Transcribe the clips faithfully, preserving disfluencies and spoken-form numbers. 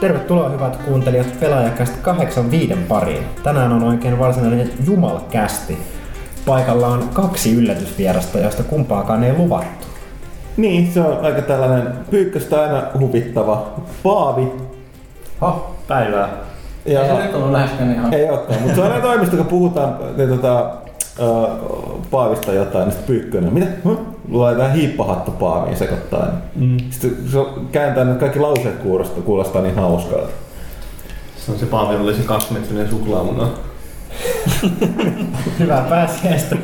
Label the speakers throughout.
Speaker 1: Tervetuloa hyvät kuuntelijat Pelaajakästä kahdeksankymmentäviisi pariin. Tänään on oikein varsinainen jumalkästi. Paikalla on kaksi yllätysvierasta, joista kumpaakaan ei luvattu.
Speaker 2: Niin, se on aika tällainen pyykköstä aina huvittava Paavi.
Speaker 3: Ha, päivää.
Speaker 2: Ja
Speaker 3: ei se nyt ollut läheskään ihan.
Speaker 2: Ei olekaan, mutta se on aina toimista, kun puhutaan niin, tota, uh, Paavista jotain, niin sitten Pyykkönen. Mitä? Huh? Laitetaan hiippahattu Paaviin sekoittain. Mm. Sitten se kääntää ne kaikki lauseet kuulostaa, kuulostaa niin hauskalta.
Speaker 3: Se on se Paavin oli se kaksimetrinen suklaamuna.
Speaker 1: Hyvää pääsiäistä.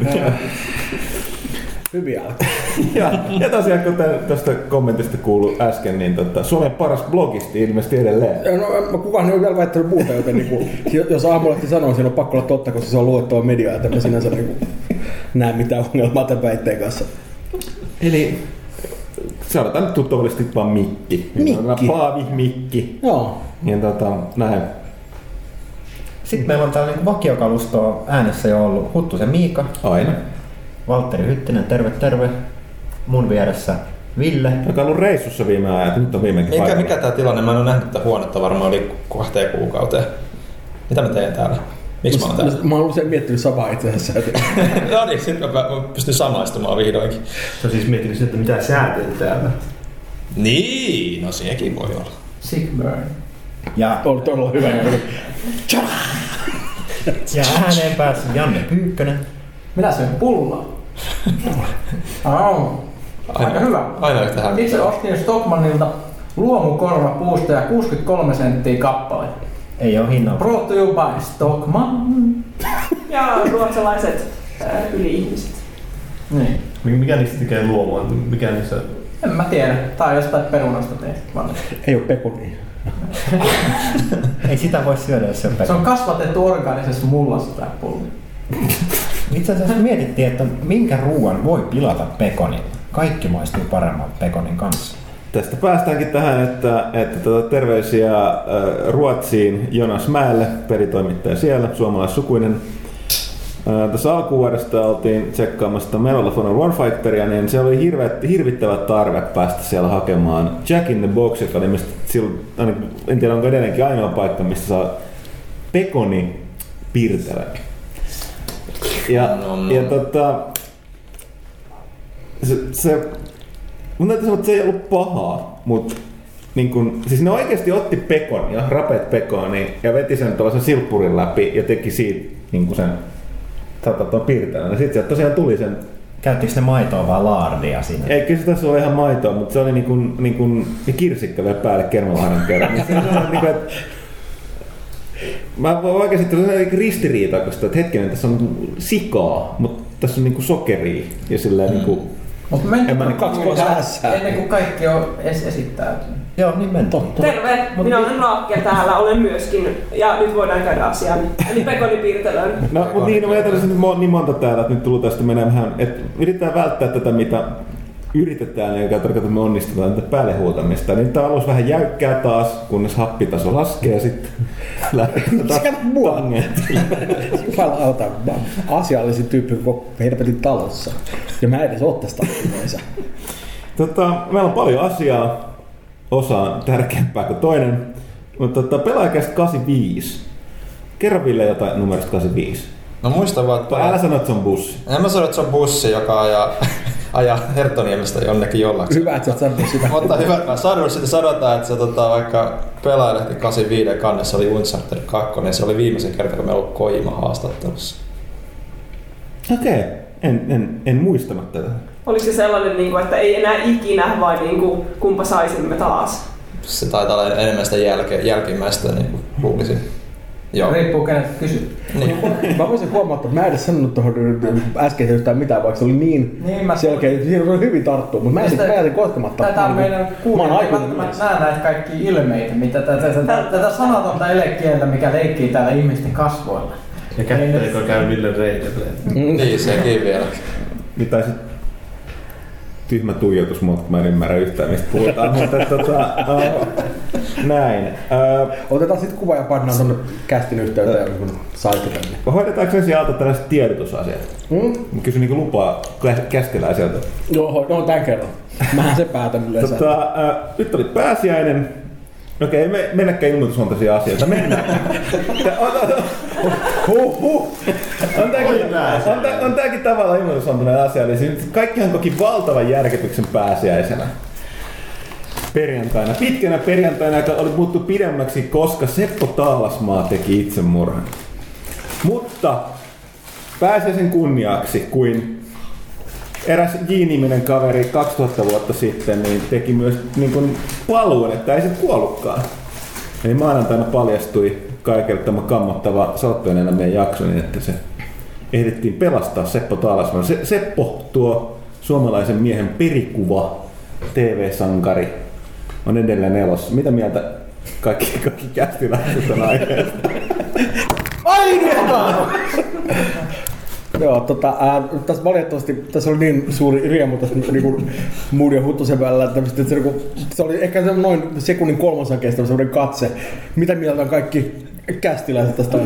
Speaker 4: Hyviä alkaa.
Speaker 2: ja, ja tosiaan, kuten tästä kommentista kuului äsken, niin tota, Suomen paras blogisti ilmeisesti edelleen.
Speaker 4: No, kukaan ei ole vielä väittänyt muuta, joten niin kuin, jos Aamulehti sanoo, siinä on pakko olla totta, koska se on luettava media, että me sinänsä niin kuin, näe mitään ongelmaa tämän väitteen kanssa.
Speaker 2: Eli sanotaan nyt tuttavallisesti vaan Mikki.
Speaker 4: Mikki.
Speaker 2: Paavi, Mikki.
Speaker 4: Joo.
Speaker 2: Ja tota, näin.
Speaker 1: Sitten meillä on tällainen vakiokalusto äänessä jo ollut Huttusen Miika.
Speaker 2: Aina.
Speaker 1: Valtteri Hyttinen, terve terve. Mun vieressä Ville.
Speaker 2: Joka on ollut reissussa viime ajan, että nyt on viimeinkin
Speaker 5: mikä,
Speaker 2: paikalla.
Speaker 5: mikä tää tilanne? Mä en ole nähnyt tätä huonetta varmaan yli kahteen kuukauteen. Mitä mä teen täällä? Miksi mä oon täällä?
Speaker 4: Mä oon usein miettinyt samaa itse asiassa.
Speaker 5: No niin, sit mä pystyn samaistumaan vihdoinkin.
Speaker 3: Se on siis miettinyt että mitä sä teet täällä.
Speaker 5: Niin, no sekin voi olla.
Speaker 3: Sick burn.
Speaker 1: Ja,
Speaker 4: on todella hyvä.
Speaker 1: ja ääneen päässyt Janne Pyykkönen.
Speaker 3: Minä syön pullaa. Oh. Aika hyvä.
Speaker 5: Aina yhtä hämmin.
Speaker 3: Itse ostin Stockmannilta luomukorvapuusta ja kuusikymmentäkolme senttiä kappale.
Speaker 1: Ei oo hinnalla.
Speaker 3: Brought to you by Stockmann.
Speaker 6: Ja ruotsalaiset äh, yli-ihmiset.
Speaker 3: Niin.
Speaker 7: Mikä niistä tekee luomua? Mikä niissä...
Speaker 3: En mä tiedä. Tää on jostain perunasta tehty.
Speaker 4: Ei oo pekonia.
Speaker 1: Ei sitä voi syödä, jos se on
Speaker 3: Se
Speaker 1: pekoni.
Speaker 3: on kasvatettu orgaanisessa mullassa tää pulli.
Speaker 1: Itse asiassa mietittiin, että minkä ruoan voi pilata pekonilla. Kaikki maistuu paremmalta pekonin kanssa.
Speaker 2: Tästä päästäänkin tähän, että, että tuota, terveisiä äh, Ruotsiin Jonas Mäelle, peritoimittaja siellä, suomalaissukuinen. Äh, tässä alkuvuodesta oltiin tsekkaamassa Medal of Honor Warfighteria, niin se oli hirveä, hirvittävä tarve päästä siellä hakemaan Jack in the Box, joka oli mistä, silloin, en tiedä onko edelleenkin ainoa paikka, mistä saa pekoni pirtelä. Ja,
Speaker 5: No, no.
Speaker 2: ja tota, se, se mun täytyy sanoa, että se ei ollut pahaa, mutta niin kun, siis ne oikeasti otti pekonia, rapeet pekonia ja veti sen tuollaisen silppurin läpi ja teki siitä niin sen tuon piirtelän. Ja sitten sieltä tosiaan tuli sen...
Speaker 1: Käyttikö ne maitoa vai laardia siinä?
Speaker 2: Ei, kyllä se tässä oli ihan maitoa, mutta se oli niin kuin, niin kuin ja kirsikka vielä päälle kermalahden kerran. Niin se on niin kuin, että mä voin oikeasti tulla ristiriitaa, koska että hetkinen, tässä on sikaa, mutta tässä on niin kuin sokeria ja silleen mm. niin kuin...
Speaker 3: Mutta mentiin
Speaker 4: kaksi kohdassa
Speaker 3: ennen kuin kaikki on es- esittäytynyt.
Speaker 1: Joo, niin mentiin.
Speaker 6: Terve, minä olen Raakkia täällä, olen myöskin. Ja nyt voidaan käydä asiaan. Eli pekonipiirtelöön.
Speaker 2: No, mutta niin, no, mä ajattelin, että nyt niin monta täällä, että nyt tullut tästä menee vähän, että yritetään välttää tätä, mitä yritetään, eikä tarkoita, että me onnistutaan tätä päälle huutamista. Niin tää on alus vähän jäykkää taas, kunnes happitaso laskee sitten lähdetään tangentille.
Speaker 4: Jumalauta, mä oon asiallisin tyyppi koko helvetin talossa. Ja mä edes oottais tarkkuneisa.
Speaker 2: Tota, meillä on paljon asiaa, osa on tärkeämpää kuin toinen. Mutta tota, Pelaajakästä kahdeksankymmentäviisi. Kerro Ville jotain numerosta kahdeksankymmentäviisi.
Speaker 5: No muista vaan, että...
Speaker 2: Älä sano, että se on bussi.
Speaker 5: En mä sano, että se on bussi, joka ajaa, ajaa Herttoniemestä jonnekin jollakin.
Speaker 4: Hyvä, että sä oot sanonut sitä.
Speaker 5: Mutta hyvä, että mä sanon, sitten sanotaan, että se tota, vaikka Pelaajalehti kahdeksankymmentäviisi kannessa oli Uncharted kaksi, niin se oli viimeisen kerran, kun meillä oli Kojima haastattelussa.
Speaker 2: Okei, okay. en, en, en muistanut tätä.
Speaker 6: Oliko se sellainen, että ei enää ikinä, vai kumpa saisimme taas?
Speaker 5: Se taitaa olla enemmän sitä jälke, jälkimmäistä, niin kuin luulisin. Joo.
Speaker 3: Riippuu kenet kysyt.
Speaker 5: Niin.
Speaker 4: Mä voisin huomata, että mä en edes sanonut tuohon äsken yhtään mitään, vaikka se oli niin,
Speaker 3: Niin, mä-
Speaker 4: selkeä, että siinä oli hyvin tarttua, mutta mä en sitten päätin koskematta.
Speaker 3: Tätä on meidän kuulijat ei välttämättä näe näitä kaikkia ilmeitä, mitä tätä, tätä, tätä sanatonta elekieltä, mikä leikkii täällä ihmisten kasvoilla.
Speaker 7: Ja kättelikö käy Ville reiteille.
Speaker 5: Niin, sekin vielä.
Speaker 2: Niin tai sit tyhmä tuijotus, mutta mä en ymmärrä yhtään mistä puhutaan. Mutta tota, uh, näin. Uh,
Speaker 4: Otetaan sitten kuva ja pannaan tonne kästin yhteyteen, kun saitte tänne.
Speaker 2: hoidetaanko sen sijaan tällaiset tiedotusasiat?
Speaker 4: Hmm?
Speaker 2: Mä kysyn niinku lupaa käskeläiseltä.
Speaker 4: Joo, no tämän kerran. Mähän se päätän yleensä.
Speaker 2: Tota, uh, nyt oli pääsiäinen. Okei, okay, me, mennäkään ilmoitusluontoisia asioita. Mennään. huh, huh. On tääkin, on, tää, on tääkin tavallaan ilmoitusluontoinen asia. Eli kaikkihan koki valtavan järkytyksen pääsiäisenä. Perjantaina. Pitkänä perjantaina, joka oli muuttu pidemmäksi, koska Seppo Taalasmaa teki itsemurhan. Mutta pääsiäisen kunniaksi, kuin eräs J-niminen kaveri kaksituhatta vuotta sitten niin teki myös niin kuin paluun, että ei se kuollutkaan. Eli maanantaina paljastui kaikille tämä kammottava Salottujen elämien jakso, niin että se ehdittiin pelastaa Seppo Taalasmaa. Se, Seppo, tuo suomalaisen miehen perikuva T V-sankari, on edelleen elossa. Mitä mieltä kaikki, kaikki kästiläiset on aiheesta?
Speaker 4: Ainoastaan! Joo, tota, ää, tässä valitettavasti tässä oli niin suuri riemu tässä niinku muun ja Huttusen välillä, että, että se, niinku, se oli ehkä se noin sekunnin kolmasosan kestävä semmoinen katse. Mitä mieltä on kaikki kästiläiset tästä?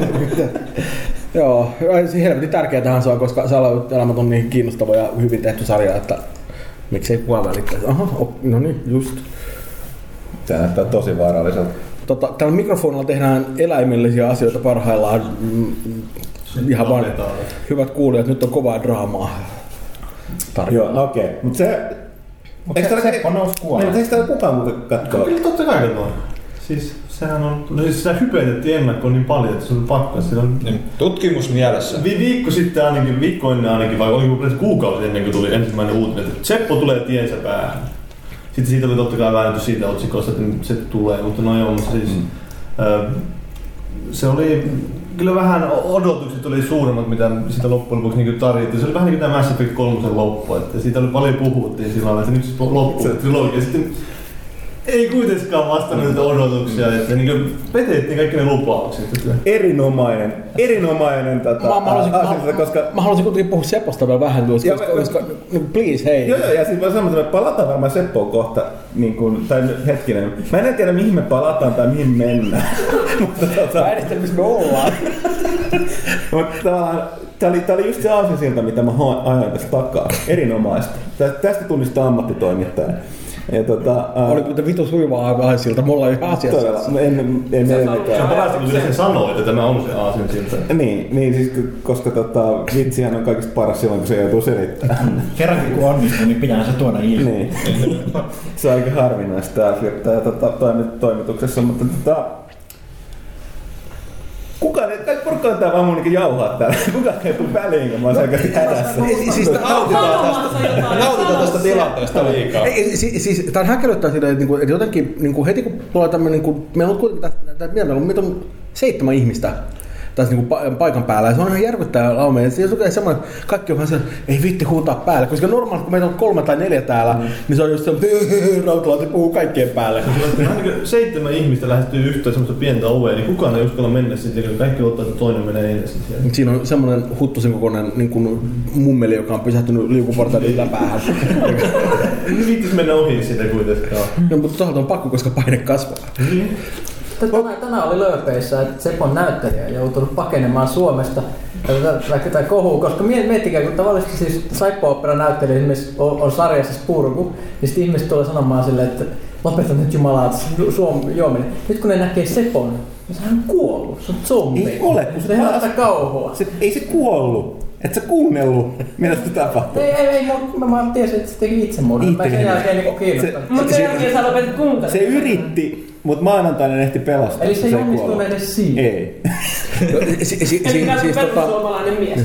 Speaker 4: Joo, se helvetin tärkeätähän se on, koska Salottujen on niin kiinnostava ja hyvin tehty sarja, että miksei kukaan välittäisi. Aha, no niin, just.
Speaker 2: Tämä näyttää tosi vaaralliselta. Tota, tällä mikrofonilla tehdään eläimellisiä asioita parhaillaan. Ihan vaan hyvät kuulijat, nyt on kovaa draamaa. Joo, no okei. Okay. Mutta se...
Speaker 1: Mutta se Seppo nousi kuolemaan.
Speaker 2: Eikö täällä kukaan muuten kattoo?
Speaker 7: Kyllä totta kai kattoo. Siis sehän on... No siis sitä hypetettiin ennakkoon niin paljon, että se on pakko. On...
Speaker 5: Tutkimus mielessä.
Speaker 7: Vi- viikko sitten ainakin, viikko ennen ainakin, vai oli kuukausi ennen kuin tuli ensimmäinen uutinen, että Seppo tulee tiensä päähän. Sitten siitä oli totta kai väännetty siitä otsikosta, että se tulee, mutta no joo, mutta siis... Mm. Äh, se oli... Kyllä vähän odotukset oli suuremmat, mitä sitä loppujen lopuksi niin tarjottiin. Se oli vähän niin kuin tämä Mass Effect kolme loppu, että siitä oli paljon puhuttiin sillä lailla, että nyt se loppuu se trilogia. Sitten ei kuitenkaan vastannut niitä odotuksia, että niin petettiin kaikki ne lupaukset.
Speaker 2: Erinomainen, erinomainen tätä
Speaker 4: mä, mä, haluaisin,
Speaker 2: asia,
Speaker 4: mä,
Speaker 2: koska...
Speaker 4: Mä haluaisin kuitenkin puhua Seposta vielä vähän, koska, ja koska, koska please, hei.
Speaker 2: Joo, joo, ja siis mä sanon, että me palataan varmaan Seppoon kohta, niin kuin, tai hetkinen. Mä en tiedä mihin me palataan tai mihin mennään. Mutta tota...
Speaker 4: Mä en tiedä, missä me ollaan.
Speaker 2: Mutta tavallaan, tää oli, tää oli just se aasinsilta, mitä mä ajan tästä takaa. Erinomaista. Tästä tunnistaa ammattitoimittaja. Ja tota,
Speaker 4: uh, oli kuten vitu sujuvaa aasinsilta, me ollaan ihan asiassa.
Speaker 2: Todella, en, en, en,
Speaker 7: se on parasta, kun se sanoo, että tämä on se aasinsilta.
Speaker 2: Niin, niin siis, koska tota, vitsihän on kaikista paras silloin, kun se joutuu selittämään.
Speaker 1: Kerrankin kun onnistuu, niin pitää se tuoda ilmi.
Speaker 2: Niin. Se on aika harvinaista tää flirttää tota, toimituksessa, mutta tota... Kukaan, kaikki porukkaan tää vaan mun jauhaa täällä. Kukaan ei tule väliin, kun mä oon selkeästi hädässä.
Speaker 5: Siis nautitaan tästä, nautitaan tästä tilanteesta liikaa.
Speaker 4: Siis tää on häkellyttää sitä, että jotenkin heti kun tulee tämmönen, meillä on kuitenkin meillä on seitsemän ihmistä tässä niinku paikan päällä, ja se on ihan järkyttävää laumea. Ja se on semmoinen, että kaikki on vähän sellainen, ei vitti huutaa päälle, koska normaalisti kun meitä on kolme tai neljä täällä, mm. niin se on just semmoinen, Rautalaati puhuu kaikkien päälle.
Speaker 7: Seitsemän ihmistä lähestyy yhtä semmoista pientä ovea, niin kukaan ei uskalla mennä sitten, kun kaikki ottaa, että toinen menee ensin siellä.
Speaker 4: Siinä on semmoinen Huttusen kokoinen niin kuin mummeli, joka on pysähtynyt liukuportaiden yläpäähän.
Speaker 7: Nyt viittis mennä ohi sitä kuitenkaan.
Speaker 4: No, mutta toisaalta on pakko, koska paine kasvaa.
Speaker 7: Mm.
Speaker 3: Tänään, tänään oli Lööpeissä, että Sepon näyttelijä on joutunut pakenemaan Suomesta vaikka tämä kohu, koska miettikää, kun tavallisesti siis Saippo-opera näyttelijä esimerkiksi on, on sarjassa Spurgu, niin sitten ihmiset tulee sanomaan silleen, että lopeta nyt jumalaa Suomi juominen. Nyt kun ne näkee Sepon, niin sehän on kuollut, se on zombi.
Speaker 2: Ei ole, kun
Speaker 3: se herättää kauhua.
Speaker 2: Se, ei se kuollut. Et sä kuunnellut, mitä se tapahtuu?
Speaker 3: Ei, ei, ei mä, mä tiesin, että se teki itsemurhan. Mä sen jälkeen niinku kiinnostanut.
Speaker 6: Mutta sen jälkeen sä lopetit kuuntelemaan.
Speaker 2: Se yritti, mutta maanantaina ehti pelastaa.
Speaker 3: Eli se ei onnistunut edes siinä.
Speaker 2: Ei.
Speaker 6: Eli siis perussuomalainen mies.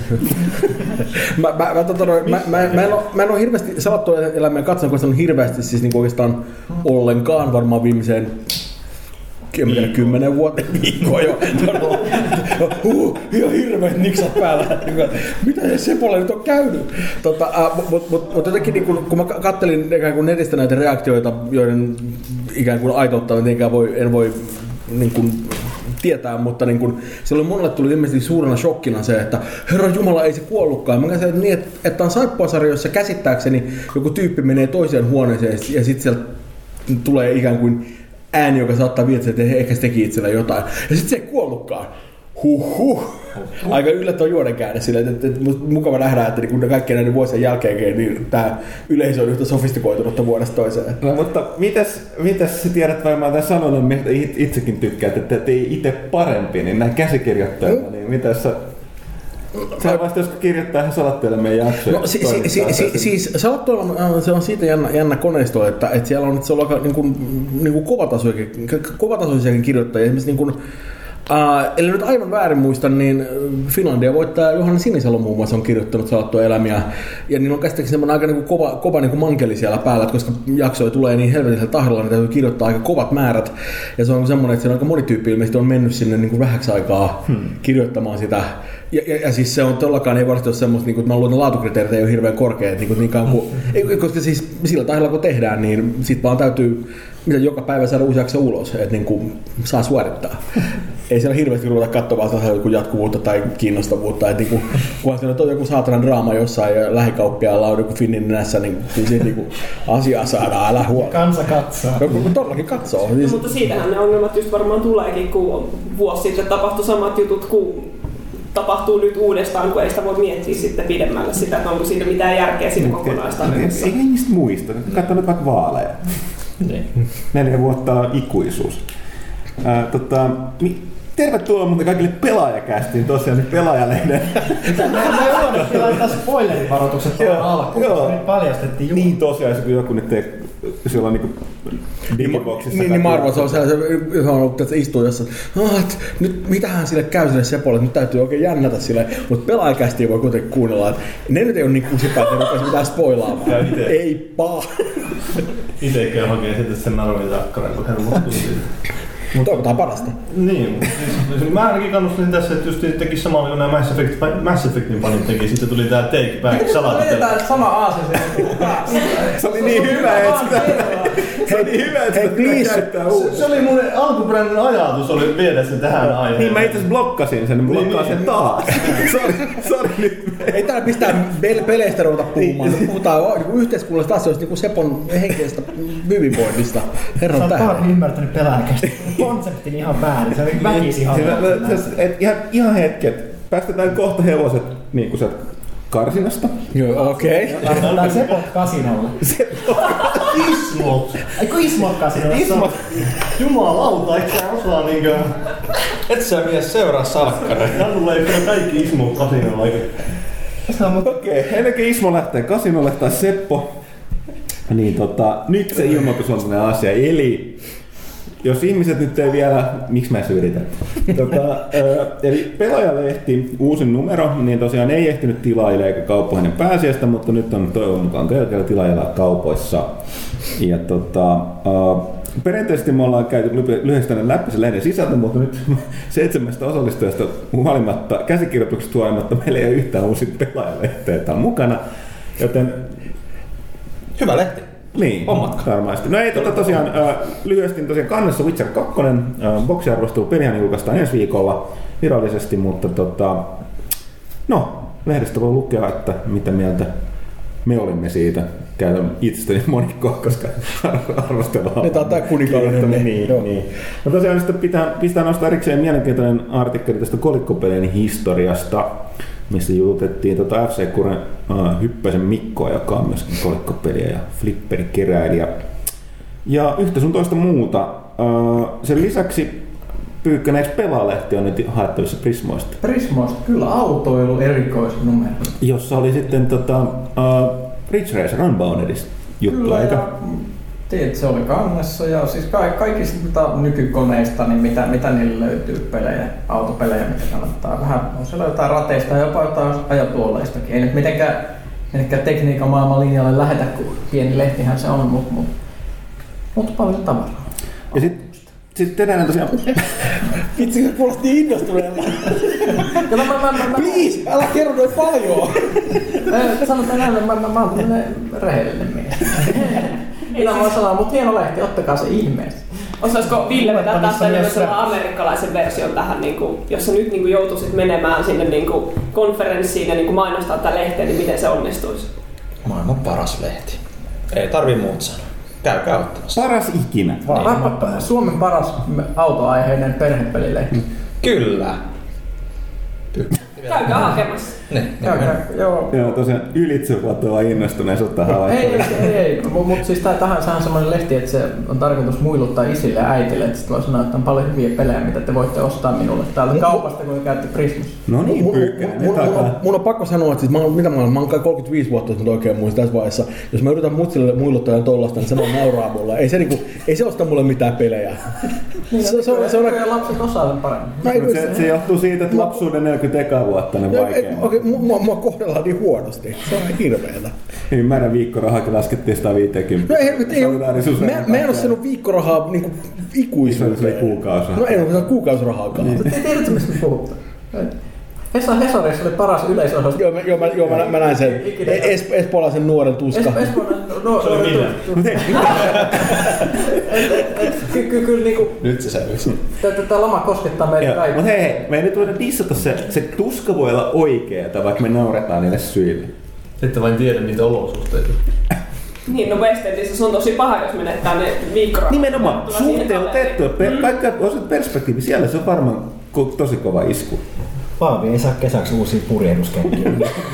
Speaker 4: Mä en oo hirveästi Salattuja eläimiä katsonut, koska se on hirveästi siis niinku oikeastaan ollenkaan varmaan viimeiseen kymmenen vuotta viikkoa jo. Uh, ihan hirveet niksat päällä. Mitä se Sepolle nyt on käynyt? Tota, uh, Mutta mut, mut jotenkin niin kun, kun mä kattelin kuin netistä näitä reaktioita, joiden ikään kuin aitouttaa, niin voi, en voi niin kun, tietää, mutta niin kun, silloin monelle tuli ilmeisesti suurena shokkina se, että Herra Jumala ei se kuollutkaan. Mä käsin niin, että, että on Saippua-sarja, jossa käsittääkseni joku tyyppi menee toiseen huoneeseen ja sitten sieltä tulee ikään kuin ääni, joka saattaa viedä, että ehkä se teki itsellä jotain. Ja sitten se ei kuollutkaan. Huhhuh. aika yllättävä juonenkäänne silleen, että, että, että mukava nähdä, että niin kaikkien näiden vuosien jälkeenkin niin tämä yleisö on yhtä sofistikoitunutta vuodesta toiseen.
Speaker 2: No, mutta mitäs, mitäs sä tiedät varmaan tämän sanonnan, mistä itsekin tykkäät, että ei itse parempi, niin näin käsikirjoittajana, mm. niin mitäs sä... Sä vasta, jos kirjoittaa ihan Salatteelle meidän jaksoja.
Speaker 4: No, si, si, si, si, siis Salatteella se on siitä jännä, jännä koneisto, että, että siellä on, että se on aika niin kuin, niin kuin kovatasoisiakin, kovatasoisiakin kirjoittajia. Esimerkiksi niin kuin, Uh, eli nyt aivan väärin muistan, niin Finlandia voittaa Johanna Sinisalo muun muassa on kirjoittanut Salattua elämiä. Ja niillä on käsittääkseni semmoinen aika niin kuin kova, kova niin kuin mankeli siellä päällä, että koska jaksoja tulee niin helvetisellä tahdilla, niin täytyy kirjoittaa aika kovat määrät. Ja se on semmoinen, että siellä aika moni tyyppi ilmeisesti on mennyt sinne niin kuin vähäksi aikaa hmm. kirjoittamaan sitä. Ja, ja, ja siis se on todellakaan, ei varmasti ole semmoista, niin kuin, että mä luulen, että laatukriteerit ei ole hirveän korkeat. Niin kuin, niin kuin, ei, koska siis sillä tahdilla kun tehdään, niin sit vaan täytyy mitä joka päivä saada uusi jakso ulos, että niin kuin saa suorittaa. Ei siellä hirveästi ruveta katsomaan joku jatkuvuutta tai kiinnostavuutta. Että niin kunhan siellä on joku saatanan draama jossain ja lähikauppiaalla on joku finnin nässä, niin siitä niin asiaa saadaan, älä huolta.
Speaker 1: Kansa katsoo.
Speaker 4: Joku todellakin katsoo.
Speaker 6: No, mutta siitähän ne ongelmat just varmaan tuleekin, kun vuosi sitten tapahtui samat jutut kuin tapahtuu nyt uudestaan, kun ei sitä voi miettiä sitten pidemmälle sitä, että onko siinä mitään järkeä siinä kokonaistarinassa.
Speaker 2: Ei niistä muista. Katso nyt vaikka vaaleja. Neljä vuotta on ikuisuus. Ää, tota, mi- tervetuloa muuten kaikille Pelaajakästiin, tosiaan nyt Pelaajalehden.
Speaker 1: Me, me unohdettiin laittaa spoilerivaroitukset tuohon alkuun, koska nyt paljastettiin juuri.
Speaker 2: Niin tosiaan, kun joku nyt ei, siellä on niinku digiboksissa.
Speaker 4: Niin, niin mä arvoin, se on se, se on ollut, että istuu jossain, oh, että nyt mitähän sille käy sille Sepolle, että nyt täytyy oikein jännätä sille, mutta Pelaajakästiin voi kuitenkin kuunnella, että ne nyt ei ole niin kusipää, että ne rupesi mitään spoilaamaan. Ei paa.
Speaker 7: Itse käy hakee sitten sen narvin takkaran, kun helpottuu siitä.
Speaker 4: Mutta toivotaan parasta.
Speaker 7: Niin, siis, mä ainakin kannustin tässä, että just teki samalla kuin nämä Mass, Effect, Mass Effectin panit teki, sitten tuli tää Take Back Salatteelle.
Speaker 3: Vedetään sama aasi sen.
Speaker 2: Se oli niin hyvä, että sitä... Se oli niin hyvä, että sitä pitää käyttää uusi.
Speaker 7: Se oli mun alkuperäinen ajatus, oli viedä sen tähän aiheeseen.
Speaker 2: Niin mä itse asiassa blokkasin sen, blokkaan sen taas. Sori, sori nyt.
Speaker 4: Ei täällä pistää peleistä ruveta puhumaan. Puhutaan yhteiskunnallisesta asioista, niin kuin Sepon henkisestä hyvinvoinnista. Herran tähän.
Speaker 1: Sä oot paljon ymmärtänyt Pelaajakästä. Konseptin ihan väärin, se on väkisi ihan
Speaker 2: väärin. Ihan, ihan hetket. Päästetään kohta hevoset niin kuin sieltä karsinasta.
Speaker 4: Joo, okei. Okay.
Speaker 1: Laitetaan Sepot kasinolle.
Speaker 7: Ismot!
Speaker 1: Eiku Ismot kasinolle?
Speaker 7: Ismot! Jumalauta, et sä osaa niinkö...
Speaker 5: Et sä mies seuraa salkkareita.
Speaker 7: Jannulla ei ole kaikki Ismot kasinolla oikein.
Speaker 2: Okei, okay. Ennen kuin Ismo lähtee kasinolle tai Seppo, niin tota, nyt se ilmoitus on sellainen asia. Eli jos ihmiset nyt ei vielä, miksi mä yritän? Tota, ö, eli Pelaajalehti, uusin numero, niin tosiaan ei ehtinyt tilaille eikä kauppoihin pääsiäistä, mutta nyt on toivon mukaan kelkellä tilaajalla kaupoissa. Ja tota, ö, perinteisesti me ollaan käyty lyhyesti läpi sen lehden sisältö, mutta nyt seitsemästä osallistujasta huolimatta, käsikirjoituksesta huolimatta, meillä ei ole yhtään uusi Pelaajalehteä täällä mukana, joten...
Speaker 5: Hyvä lehti.
Speaker 2: Niin, varmasti. No ei tota tosiaan, äh, lyhyesti tosiaan kannessa Witcher kaksi, äh, boksiarvostelu pelihän julkaistaan ensi viikolla virallisesti, mutta tota, no, lehdestä voi lukea, että mitä mieltä me olimme siitä. Käytän itsestäni monikkoa, koska arvostellaan.
Speaker 4: Ne tää kuninkaallinen.
Speaker 2: Niin, niin, niin. No tosiaan sitten pitää, pitää nostaa erikseen mielenkiintoinen artikkeli tästä kolikkopelien historiasta, missä jututettiin tota F C Kuren uh, Hyppäisen Mikkoa, joka on myöskin kolikkopeliä ja flipperikeräilijä. Ja yhtä sun toista muuta. Uh, sen lisäksi Pyykkönen, eikö Pelaalehti on nyt haettavissa Prismoista?
Speaker 3: Prismoista, kyllä, autoilu erikoisnumero.
Speaker 2: Jossa oli sitten tota, uh, Ridge Racer Unboundedista juttua,
Speaker 3: kyllä,
Speaker 2: eikä?
Speaker 3: Tiedät, se oli kannessa ja siis ka- kaikista nykykoneista, niin mitä, mitä niillä löytyy pelejä, autopelejä, mitä kannattaa. Vähän on siellä jotain rateista ja jopa jotain ajatuoleistakin. Ei nyt mitenkään, mitenkään tekniikan maailman linjalle lähetä, kun pieni lehtihän se on, mutta mut, mut paljon tavaraa.
Speaker 2: Ja sitten sit tänään tosiaan...
Speaker 4: Vitsi, se kuulosti niin innostuneella.
Speaker 3: mä, mä, mä, mä,
Speaker 4: Please, älä kerro noin paljon!
Speaker 3: Sanotaan näin, mä, mä, mä oon tämmönen rehellinen mies. Ei voi sanoa, mutta hieno lehti, ottakaa se ihmeessä.
Speaker 6: Osaisiko Ville vetää tässä sellaisen amerikkalaisen version tähän, niin kuin, jos sä nyt niin kuin joutuisit menemään sinne niin kuin konferenssiin ja niin kuin mainostaa tätä lehteä, niin miten se onnistuisi?
Speaker 5: Maailman paras lehti. Ei tarvi muut sanoa. Käykää ottamassa.
Speaker 2: Paras ikinä.
Speaker 3: Suomen paras autoaiheinen perhepelilehti.
Speaker 5: Kyllä.
Speaker 6: Käykää hakemassa.
Speaker 5: Niin.
Speaker 3: Käykää, joo.
Speaker 2: Joo, tosiaan ylitsevuotoa innostuneisuutta
Speaker 3: Ei,
Speaker 2: havaittavaa.
Speaker 3: ei, ei, mutta siis tähän on semmoinen lehti, että se on tarkoitus muiluttaa isille ja äitille, että sitten voi sanoa, että on paljon hyviä pelejä, mitä te voitte ostaa minulle täältä kaupasta, kun te käytte Prismassa.
Speaker 2: No niin,
Speaker 4: mun,
Speaker 2: Pyykkönen,
Speaker 4: mun, mun,
Speaker 2: ne
Speaker 4: mun,
Speaker 2: takaa.
Speaker 4: on, mun on pakko sanoa, että siis mä, oon- mitä mä oon, mä oon kai kolmekymmentäviisi vuotta, jos mä oikein muistan tässä vaiheessa. Jos mä yritän mutsille muiluttaa tollasta, niin se vaan nauraa mulle. Ei se, niinku, ei se osta mulle mitään pelejä.
Speaker 3: Niin,
Speaker 4: se, se, on, se on aika...
Speaker 3: lapset osaa sen paremmin.
Speaker 4: Mä en-
Speaker 2: Mut se, se johtuu siitä, että lapsuuden neljäkymmentä ekaa vuotta ne
Speaker 4: Joo,
Speaker 2: vaikeaa.
Speaker 4: et- Okei, mua, mua kohdellaan niin huonosti. Se on ihan hirveetä.
Speaker 2: Ymmärrän viikkorahakin laskettiin sata viisikymmentä.
Speaker 4: No ei, ei,
Speaker 2: Solidaarisuus
Speaker 4: mä, mä en oo saanut viikkorahaa niinku ikuisuuteen.
Speaker 2: Se oli kuukausirahaa.
Speaker 4: No ei oo saanut kuukausirahaakaan.
Speaker 3: Te tiedätte, mistä me puhutaan. Hesa Hesarissa oli paras yleisosasto.
Speaker 4: Joo, mä, joo, mä, joo, mä, mä näin sen es, espoolaisen nuoren tuska.
Speaker 3: Es- Espoon, no,
Speaker 7: Se oli minä.
Speaker 2: Mut hei,
Speaker 3: Kyllä niinku,
Speaker 5: Nyt se selvisi.
Speaker 3: tämä lama koskettaa meitä
Speaker 2: joo,
Speaker 3: kaikki.
Speaker 2: mut hei, hei, me ei nyt voida dissata se, se tuska voi olla oikeeta, vaikka me nauretaan niille syille.
Speaker 7: Ette vain tiedä niitä olosuhteita.
Speaker 6: Niin, no West Endissä se on tosi paha, jos menettää ne viikkorahat.
Speaker 2: Nimenomaan,
Speaker 6: Verrattuna siihen
Speaker 2: suhteutettu,
Speaker 6: kaveriin.
Speaker 2: pe- kaikki osat perspektiivi, siellä se on varmaan ko- tosi kova isku.
Speaker 1: Paavi ei saa kesäksi uusia purjehduskenkiä.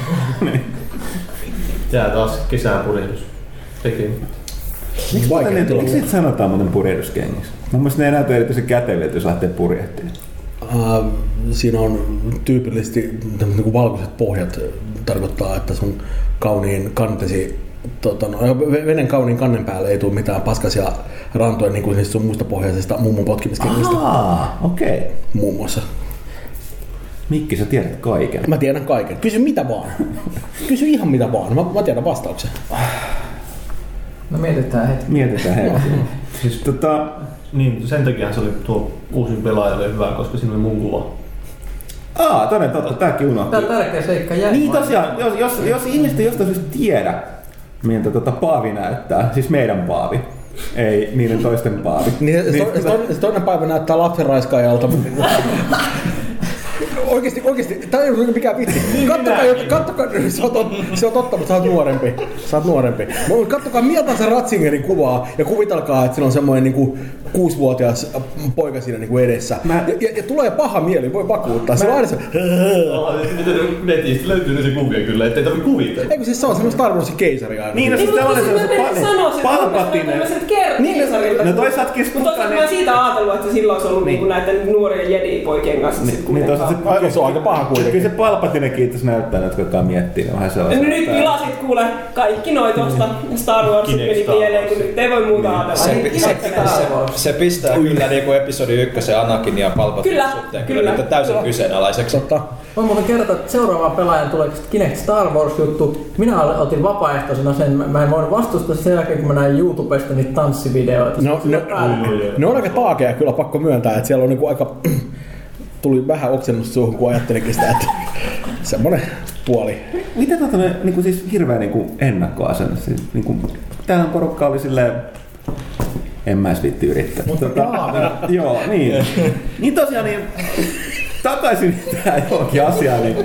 Speaker 7: Jää taas kesään purjehdus. Sekin.
Speaker 2: Miksi
Speaker 4: Vaikea
Speaker 2: niitä,
Speaker 4: tilanne.
Speaker 2: miksi niitä sanotaan muuten purjehduskengissä? Mun mielestä ne ei näytä erityisen käteviltä, jos lähtee purjehtiin.
Speaker 4: Uh, siinä on tyypillisesti tämmöiset niin valkoiset pohjat. Tarkoittaa, että sun kauniin kantesi, tota, no, veden kauniin kannen päälle ei tule mitään paskaisia rantoja niin kuin niistä sun mustapohjaisesta mummon potkimiskengistä
Speaker 2: Aa, okei. Okay.
Speaker 4: muun muassa.
Speaker 2: Mikki, sä tiedät kaiken.
Speaker 4: Mä tiedän kaiken. Kysy mitä vaan. Kysy ihan mitä vaan. Mä, mä tiedän vastauksen.
Speaker 3: No mietitään hetki.
Speaker 2: Mietitään hetki. Siis tota,
Speaker 7: Niin, sen takia se oli tuo uusin pelaaja oli hyvä, koska siinä oli mun kuva.
Speaker 2: aa, toden totta, tääkin unohtui.
Speaker 3: Tämä on tärkeä seikka jäi.
Speaker 2: Niin tosiaan, jos, jos, jos ihmiset ei jostain syystä tiedä, miltä tota Paavi näyttää, siis meidän Paavi, ei niiden toisten Paavi.
Speaker 4: Niin, se, se, toinen, se toinen päivä näyttää lapsenraiskaajalta. Oikeesti, oikeesti, tää ei ole mikään vitsi. Kattokaa, jota- kattokaa, se on, tot, se on totta, mutta sä oot nuorempi. Sä oot nuorempi. Mutta kattokaa Miltansa Ratzingerin kuvaa ja kuvitelkaa, että siinä on semmoinen niinku kuusivuotias poika siinä niinku edessä.
Speaker 2: Mä-
Speaker 4: Ja, ja, ja, tulee paha mieli, voi vakuuttaa. Se on aina se...
Speaker 7: Netistä löytyy se kuvia kyllä, ettei tarvitse kuvitella.
Speaker 4: Eikö siis se on semmoinen Star Warsin keisari aina?
Speaker 2: Niin, no
Speaker 6: Niin,
Speaker 2: siis
Speaker 6: mutta
Speaker 2: tällainen
Speaker 6: siis mä
Speaker 2: sellaiset
Speaker 6: menin sanoa sen,
Speaker 2: palpatinen.
Speaker 6: tämmöiset kertkisarilta.
Speaker 2: No toisaalta
Speaker 6: Mutta toisaalta mä oon siitä ajatellut, että silloin se on ollut niinku näiden nuorien jedi-poikien kanssa sit
Speaker 2: Niin
Speaker 6: kuitenkaan.
Speaker 2: toisaalta se,
Speaker 4: se on aika paha kuitenkin.
Speaker 2: kyllä se Palpatinen kiitos näyttää, ne, jotka alkaa miettiä, ne vähän sellaista.
Speaker 6: No nyt pilasit kuule kaikki noi tosta Star Warsit
Speaker 7: Kinect
Speaker 6: meni
Speaker 7: Star
Speaker 6: pieleen, kun nyt ei voi muuta ajatella.
Speaker 5: Se,
Speaker 3: Ai,
Speaker 5: se,
Speaker 3: Kinect
Speaker 5: se,
Speaker 3: Star Wars.
Speaker 5: se pistää kyllä niinku episodi ykkösen Anakin ja Palpatinen
Speaker 6: Kyllä,
Speaker 5: suhteen kyllä,
Speaker 6: kyllä.
Speaker 5: niitä täysin
Speaker 3: Joo.
Speaker 5: kyseenalaiseksi.
Speaker 4: Totta.
Speaker 3: Voin muuten kertoa, että seuraavaan pelaajan tulee Kinect Star Wars-juttu. Minä otin vapaaehtoisena sen. Mä en voinut vastustaa sen jälkeen, kun mä näin YouTubesta niitä tanssivideoita.
Speaker 4: No,
Speaker 3: Sillä
Speaker 4: ne,
Speaker 3: päällä.
Speaker 4: ne on aika taakeja kyllä, pakko myöntää, että siellä on niinku aika... Tuli vähän oksennusta suuhun, kun ajattelinkin sitä, että semmonen puoli.
Speaker 2: Mitä tota ne, niinku siis hirveä niinku ennakkoasenne? Siis, niinku, täällä porukka oli silleen, en mä edes viitti yrittää.
Speaker 1: Mutta Paavi.
Speaker 2: Joo, niin. Niin tosiaan, niin takaisin tähän johonkin asiaan, niin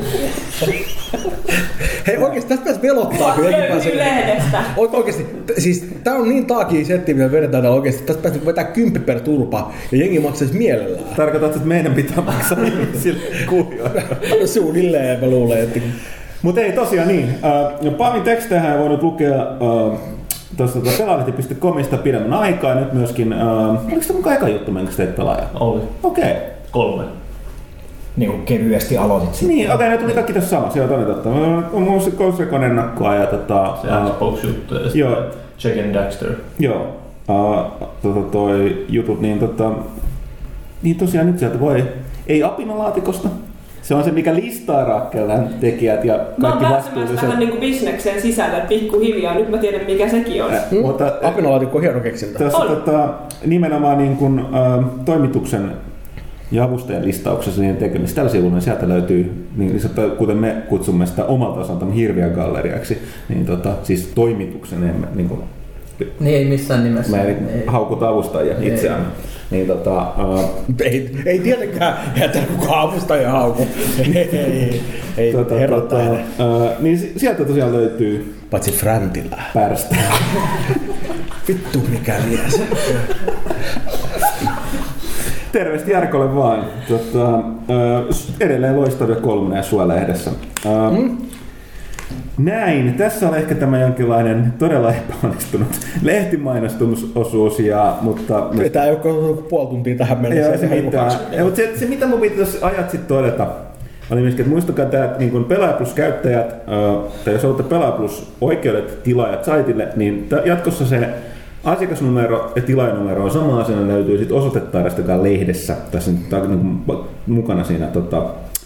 Speaker 4: Hei oikeesti tästä pääs velottaa, kun jengi pääsee...
Speaker 6: Löytyy lehdestä.
Speaker 4: Oike- Oikeesti, t- siis tää on niin taakii setti, mitä vedetään täällä oikeesti. Tästä päästä vetää kymppi per turpa ja jengi maksaisi mielellään.
Speaker 2: tarkoitat, että meidän pitää maksaa ihmisille kuvioita.
Speaker 4: No suunnilleen mä luulen, että...
Speaker 2: Mutta ei tosiaan niin. Uh, Paavin tekstejä ei voinut lukea uh, tuosta tuota pelaalehti piste comista pidemmän aikaa. Nyt myöskin, uh, oliko tämä mukaan eka juttu, minkä teit pelaaja?
Speaker 7: Oli.
Speaker 2: Okei. Okay.
Speaker 7: Kolme.
Speaker 1: Niin kuin kevyesti aloitit sitten.
Speaker 2: Niin, okei, okay, ne tuli kaikki tässä samassa. Joo, toinen totta. On muun se Ghost Recon ennakkoa ja tota...
Speaker 7: Se
Speaker 2: uh,
Speaker 7: Xbox-juttu ja
Speaker 2: joo.
Speaker 7: sitten Jack and Daxter.
Speaker 2: Joo. Uh, tota toi jutut, niin tota... Niin tosiaan nyt sieltä voi... Ei apinalaatikosta. Se on se, mikä listaa Rakkelan tekijät ja
Speaker 6: Mä oon
Speaker 2: kaikki
Speaker 6: pääsemässä
Speaker 2: vastuulliset.
Speaker 6: tähän niinku bisnekseen sisälle pikkuhiljaa. Nyt mä tiedän mikä sekin on.
Speaker 2: Äh, mutta
Speaker 4: Apinalaatikko on hieno keksintä.
Speaker 2: tässä
Speaker 6: On.
Speaker 2: tota, nimenomaan niin kun, ä, toimituksen ja avustajan listauksessa niiden tekemistä tällä sivulla, niin sieltä löytyy, niin sanotaan, kuten me kutsumme sitä omalta osaltamme hirviögalleriaksi, niin tota, siis toimituksen, emme, niin kun,
Speaker 3: Niin ei missään nimessä.
Speaker 2: me ei
Speaker 3: Ei.
Speaker 2: haukuta avustajia
Speaker 3: Ei.
Speaker 2: itseään. Niin, tota, ä,
Speaker 4: Ei, ei tietenkään jätä kukaan avustaja hauku. Ei, ei, ei
Speaker 2: tota,
Speaker 4: herra
Speaker 2: tota,
Speaker 4: tähden.
Speaker 2: ä, niin si- sieltä tosiaan löytyy
Speaker 4: Paitsi Fräntilä.
Speaker 2: pärstä.
Speaker 4: Vittu mikä mies.
Speaker 2: Terveistä Jarkolle vaan. Tota, äh, edelleen loistavia kolmonen Sua-lehdessä. Äh, mm? Näin. Tässä on ehkä tämä jonkinlainen todella epäonnistunut lehtimainostus-osuus, ja, mutta...
Speaker 4: Tämä ei ole puoli tuntia tähän mennessä.
Speaker 2: Joo, se, mitä, ja, se, se mitä mun pitäisi ajat sitten todeta, oli myöskin, että muistakaa tämä, että niin Pelaaja Plus-käyttäjät, äh, tai jos olette Pelaaja Plus-oikeudet tilaajat saitille, niin t- jatkossa se asiakasnumero ja tilaajanumero on sama asia, ne löytyy sitten osoitetairastakaan lehdessä, tässä on niin mukana siinä tota,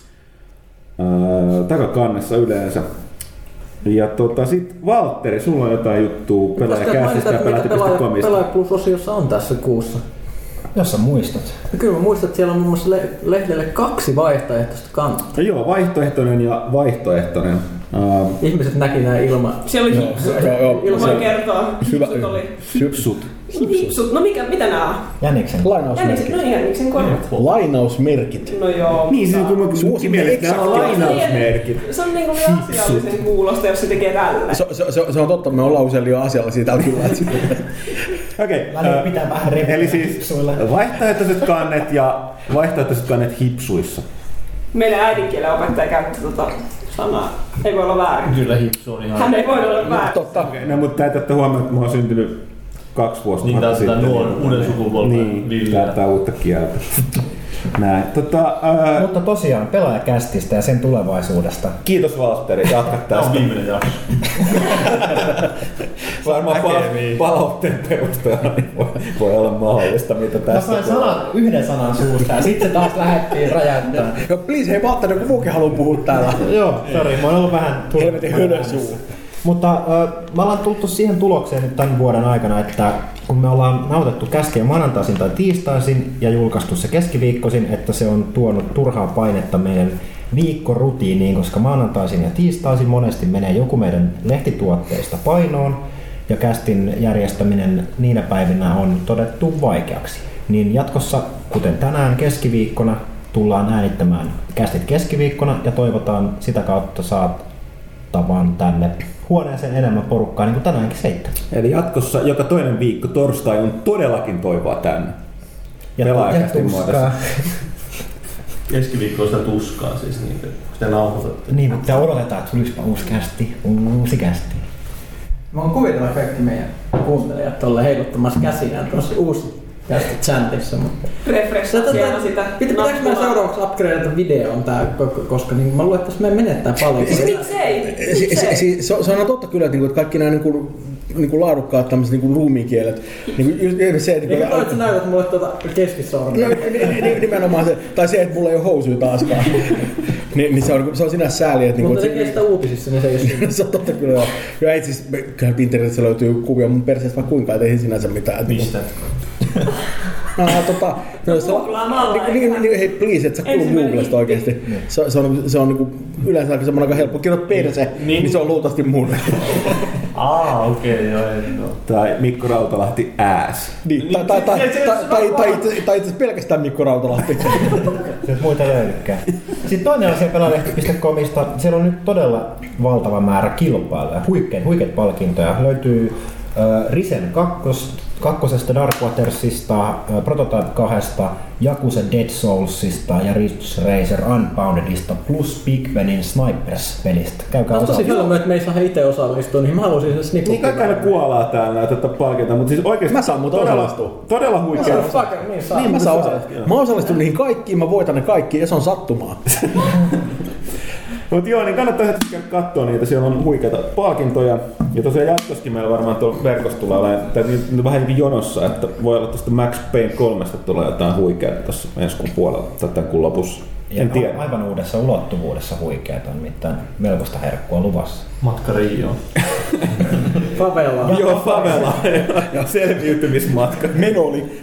Speaker 2: ää, takakannessa yleensä. Ja tota, sit Valtteri, sulla on jotain juttua Pelaajakästistä ja Pelaaja piste comista.
Speaker 3: Pelaaja Plus-osiossa on tässä kuussa.
Speaker 1: Jos sä muistat.
Speaker 3: No kyllä mä muistan, että siellä on muun muassa le- lehdelle kaksi vaihtoehtoista kantaa.
Speaker 2: Joo, vaihtoehtoinen ja vaihtoehtoinen. Uh,
Speaker 3: Ihmiset näki näin ilman.
Speaker 6: Siellä oli hipsut. Ilman kertoa. Hipsut oli.
Speaker 2: Hipsut.
Speaker 6: Hipsut. No mikä, mitä nää on?
Speaker 1: Jäniksen.
Speaker 4: Lainausmerkit.
Speaker 6: Jäniksen, no Jäniksen korvat.
Speaker 4: Lainausmerkit.
Speaker 6: No joo.
Speaker 2: Niin, se on kumminkin mielestä nämä on lainausmerkit.
Speaker 6: Se on niinku vielä asiallisen kuulosta, jos se tekee tällä.
Speaker 4: Se, se, se, se on totta, me ollaan usein liian asiallisia täällä kyllä.
Speaker 2: Okei.
Speaker 1: Okay, pitää vähän repiä.
Speaker 2: Eli siis vaihtoehtoiset kannet ja vaihtoehtoiset kannet hipsuissa.
Speaker 6: Meidän äidinkielen opettaja käytti tota sanaa. Ei voi olla väärin.
Speaker 7: Kyllä hipsu on ihan...
Speaker 6: Hän ei voi olla väärin.
Speaker 4: Totta.
Speaker 2: Okay, no, mutta täytyy ottaa huomioon, että mä oon syntynyt kaksi vuotta
Speaker 7: niin,
Speaker 2: sitten.
Speaker 7: Niin, tämä on uuden sukupolven
Speaker 2: niin,
Speaker 7: villiä.
Speaker 2: Tää on uutta kieltä. Näin. Tota, ää...
Speaker 1: Mutta tosiaan Pelaajakästistä ja sen tulevaisuudesta.
Speaker 2: Kiitos Valtteri, jatka tästä.
Speaker 7: Tämä on viimeinen jakso.
Speaker 2: Varmaan pala- palautteen perusteella niin voi, voi olla mahdollista, mitä tässä.
Speaker 1: Mä sain sanan, yhden sanan suusta ja sitten se taas lähdettiin räjäyttämään.
Speaker 4: No please, hei Valtteri, joku muukin haluaa puhua täällä.
Speaker 1: Joo, sori, mä oon ollut vähän
Speaker 4: Helvetin hölösuu.
Speaker 1: Mutta äh, me ollaan tultu siihen tulokseen nyt tämän vuoden aikana, että kun me ollaan nautettu käskeä maanantaisin tai tiistaisin ja julkaistu se keskiviikkoisin, että se on tuonut turhaa painetta meidän viikkorutiiniin, koska maanantaisin ja tiistaisin monesti menee joku meidän lehtituotteista painoon ja kästin järjestäminen niinä päivinä on todettu vaikeaksi. Niin jatkossa, kuten tänään keskiviikkona, tullaan äänittämään kästit keskiviikkona ja toivotaan sitä kautta saat tavan tänne huoneeseen enemmän porukkaa, niin kuin tänäänkin seitsemän.
Speaker 2: Eli jatkossa joka toinen viikko torstai on todellakin toivoa tänne.
Speaker 1: Ja, ja tuskaa.
Speaker 7: Keskiviikko on sitä tuskaa siis, niin, sitä nauhoitatte.
Speaker 1: Niin, mutta odotetaan, että tulispa uusi kästi, uusi kästi.
Speaker 3: Mä oon kuvitellut kaikki meidän kuuntelijat tolleen heiluttamassa käsiään tuossa uusi kästi chantissa.
Speaker 6: Refreshaa siellä sitä.
Speaker 3: Pitääkö mä seuraavaksi upgradeata videoon tää, koska niin mä luulen, että tässä meidän menettää paljon.
Speaker 6: Miksei?
Speaker 3: Miksei?
Speaker 4: Se on totta kyllä, että kaikki nämä niin kuin laadukkaat tämmöiset niin ruumiikielet. Niin se, että
Speaker 3: niin kuin sä näytät mulle tuota keskisormia.
Speaker 4: Nimenomaan se, tai se, että mulla ei ole housuja taaskaan. Niin, niin se on, se on sinänsä sääli. Että
Speaker 3: mutta
Speaker 4: niin
Speaker 3: tekee sitä uutisissa, niin se ei ole siinä.
Speaker 4: Se on totta kyllä joo. Ja ei siis, kyllä internetissä löytyy kuvia mun perseestä vaikka kuinka, et ei sinänsä mitään.
Speaker 7: Mistä?
Speaker 4: No, tota, no, se on, niin, niin, hei please, et sä kuulu Googlesta oikeesti. Se, se on, se on niinku, yleensä aika semmoinen aika helppo. Kirjoit perse, niin, niin se on luultavasti mun.
Speaker 7: Aa, okei, okay, joo, ei no.
Speaker 2: Tai Mikko Rautalahti ass.
Speaker 4: Niin, tai, tai, tai, tai, tai, tai, itse, tai itse pelkästään Mikko Rautalahti.
Speaker 1: Se muita löydykään. Sitten toinen asia pelaalehti piste comista. Siellä on nyt todella valtava määrä kilpailuja. Huikeat, huikeat palkintoja. Löytyy äh, Risen kakkos, kakkosesta Dark Watersista, äh, Prototype kahdesta, Yakuza Dead Soulsista ja Ridge Racer Unboundedista plus Big Benin Snipers-pelistä. Käykää
Speaker 3: osallistua. Tosi
Speaker 1: osallistua.
Speaker 3: hyvä, että me ei saa itse osallistua, niin mä haluaisin sen snippuun.
Speaker 2: Niin kaikki aina kuolaa täällä tätä palkintoa, mutta siis oikeesti
Speaker 4: mä saan muuten
Speaker 2: todella,
Speaker 4: osallistua.
Speaker 2: todella huikea.
Speaker 3: Mä saan, niin saa.
Speaker 4: Niin, mä saan osallistua. Mä osallistun niihin kaikkiin, mä voitan ne kaikki ja se on sattumaa.
Speaker 2: Mutta joo, niin kannattaa käydä katsoa niitä, siellä on huikeita palkintoja. Ja tosiaan jatkossakin meillä varmaan tuolla verkossa tulee olemaan, tai nyt vähän niin jonossa, että voi olla tästä Max Payne kolmesta tulee jotain huikeaa tässä ensi kuun puolella, tätä kuun lopussa. En
Speaker 1: ja
Speaker 2: tiedä.
Speaker 1: Aivan uudessa ulottuvuudessa huikeata, on mitään melkoista herkkua luvassa.
Speaker 7: Matka Rioon.
Speaker 3: Favela.
Speaker 2: Joo, favela. Selviytymismatka.
Speaker 4: Menoli.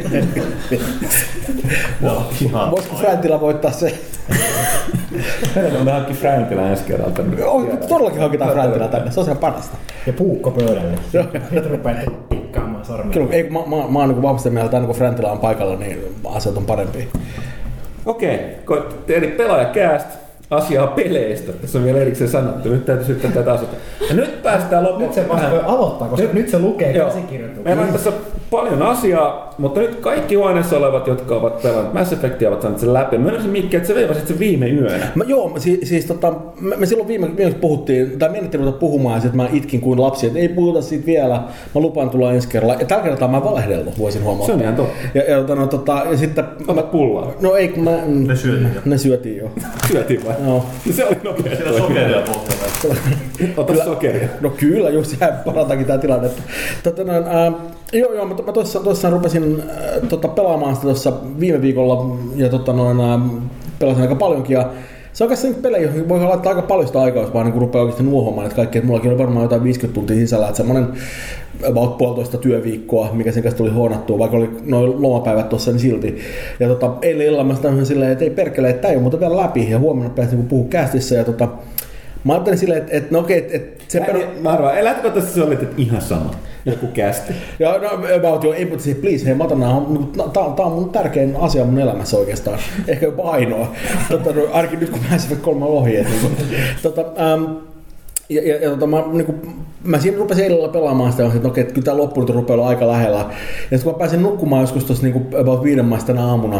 Speaker 4: Voisiko Fräntilä voittaa se?
Speaker 2: Meidän on hankki Fräntilä ensi kerralta.
Speaker 4: Todellakin hankitaan Fräntilä tänne, se on ihan parasta.
Speaker 1: Ja puukko pöydälle. Nyt rupeat pikkaamaan sormia.
Speaker 4: Kyllä, ei, mä, mä, mä oon niin vahvasti mieltä, että aina kun Fräntilä on paikalla, niin asiat on parempia.
Speaker 2: Okei, eli Pelaajakäst. asiaa peleistä. Tässä on vielä erikseen sanottu. Nyt täytyy syyttää tätä asetta. Ja nyt päästään loppuun.
Speaker 1: Nyt se vasta voi aloittaa, koska nyt, nyt se lukee käsikirjoituksia.
Speaker 2: Meillä on tässä paljon asiaa, mutta nyt kaikki huoneessa olevat, jotka ovat pelanneet Mass Effectia, ovat saaneet sen läpi. Mä olisin Mikki, että sä veivasit sen viime yönä.
Speaker 4: Mä, joo, siis, siis tota, me, me silloin viime, viimeksi puhuttiin, tai menettiin ruveta puhumaan, että mä itkin kuin lapsi, että ei puhuta siitä vielä, mä lupaan tulla ensi kerralla. Ja tällä kertaa mä valehdellut, voisin huomata.
Speaker 2: Se on ihan totta.
Speaker 4: Ja, ja, no, tota, ja sitten...
Speaker 2: Otat pullaa.
Speaker 4: No ei, kun mä...
Speaker 7: Ne syötiin jo.
Speaker 4: Ne syötiin jo.
Speaker 2: Syötiin vai?
Speaker 4: Joo.
Speaker 2: Se oli nopea.
Speaker 7: Siellä sokeria pohtaa.
Speaker 2: Ota sokeria.
Speaker 4: No kyllä, just sehän parantakin tää tilanne. Tota, no, ää, joo, joo, mä, mä tossa rupesin ää, tota, pelaamaan sitä tuossa viime viikolla ja tota, noin, ää, pelasin aika paljonkin. Ja se on kanssa nyt pelejä, joihin voi laittaa aika paljon sitä aikaa, jos vaan niin rupeaa oikeasti nuohomaan, että kaikki, että mullakin on varmaan jotain viisikymmentä tuntia sisällä, että semmoinen about puolitoista työviikkoa, mikä sen kanssa tuli huonattua, vaikka oli noin lomapäivät tuossa, niin silti. Ja tota, eilen illalla mä sanoin silleen, että ei perkele, että tää ei ole muuta vielä läpi, ja huomenna pääsin niin puhua kästissä, ja tota, mä ajattelin silleen, että, että no okei, että, että se
Speaker 2: peru... Mä arvaan, elätkö tässä se olit, että ihan sama, joku kästi?
Speaker 4: Ja no, about jo, ei, mutta siis please, hei, mä otan nää, tää, tää on mun tärkein asia mun elämässä oikeastaan, ehkä jopa ainoa, tota, no, ainakin nyt kun mä pääsin kolme ohi, että niin, tota, ähm, Ja, ja, ja tota, mä, niin kuin, mä siinä rupesin illalla pelaamaan sitä, että okei, että kyllä tämä loppu nyt rupeaa olla aika lähellä. Ja kun mä pääsin nukkumaan joskus tuossa niin about viiden maista tänä aamuna,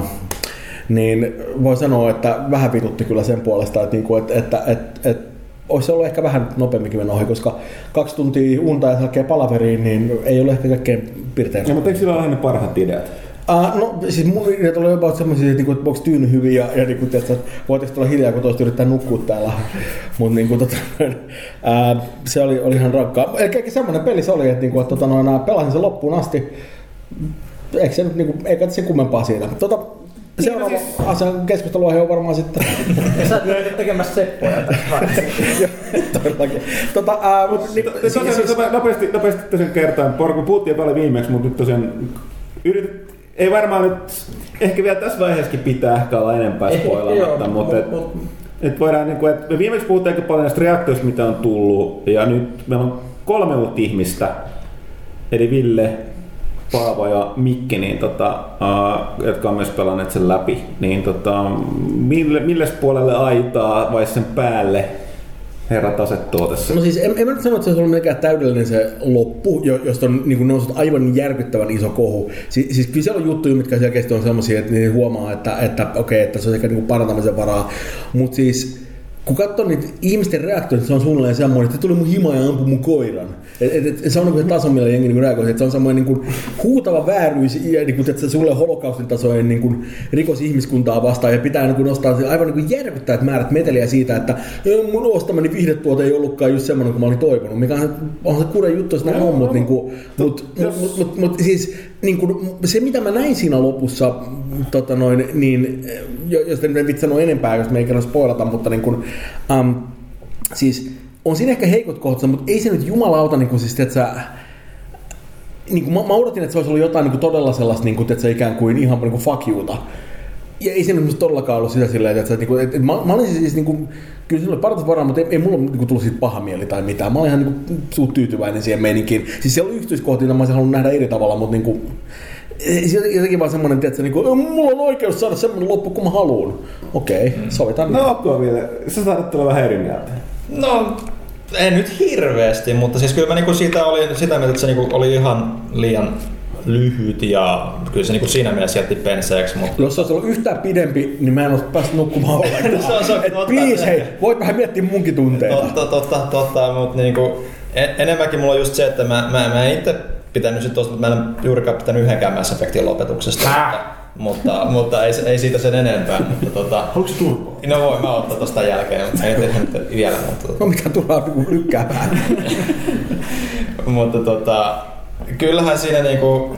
Speaker 4: niin voi sanoa, että vähän vitutti kyllä sen puolesta, että, niin kuin, että, että, että, että olisi ollut ehkä vähän nopeamminkin mennä ohi, koska kaksi tuntia unta ja jälkeen palaveriin, niin ei ole ehkä kaikkein pirtein.
Speaker 2: Ja, mutta eikö sillä ole ne parhaat ideat?
Speaker 4: Uh, no siis mun ideat oli jopa semmoisia, että, että onko tyyny hyviä ja niin kuin, että voitaisiin tulla hiljaa, kun toista yrittää nukkua täällä. Mutta niin tota, uh, se oli, oli ihan rankkaa. Eli semmoinen peli se oli, että, niin kuin, että tota, noin, pelasin sen loppuun asti. Eikö se nyt niin kuin, eikä se kummempaa siinä. Tota, seuraava asian keskustelua he on varmaan sitten.
Speaker 3: Ja sä oot tekemässä Seppoja tässä.
Speaker 4: Todellakin. Tota, uh, mut, niin,
Speaker 2: siis, siis, nopeasti, nopeasti tosiaan kertaan. Porukka puhuttiin paljon viimeksi, mutta nyt tosiaan yritet, ei varmaan nyt, ehkä vielä tässä vaiheessakin pitää ehkä olla enempää spoilaamatta, mutta et, et voidaan, niin kuin, et me viimeksi puhuttiin aika paljon näistä reaktioista, mitä on tullut, ja nyt meillä on kolme uutta ihmistä, eli Ville, Paavo ja Mikki, niin, tota, uh, jotka on myös pelanneet sen läpi, niin tota, mille, milles puolelle aitaa vai sen päälle herrat asettuu tässä?
Speaker 4: No siis en, en mä nyt sano, että se olisi ollut mikään täydellinen se loppu, josta on niin noussut aivan järkyttävän iso kohu. Si, siis kyllä siellä on juttuja, mitkä selkeästi on sellaisia, että niin huomaa, että, että okei, että se on ehkä niin parantamisen varaa. Mutta siis kun katsoo niitä ihmisten reaktioita, se on suunnilleen semmoinen, että tuli mun hima ja ampui mun koiran. Et, et, et, se on niin se taso, millä jengi niin reagoi. Et se on semmoinen niin huutava vääryys, ja niin kuin, että se sulle holokaustin tasoinen niin rikos ihmiskuntaa vastaan, ja pitää niin nostaa aivan niin järkyttävät määrät meteliä siitä, että mun ostamani viihdetuote ei ollutkaan just semmoinen kuin mä olin toivonut. Mikä on, on se kuden juttu, jos nämä on, mutta niin mut, mut, mut, mut, siis niin kuin, se mitä mä näin siinä lopussa, tota noin, niin, jos en vitsi sanoa enempää, jos me ei kerran spoilata, mutta niin kuin, um, siis on siinä ehkä heikot kohtansa, mutta ei se nyt jumalauta, niin kuin, siis, että sä, niin kuin, mä, mä odotin, että se olisi ollut jotain niin kuin, todella sellaista, niin kuin, että se ikään kuin ihan niin kuin fuck youta. Ja ei se nyt todellakaan ollut sitä silleen, että, että, että, että mä, mä olin siis, niin kuin, kyllä siinä oli parhaat varaa, mutta ei, ei mulla niin kuin, tullut siitä paha mieli tai mitään. Mä olin ihan niin kuin, suut tyytyväinen siihen meininkiin. Siis siellä oli yksityiskohtia, mä olisin halunnut nähdä eri tavalla, mutta niin kuin, jotenkin vaan semmoinen, että niinku, mulla on oikeus saada semmoinen loppu, kun mä haluun. Okei, okay, sovitaan.
Speaker 2: No ok, Ville, sä saatat tulla vähän eri mieltä.
Speaker 5: No, en nyt hirveästi, mutta siis kyllä mä niinku siitä olin sitä mieltä, että se niinku oli ihan liian lyhyt ja kyllä se niinku siinä mielessä jätti penseeksi. Mutta...
Speaker 4: Jos se olisi ollut yhtään pidempi, niin mä en olisi päässyt nukkumaan ollenkaan.
Speaker 5: se on, se on,
Speaker 4: Et totta, please, hei, voit vähän miettiä munkin tunteita.
Speaker 5: Totta, totta, totta, mutta niinku, en, enemmänkin mulla on just se, että mä, mä, mä en itse pitänyt sit tosta, mutta mä en juurikaan pitänyt yhdenkään Mass Effectin lopetuksesta. Mutta, mutta ei, ei siitä sen enempää. Mutta, tota,
Speaker 7: haluatko se turpoa?
Speaker 5: No voi mä ottaa tosta jälkeen, mutta ei tehnyt vielä. Mutta,
Speaker 4: no mitä turhaa lykkää vähän.
Speaker 5: mutta tota, kyllähän siinä niinku...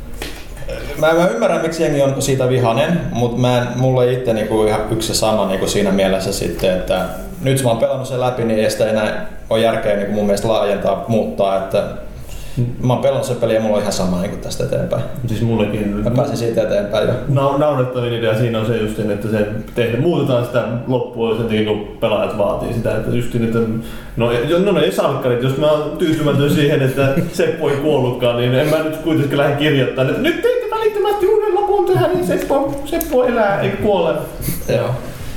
Speaker 5: Mä, mä ymmärrän, miksi jengi on siitä vihainen, mutta mä en, mulla ei itse niinku ihan yksi sama niinku siinä mielessä sitten, että nyt mä oon pelannut sen läpi, niin ei sitä enää ole järkeä niinku mun mielestä laajentaa, muuttaa, että mä oon pelannut sen peliä ja mulla on ihan sama niin tästä eteenpäin.
Speaker 7: Siis mullekin...
Speaker 5: Mä pääsin siitä eteenpäin jo.
Speaker 7: Na- naurettavin idea siinä on se just, että se tehdä, muutetaan sitä loppua sen takia, kun pelaajat vaatii sitä. Että just että no, no ne ei salkkarit, jos mä oon tyytymätön siihen, että Seppo ei kuollutkaan, niin en mä nyt kuitenkin lähde kirjoittamaan, että nyt teitte välittömästi uuden lopun tähän, niin Seppo, Seppo elää eikä kuole.
Speaker 5: Joo.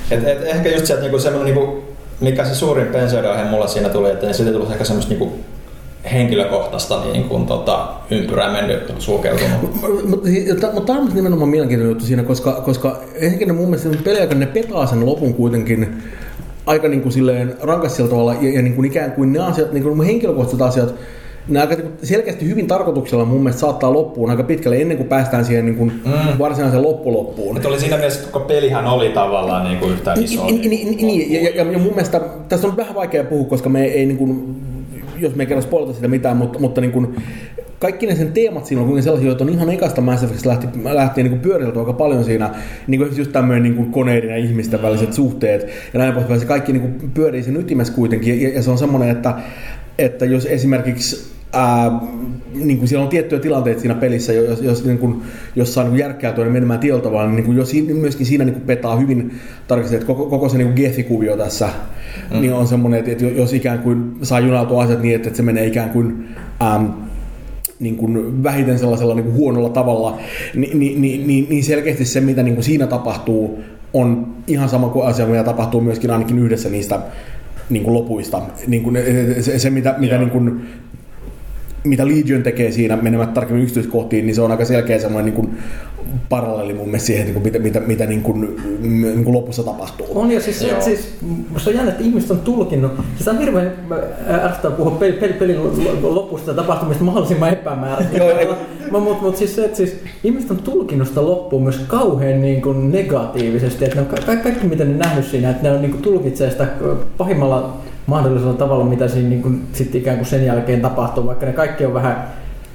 Speaker 5: Et, et ehkä just sieltä niinku semmoinen, niinku, mikä se suurin pensioideohje mulla siinä tuli, että siitä tuli ehkä semmoista niinku henkilökohtaista niin kuin, tota, ympyrää mennyt sulkeutunut.
Speaker 4: Mutta mut, tämä on nimenomaan mielenkiintoinen juttu siinä, koska, koska ensinnäkin mun mielestä peliaikana ne petaa sen lopun kuitenkin aika niin kuin silleen rankaisella tavalla ja, ja niin kuin ikään kuin ne asiat, niin kuin henkilökohtaiset asiat, ne aika selkeästi hyvin tarkoituksella mun mielestä saattaa loppuun aika pitkälle ennen kuin päästään siihen niin kuin mm. varsinaiseen loppuloppuun.
Speaker 5: Että oli siinä mielessä, että koko pelihän oli tavallaan niin kuin yhtä iso.
Speaker 4: Niin, niin, niin ja, ja, ja mun mielestä tässä on vähän vaikea puhua, koska me ei niin kuin, jos me ei kerran spoilata sitä mitään, mutta, mutta niin kuin, kaikki ne sen teemat siinä on kuitenkin sellaisia, joita on ihan ekasta Mass Effectista lähti, lähti niin pyöriltä aika paljon siinä, niin kuin just tämmöinen niin kuin koneiden ja ihmisten väliset suhteet ja näin poispäin. Se kaikki niin kuin pyörii sen ytimessä kuitenkin ja, ja se on semmoinen, että, että jos esimerkiksi ää, niin kuin siellä on tiettyjä tilanteita siinä pelissä, jos, jos, niin kuin, jos saa niin järkkäytyä menemään tietyllä tavalla, niin, niin jos, myöskin siinä niin kuin petaa hyvin tarkasti, että koko, koko se niin Gethy-kuvio tässä mm. niin on semmoinen, että jos ikään kuin saa junautua asiat niin, että se menee ikään kuin äm, niin kuin vähiten sellaisella niin kuin huonolla tavalla, niin, niin, niin, niin selkeästi se, mitä niin kuin siinä tapahtuu, on ihan sama kuin asia, mitä tapahtuu myöskin ainakin yhdessä niistä niin kuin lopuista. Niin kuin se, se, mitä, mitä, niin kuin, mitä Legion tekee siinä, menemään tarkemmin yksityiskohtiin, niin se on aika selkeä semmoinen niin kuin paralleeli mun mielestä siihen, niin mitä, mitä, mitä niin kuin, niin kuin lopussa tapahtuu.
Speaker 3: On ja siis, et, siis se on jännä, että ihmiset on tulkinnut. Siis on hirveän ärsyttävää puhua pelin peli, peli lopusta ja tapahtumista mahdollisimman epämääräisesti. Mutta mut siis se, että siis ihmiset on tulkinnut sitä loppuun myös kauhean niin kuin negatiivisesti. Että ne on ka- kaikki mitä ne nähnyt siinä, että ne on niin kuin tulkitsee sitä pahimmalla mahdollisella tavalla, mitä siinä niin kuin, sit ikään kuin sen jälkeen tapahtuu, vaikka ne kaikki on vähän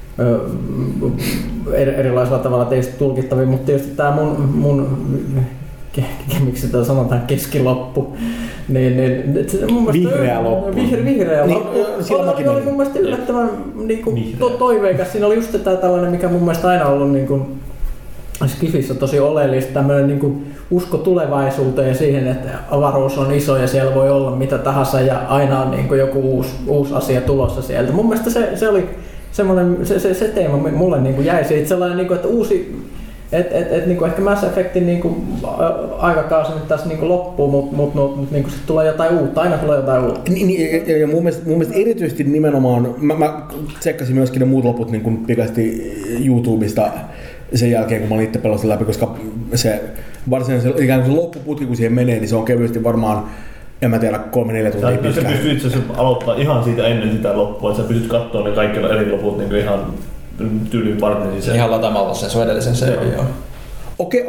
Speaker 3: erilaisella tavalla teistä tulkittavia, mutta tietysti tämä mun, mun miksi sitä sanotaan keskiloppu, niin, niin mun mielestä
Speaker 2: vihreä loppu.
Speaker 3: Vihreä, vihreä
Speaker 2: niin,
Speaker 3: loppu. Oli, oli mun mielestä yllättävän niin kuin, to, toiveikas. Siinä oli just tämä tällainen, mikä mun mielestä aina ollut niin kuin, Skifissä tosi oleellista, tämmöinen niin kuin usko tulevaisuuteen ja siihen, että avaruus on iso ja siellä voi olla mitä tahansa ja aina on niin kuin joku uusi, uusi asia tulossa sieltä. Mun mielestä se, se oli semmoinen, se, se, se teema mulle niin kuin jäi siitä sellainen, niin kuin, että uusi, että et, et, niin ehkä Mass Effectin niin kuin, aikakausi nyt tässä niin kuin loppuu, mutta mut, mut, mut, niin sitten tulee jotain uutta, aina tulee jotain uutta.
Speaker 4: Niin, ja, ja mun, mielestä, mun mielestä erityisesti nimenomaan, mä, mä tsekkasin myöskin ne muut loput niin kuin pikaisesti YouTubesta sen jälkeen, kun mä olin itse pelasin läpi, koska se varsinainen se, ikään kuin se loppuputki, kun siihen menee, niin se on kevyesti varmaan, en mä tiedä, kolme neljä tuntia pitkään.
Speaker 7: Sä pystyt itse asiassa aloittaa ihan siitä ennen sitä loppua, että sä pystyt katsoa ne kaikki eri loput niin ihan tyyliin varten sisään.
Speaker 5: Ihan lataamalla sen sun edellisen seivin, joo.
Speaker 4: Okei,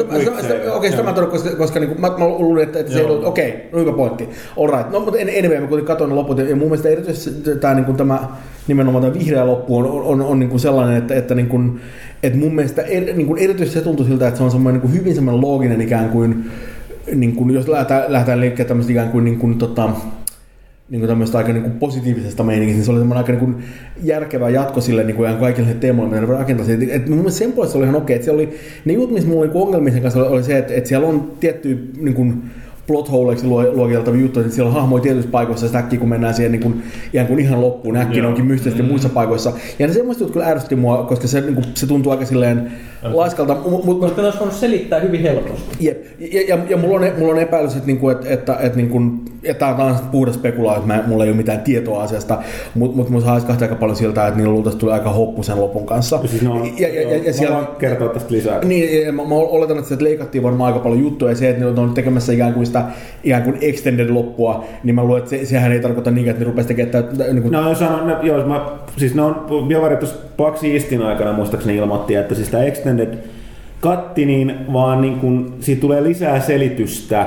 Speaker 4: okei, sitä mä toivon, koska, koska niin kuin, mä, mä luulin, että, että se ei ollut, okei, okay, no hyvä pointti, alright. No, mutta anyway, mä kuitenkin katsoin ne loput, ja mun mielestä erityisesti tämä, niin kuin, tämä nimenomaan tämä vihreä loppu on, on, on, on niin kuin sellainen, että, että, niin kuin, että mun mielestä er, niin kuin erityisesti se tuntui siltä, että se on semmoinen niin kuin hyvin semmoinen looginen ikään kuin, niin kuin jos lähdetään, lähdetään liikkeelle tämmöistä ikään kuin, niin kuin tota, niin kuin tämmöistä aika niin kuin positiivisesta meiningistä, niin se oli semmoinen aika niin kuin järkevä jatko sille niin kuin kaikille teemoille, mitä ne rakentaisiin. Et mun mielestä sen puolesta se oli ihan okei. Et siellä oli, ne jutut, missä mulla oli niin ongelmia sen kanssa, oli, oli se, että, että siellä on tiettyjä niin kuin plot holeiksi luokiteltavia juttuja, että siellä on hahmoja tietyissä paikoissa ja sitä äkkiä, kun mennään siihen niin kuin, ihan, kuin ihan loppuun, niin äkkiä ne onkin mystisesti mm. muissa paikoissa. Ja ne semmoiset jutut kyllä ärsytti mua, koska se, niin kuin, se tuntuu aika silleen laiskalta.
Speaker 3: Koska ne olisi voinut selittää hyvin helposti.
Speaker 4: Jep. Ja, ja, ja mulla, on, mulla on epäilys, että, että, että, että, että tämä on puhdas spekulaa, että mä, mulla ei ole mitään tietoa asiasta, mutta mut, mut haiskahti aika paljon siltä, että niillä luultavasti tuli aika hoppu sen lopun kanssa.
Speaker 2: Siis no,
Speaker 4: ja, ja, ja, ja siellä,
Speaker 2: kertoa tästä lisää.
Speaker 4: Niin, ja mä, mä oletan, että sieltä leikattiin varmaan aika paljon juttuja, ja se, että ne on tekemässä ikään kuin sitä ikään kuin extended loppua, niin mä luulen, että se, sehän ei tarkoita niinkään, että ne rupesi tekemään... Niin kuin...
Speaker 2: No, sanon, ne, joo, mä, siis ne on, Biovari tuossa PAX Eastin aikana muistaakseni ilmoitti, että siis tämä extended katti, niin vaan niin kun, siitä tulee lisää selitystä,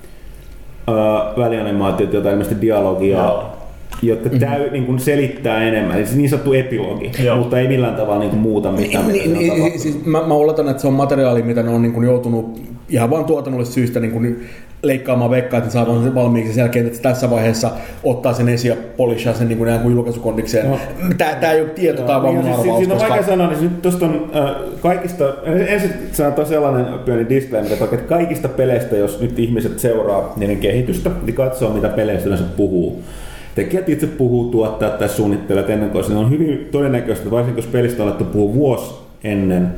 Speaker 2: öö, välianimaatiota, jotain ilmeisesti dialogia, joo, jotka täy, mm-hmm. niin kun selittää enemmän. Siis niin sanottu epilogi, joo, mutta ei millään tavalla niin muuta mitään.
Speaker 4: Niin, niin, siis mä, mä oletan, että se on materiaali, mitä ne on niin kun joutunut ihan vaan tuotannollisesta syystä niin kun leikkaamaan vekkaa, että saadaan sen valmiiksi sen jälkeen, että tässä vaiheessa ottaa sen esiin ja polishaa sen niin kuin, niin kuin julkaisukondikseen. No. Tää, tää ei ole tieto, tää on vaan mun
Speaker 2: siis,
Speaker 4: arvaus.
Speaker 2: Siinä on vaikea sanoa, niin nyt tosta on äh, kaikista, ensin sanotaan sellainen pieni disclaimer, että kaikista peleistä, jos nyt ihmiset seuraa niiden kehitystä, niin katsoo mitä peleistä yleensä puhuu. Tekijät itse puhuu, tuottajat tai suunnittelijat ennen kuin se on hyvin todennäköistä, varsinkin jos pelistä on alettu puhua vuosi ennen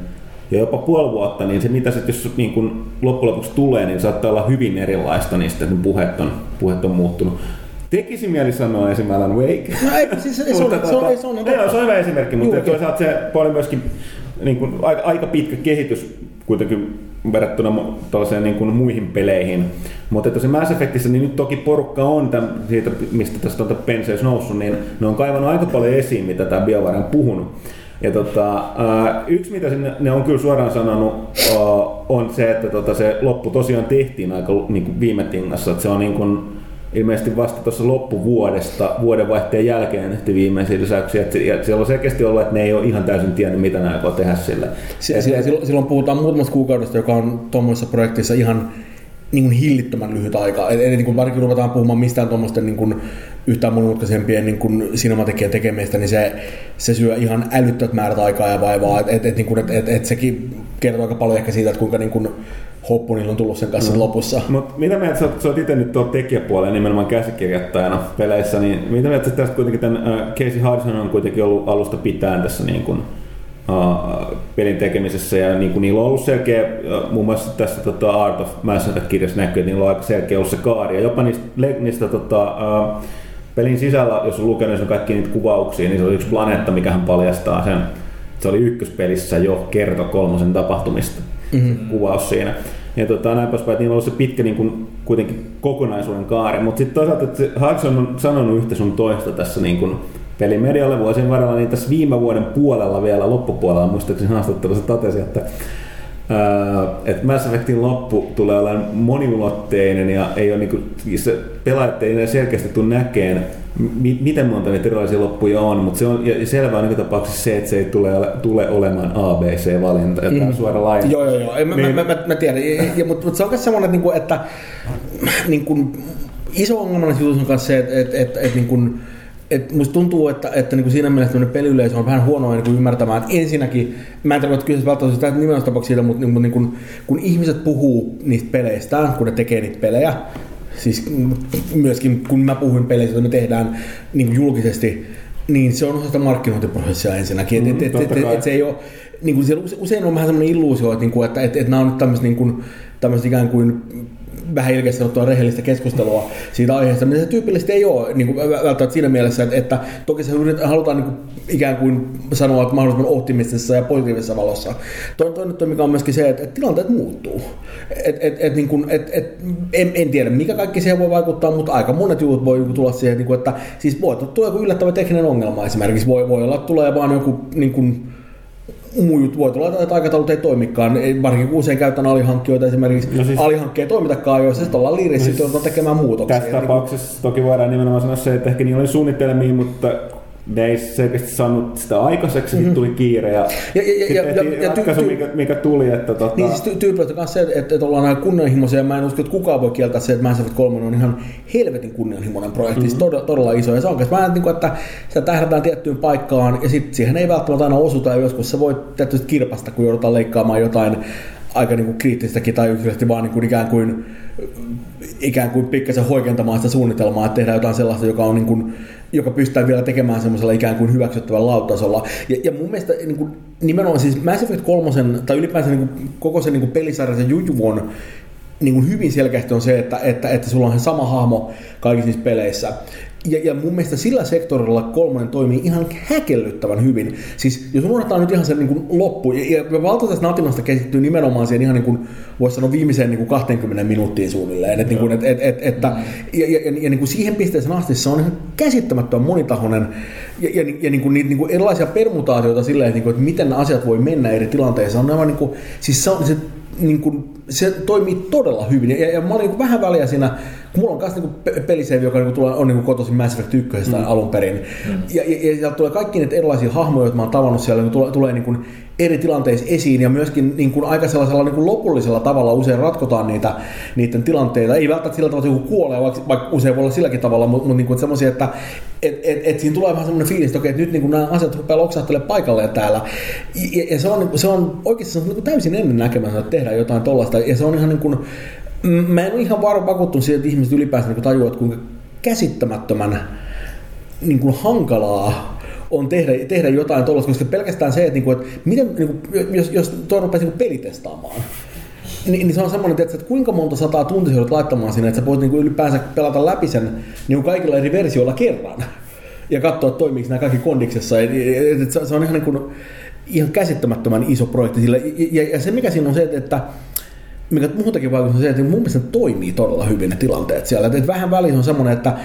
Speaker 2: ja jopa puoli vuotta, niin se mitä sitten jos niin kun loppujen lopuksi tulee, niin saattaa olla hyvin erilaista niistä, että puheet on, puheet on muuttunut. Tekisi mieli sanoa esimerkiksi Alan Wake.
Speaker 4: No ei, siis se, se, on, se, on, se, on,
Speaker 2: ei, se on hyvä esimerkki, mutta toisaalta se oli myöskin niin kuin, aika, aika pitkä kehitys kuitenkin verrattuna tällaiseen niin kuin muihin peleihin. Mutta että se Mass Effectissä, niin nyt toki porukka on tämän, siitä, mistä tästä on Penseys noussut, niin ne on kaivannut aika paljon esiin, mitä tämä BioWare on puhunut. Ja tota, yksi, mitä sinne, ne on kyllä suoraan sanonut, on se, että tota, se loppu tosiaan tehtiin aika niin kuin viime tingassa. Että se on niin kuin, ilmeisesti vasta tuossa loppuvuodesta, vuodenvaihteen jälkeen tehtiin viimeisiä lisäyksiä. Ja siellä on selkeästi ollut, että ne ei ole ihan täysin tiennyt, mitä ne aikoo tehdä sille.
Speaker 4: Silloin, silloin puhutaan muutamasta kuukaudesta, joka on tuommoisessa projektissa ihan niin kuin hillittömän lyhyt aika. Eli niin kuin varsinkin ruvetaan puhumaan mistään tuommoisten niin kuin yhtään monimutkaisempien niin kuin cinematekijän tekemistä, niin se, se syö ihan älyttömät määrät aikaa ja vaivaa. Et, et, et, niin kuin, et, et, et sekin kertoo aika paljon ehkä siitä, että kuinka niin kuin hoppu niillä on tullut sen kanssa no. lopussa.
Speaker 2: Mut mitä mieltä sä, sä oot itse nyt tuolla tekijäpuolella nimenomaan käsikirjoittajana peleissä, niin mitä mieltä sä tästä kuitenkin tämän uh, Casey Hudson on kuitenkin ollut alusta pitäen tässä niin kuin, uh, pelin tekemisessä ja niin kuin niillä on ollut selkeä, uh, muun muassa tässä tota, Art of Mass Effect-kirjassa näkyy, että niillä on aika selkeä ollut se kaari ja jopa niistä, niistä tota, uh, pelin sisällä, jos on lukenut on kaikki niitä kuvauksia, niin se oli yksi planeetta, mikä hän paljastaa sen, se oli ykköspelissä jo kerto kolmosen tapahtumista. Mm-hmm. Kuvaus siinä. Ja tota, näin poispäin, että niillä on ollut se pitkä niin kuin, kuitenkin kokonaisuuden kaari. Mutta sitten toisaalta, että Hudson on sanonut yhtä sun toista tässä niin kuin pelimedialle vuosien varrella, niin tässä viime vuoden puolella vielä, loppupuolella, muistaakseni haastattelussa totesi, että että Mass Effectin loppu tulee olemaan moniulotteinen ja ei ole niinku, se pelaajat ei selkeästi tule näkeen, m- miten monta niitä erilaisia loppuja on, mutta se on ja selvä on tapauksessa se, että se ei tule, tule olemaan A B C-valinta, ja tämä on suora laina.
Speaker 4: Joo, joo, joo. Mä, niin. mä, mä, mä tiedän, ja, mutta, mutta se on myös semmoinen, että, että niin kuin, iso ongelma on myös se, että, että, että, että niin kuin, et musta tuntuu, että, että niin siinä mielessä peliyleisö on vähän huonoa niin ymmärtämään, että ensinnäkin, mä en tarkoita kyseessä välttämättä sitä nimenomaan tapauksessa siitä, mutta niin, niin kun, kun ihmiset puhuu niistä peleistään, kun ne tekee niitä pelejä, siis myöskin kun mä puhuin peleistä, joita me tehdään niin julkisesti, niin se on osa sitä markkinointiprosessia ensinnäkin. Mm, et, et, et, et, et se ei ole, niin kuin siellä usein on vähän semmoinen illuusio, että, että, että, että, että nämä on nyt tämmöistä niin ikään kuin vähän ilkeästi sanottua rehellistä keskustelua siitä aiheesta, mutta se tyypillisesti ei ole niin kuin, välttämättä siinä mielessä, että, että toki se halutaan niin kuin, ikään kuin sanoa, että mahdollisimman optimistisessa ja positiivisessa valossa. Toinen, toinen mikä on myöskin se, että, että tilanteet muuttuu. Et, et, et, niin kuin, et, et, en, en tiedä, mikä kaikki siihen voi vaikuttaa, mutta aika monet jutut voi tulla siihen, niin kuin, että siis voi tulla joku yllättävä tekninen ongelma esimerkiksi. Voi, voi olla, että tulee vaan joku niin kuin, muu juttu voi tulla, että aikataulut ei toimikaan, varsinkin kun usein käytetään alihankkijoita esimerkiksi, no siis, alihankkeen toimitakaan, joissa sitten ollaan liirissä, no siis, tekemään muutoksia.
Speaker 2: Tässä tapauksessa toki voidaan nimenomaan sanoa se, että ehkä niillä oli suunnitelmia, mutta ne ei selkeästi saanut sitä aikaiseksi, mm-hmm. sitten tuli kiire ja, ja, ja, ja, ja, ja ratkaisu, ty- mikä, mikä tuli. Että tota...
Speaker 4: Niin siis ty- tyypillistä kanssa se, että, että ollaan aika kunnianhimoisia ja mä en usko, että kukaan voi kieltää se, että Mass Effect kolme on ihan helvetin kunnianhimoinen projekti, mm-hmm. siis todella, todella iso. Ja se on vähän niin kuin, että sitä tähdätään tiettyyn paikkaan ja sitten siihen ei välttämättä aina osuta ja joskus se voi tietysti kirpasta, kun joudutaan leikkaamaan jotain aika niin kuin kriittistäkin tai yksilöllisesti vaan niin kuin ikään kuin ikään kuin pikkasen hoikentamaan sitä suunnitelmaa, että tehdään jotain sellaista, joka on niin kuin, joka pystytään vielä tekemään semmoisella ikään kuin hyväksyttävällä lautasolla. Ja, ja mun mielestä niin kuin, nimenomaan siis Mass Effect kolme tai ylipäänsä niin kuin, koko sen niin pelisarjan se juju on niin kuin hyvin selkeästi on se, että, että, että sulla on se sama hahmo kaikissa niissä peleissä. Ja, ja mun mielestä sillä sektorilla kolmonen toimii ihan häkellyttävän hyvin. Siis jos unohdetaan nyt ihan se niin kuin loppu, ja, ja valtaisesta natinasta keskittyy nimenomaan siihen ihan niin kuin, voisi sanoa viimeiseen niin kuin kaksikymmentä minuuttiin suunnilleen. Et, niin kuin, et, et, et, että, mm. ja ja, ja, ja niin kuin siihen pisteeseen asti se on ihan käsittämättömän monitahoinen. Ja, ja, ja niin kuin, niitä niin kuin erilaisia permutaatioita silleen, että, niin kuin, että miten nämä asiat voi mennä eri tilanteissa. On aivan niin kuin, siis se on se, niin kuin, se toimii todella hyvin. Ja, ja mä olin niin vähän väliä siinä, kun mulla on myös niin peliseivi, joka niin tulee, on niin kotoisin Mass Effect yksi mm. alun perin. Mm. Ja, ja, ja sieltä tulee kaikki niitä erilaisia hahmoja, joita mä oon tavannut siellä, niin tulee, tulee niin kuin eri tilanteissa esiin ja myöskin niin kuin aika sellaisella niin kuin lopullisella tavalla usein ratkotaan niitä, niiden tilanteita. Ei välttämättä sillä tavalla, että joku kuolee, vaikka, vaikka usein voi olla silläkin tavalla, mutta, mutta niin kuin, että semmoisia, että et, et, et siinä tulee vähän semmoinen fiilis, että, okei, että nyt niin kuin nämä asiat rupeaa loksahtelemaan paikalleen täällä. Ja, ja se, on, se on oikeasti se on niin kuin täysin ennennäkemätöntä, että tehdään jotain tollaista. Ja se on ihan niin kuin, mä en ole ihan vakuuttunut siitä, että ihmiset ylipäänsä niin tajuaa, että kuinka käsittämättömän niin kuin hankalaa on tehdä, tehdä jotain tuollaista, koska pelkästään se, että, niinku, että miten, niinku, jos, jos tuo rupeaisi niinku pelitestaamaan, niin, niin se on semmoinen, että kuinka monta sataa tuntia joudut laittamaan sinne, että sä voit niinku ylipäänsä pelata läpi sen niinku kaikilla eri versioilla kerran ja katsoa, että toimiiko nämä kaikki kondiksessa. Et, et, et, se on ihan, niinku, ihan käsittämättömän iso projekti sille. Ja, ja, ja se mikä siinä on se, että, että mikä muutakin vaikuttaa on se, että mun mielestä toimii todella hyvin ne tilanteet siellä. Et, et vähän välissä on semmoinen, että